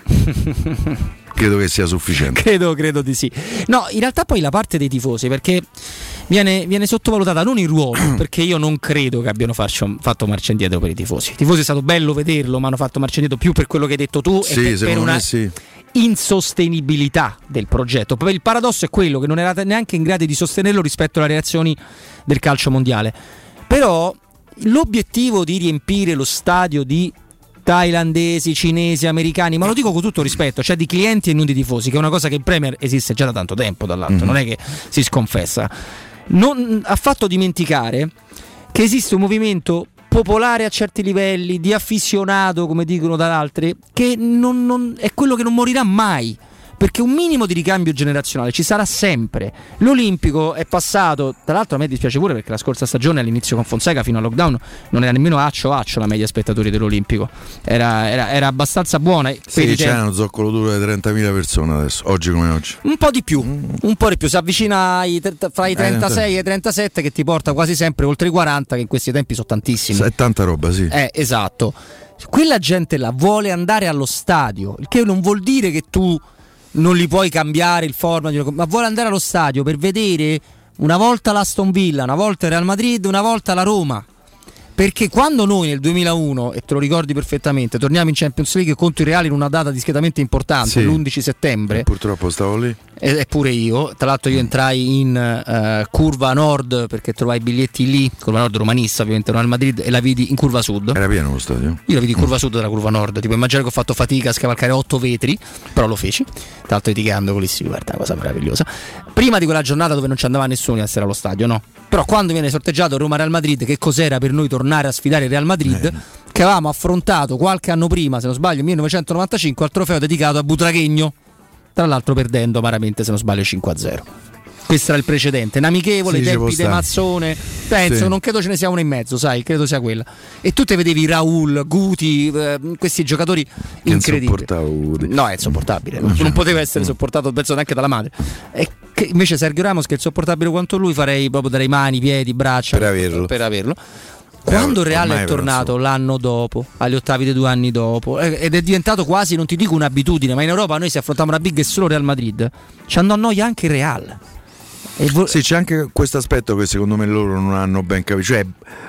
Speaker 5: Credo che sia sufficiente.
Speaker 1: Credo, credo di sì. No, in realtà poi la parte dei tifosi, perché viene, viene sottovalutata non il ruolo, perché io non credo che abbiano faccio, fatto marcia indietro per i tifosi. I tifosi è stato bello vederlo, ma hanno fatto marcia indietro più per quello che hai detto tu
Speaker 5: Sì,
Speaker 1: e per, per
Speaker 5: secondo
Speaker 1: una
Speaker 5: me sì.
Speaker 1: insostenibilità del progetto. Poi il paradosso è quello che non erate neanche in grado di sostenerlo rispetto alle reazioni del calcio mondiale. Però l'obiettivo di riempire lo stadio di thailandesi, cinesi, americani, ma lo dico con tutto rispetto, cioè di clienti e non di tifosi, che è una cosa che in Premier esiste già da tanto tempo, dall'altro,
Speaker 5: Mm-hmm.
Speaker 1: non è che si sconfessa. Non ha fatto dimenticare che esiste un movimento popolare a certi livelli, di afficionato, come dicono da altri, che non, non, è quello che non morirà mai. Perché un minimo di ricambio generazionale ci sarà sempre. L'Olimpico è passato, tra l'altro a me dispiace pure perché la scorsa stagione all'inizio con Fonseca fino al lockdown non era nemmeno accio accio la media spettatori dell'Olimpico, era, era, era abbastanza buona. Per
Speaker 5: Sì,
Speaker 1: i
Speaker 5: c'è
Speaker 1: tempi.
Speaker 5: uno zoccolo duro di trentamila persone adesso, oggi come oggi.
Speaker 1: Un po' di più, un po' di più, si avvicina ai, fra i trentasei e i trentasette, che ti porta quasi sempre oltre i quaranta, che in questi tempi sono tantissimi.
Speaker 5: È tanta roba, sì.
Speaker 1: Eh, esatto. Quella gente là vuole andare allo stadio, il che non vuol dire che tu non li puoi cambiare il format, ma vuole andare allo stadio per vedere una volta l'Aston Villa, una volta il Real Madrid, una volta la Roma. Perché quando noi nel duemilauno, e te lo ricordi perfettamente, torniamo in Champions League contro i Reali in una data discretamente importante,
Speaker 5: Sì.
Speaker 1: l'undici settembre,
Speaker 5: Purtroppo stavo lì.
Speaker 1: e e pure io, tra l'altro io entrai in eh, curva nord perché trovai i biglietti lì, curva nord romanista ovviamente, non al Madrid, e la vidi in curva sud.
Speaker 5: Era pieno lo stadio.
Speaker 1: Io la vidi in curva sud della curva nord, tipo immaginare che ho fatto fatica a scavalcare otto vetri, però lo feci, tra l'altro litigando con l'Issi, guarda, una cosa meravigliosa. Prima di quella giornata dove non ci andava nessuno a essere allo stadio, no? Però quando viene sorteggiato Roma-Real Madrid, che cos'era per noi tornare a sfidare il Real Madrid,
Speaker 5: Eh.
Speaker 1: che avevamo affrontato qualche anno prima, se non sbaglio, millenovecentonovantacinque, al trofeo dedicato a Butraghegno, tra l'altro perdendo amaramente, se non sbaglio, cinque a zero. Questo era il precedente, un amichevole,
Speaker 5: Sì,
Speaker 1: i
Speaker 5: ci può
Speaker 1: tempi di
Speaker 5: stare.
Speaker 1: Mazzone, penso,
Speaker 5: Sì.
Speaker 1: non credo ce ne sia una in mezzo, sai, credo sia quella. E tu te vedevi Raul, Guti, eh, questi giocatori
Speaker 5: Che
Speaker 1: incredibili.
Speaker 5: insopportavo Udi.
Speaker 1: No, è insopportabile, non, non poteva essere sopportato, penso neanche dalla madre. E che invece Sergio Ramos, che è insopportabile quanto lui, farei proprio darei mani, piedi, braccia
Speaker 5: Per averlo.
Speaker 1: per averlo. Quando il Real
Speaker 5: ormai
Speaker 1: è
Speaker 5: però,
Speaker 1: tornato
Speaker 5: insomma.
Speaker 1: l'anno dopo, agli ottavi dei due anni dopo, eh, ed è diventato quasi, non ti dico un'abitudine, ma in Europa noi se affrontiamo una big e solo Real Madrid, ci andò a noia anche il Real. E vo-
Speaker 5: Sì, c'è anche questo aspetto che secondo me loro non hanno ben capito, cioè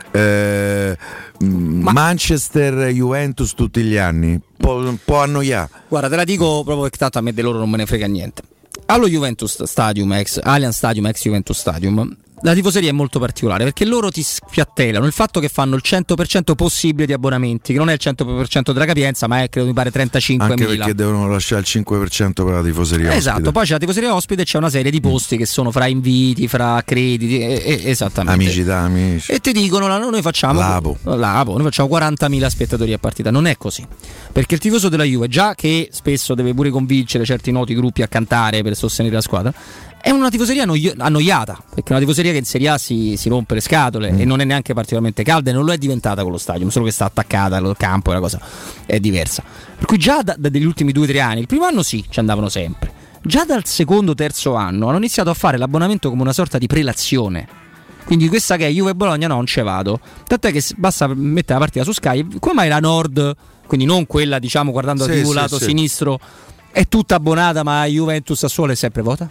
Speaker 5: eh, mh, Manchester, Juventus tutti gli anni, può, può annoiare.
Speaker 1: Guarda, te la dico proprio perché tanto a me di loro non me ne frega niente. Allo Juventus Stadium, ex Allianz Stadium, ex Juventus Stadium, la tifoseria è molto particolare perché loro ti sfiattelano il fatto che fanno il cento per cento possibile di abbonamenti, che non è il cento per cento della capienza, ma è, credo mi pare, trentacinquemila.
Speaker 5: Anche perché devono lasciare il cinque per cento per la tifoseria.
Speaker 1: Esatto,
Speaker 5: ospite.
Speaker 1: poi c'è la tifoseria ospite e c'è una serie di posti che sono fra inviti, fra crediti, e- e- esattamente.
Speaker 5: Amici da amici.
Speaker 1: E ti dicono, no, noi facciamo
Speaker 5: Labo.
Speaker 1: Labo, noi facciamo quarantamila spettatori a partita. Non è così. Perché il tifoso della Juve, già che spesso deve pure convincere certi noti gruppi a cantare per sostenere la squadra, è una tifoseria annoio- annoiata. Perché è una tifoseria che in Serie A si, si rompe le scatole
Speaker 5: Mm.
Speaker 1: e non è neanche particolarmente calda, e non lo è diventata con lo stadium, solo che sta attaccata al campo e la cosa è diversa. Per cui già da, da degli ultimi due o tre anni, il primo anno sì, ci andavano sempre. Già dal secondo terzo anno hanno iniziato a fare l'abbonamento come una sorta di prelazione. Quindi questa che è Juve Bologna no, non ce vado. Tant'è che basta mettere la partita su Sky. Come mai la Nord, quindi non quella diciamo guardando
Speaker 5: Sì,
Speaker 1: la tivù
Speaker 5: sì,
Speaker 1: lato
Speaker 5: sì.
Speaker 1: sinistro, è tutta abbonata, ma Juventus Sassuolo è sempre vota?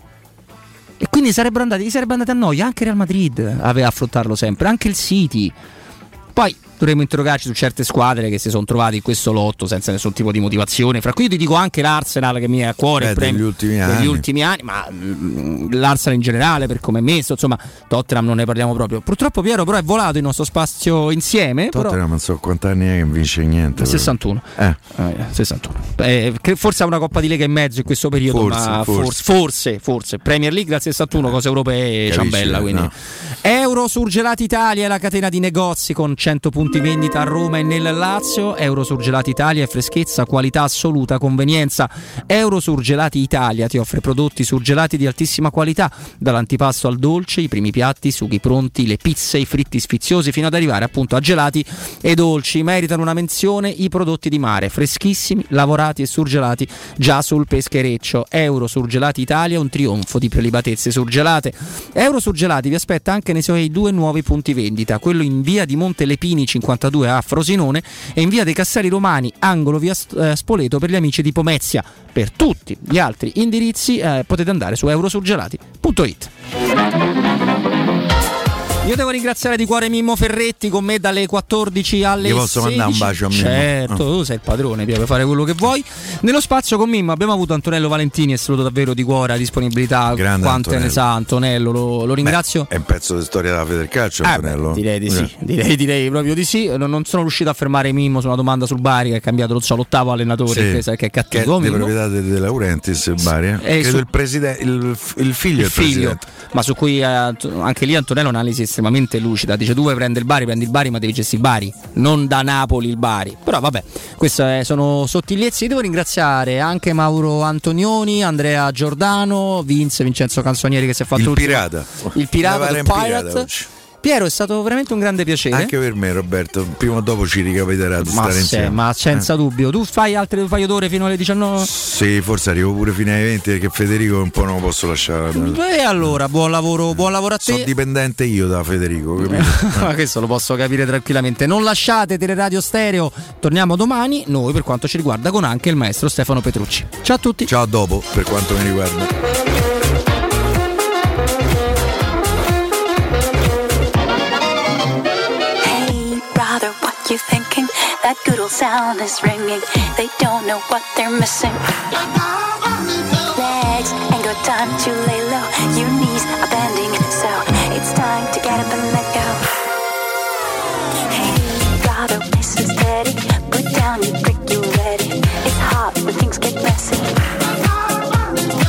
Speaker 1: E quindi sarebbero andati, gli sarebbe andati a noia, anche Real Madrid aveva a affrontarlo sempre, anche il City. Poi dovremmo interrogarci su certe squadre che si sono trovate in questo lotto senza nessun tipo di motivazione. Fra cui io ti dico anche l'Arsenal, che mi è a cuore,
Speaker 5: Eh,
Speaker 1: il premio
Speaker 5: degli ultimi
Speaker 1: degli
Speaker 5: anni.
Speaker 1: ultimi anni, ma mm, l'Arsenal in generale per come è messo, insomma, Tottenham non ne parliamo proprio. Purtroppo Piero però è volato il nostro spazio insieme, però
Speaker 5: Tottenham non so quanti anni è che non vince niente.
Speaker 1: sessantuno.
Speaker 5: Eh.
Speaker 1: Eh, sessantuno. Eh, cre- forse ha una Coppa di Lega in mezzo in questo periodo,
Speaker 5: Forse,
Speaker 1: ma
Speaker 5: forse.
Speaker 1: forse, forse, forse. Premier League dal sessantuno, cose europee,
Speaker 5: Capisci,
Speaker 1: ciambella.
Speaker 5: eh,
Speaker 1: Quindi.
Speaker 5: no.
Speaker 1: Euro Surgelati Italia è la catena di negozi con cento punti punti vendita a Roma e nel Lazio. Eurosurgelati Italia è freschezza, qualità assoluta, convenienza. Eurosurgelati Italia ti offre prodotti surgelati di altissima qualità, dall'antipasto al dolce, i primi piatti, i sughi pronti, le pizze, i fritti sfiziosi, fino ad arrivare appunto a gelati e dolci. Meritano una menzione i prodotti di mare, freschissimi, lavorati e surgelati già sul peschereccio. Eurosurgelati Italia, un trionfo di prelibatezze surgelate. Eurosurgelati vi aspetta anche nei suoi due nuovi punti vendita, quello in via di Monte Lepini cinquantadue a Frosinone e in via dei Castelli Romani, angolo via Spoleto, per gli amici di Pomezia. Per tutti gli altri indirizzi eh, potete andare su eurosurgelati punto it. Io devo ringraziare di cuore Mimmo Ferretti, con me dalle quattordici alle
Speaker 5: Io posso
Speaker 1: sedici.
Speaker 5: mandare un bacio a Mimmo?
Speaker 1: Certo, oh. Tu sei il padrone, puoi fare quello che vuoi. Nello spazio con Mimmo abbiamo avuto Antonello Valentini e saluto davvero di cuore, a disponibilità.
Speaker 5: Grande
Speaker 1: quante
Speaker 5: Antonello.
Speaker 1: ne sa Antonello, lo, lo ringrazio.
Speaker 5: Beh, è un pezzo di storia della Federcalcio, Antonello.
Speaker 1: Eh, direi di sì,
Speaker 5: Eh.
Speaker 1: direi, direi proprio di sì. Non, non sono riuscito a fermare Mimmo su una domanda sul Bari, che ha cambiato, lo so, l'ottavo allenatore,
Speaker 5: Sì.
Speaker 1: che è
Speaker 5: Che
Speaker 1: cattivo.
Speaker 5: è di
Speaker 1: Mimmo.
Speaker 5: proprietà di De Laurentiis, il Bari. Eh?
Speaker 1: Eh,
Speaker 5: Credo
Speaker 1: su-
Speaker 5: il, presidente, il, il figlio
Speaker 1: il
Speaker 5: del
Speaker 1: figlio,
Speaker 5: presidente.
Speaker 1: ma su cui eh, anche lì Antonello ha un'analisi estremamente lucida. Dice: tu vuoi prendere il Bari, prendi il Bari, ma devi gestire il Bari, non da Napoli il Bari. Però vabbè, queste sono sottigliezze. Io devo ringraziare anche Mauro Antonioni, Andrea Giordano, Vince, Vincenzo Canzonieri, che si è fatto
Speaker 5: Il
Speaker 1: l'ultimo-
Speaker 5: pirata.
Speaker 1: il pirata,
Speaker 5: Andava
Speaker 1: the
Speaker 5: in pirata
Speaker 1: pirate.
Speaker 5: oggi.
Speaker 1: Piero, è stato veramente un grande piacere.
Speaker 5: Anche per me, Roberto. Prima o dopo ci ricapiterà di
Speaker 1: ma,
Speaker 5: stare
Speaker 1: se,
Speaker 5: insieme.
Speaker 1: ma senza
Speaker 5: Eh.
Speaker 1: dubbio. Tu fai altre un paio d'ore fino alle diciannove?
Speaker 5: Sì, forse arrivo pure fino ai venti, perché Federico un po' non lo posso lasciare.
Speaker 1: E allora, buon lavoro, buon lavoro a te.
Speaker 5: Sono dipendente io da Federico, capito?
Speaker 1: Ma questo lo posso capire tranquillamente. Non lasciate Teleradio Stereo. Torniamo domani, noi per quanto ci riguarda, con anche il maestro Stefano Petrucci. Ciao a tutti.
Speaker 5: Ciao, a dopo, per quanto mi riguarda.
Speaker 23: Brother, what you thinking? That good old sound is ringing. They don't know what they're missing. Legs ain't got time to lay low. Your knees are bending, so it's time to get up and let go. Hey, brother, listen steady. Put down your brick, you ready. It's hot when things get messy.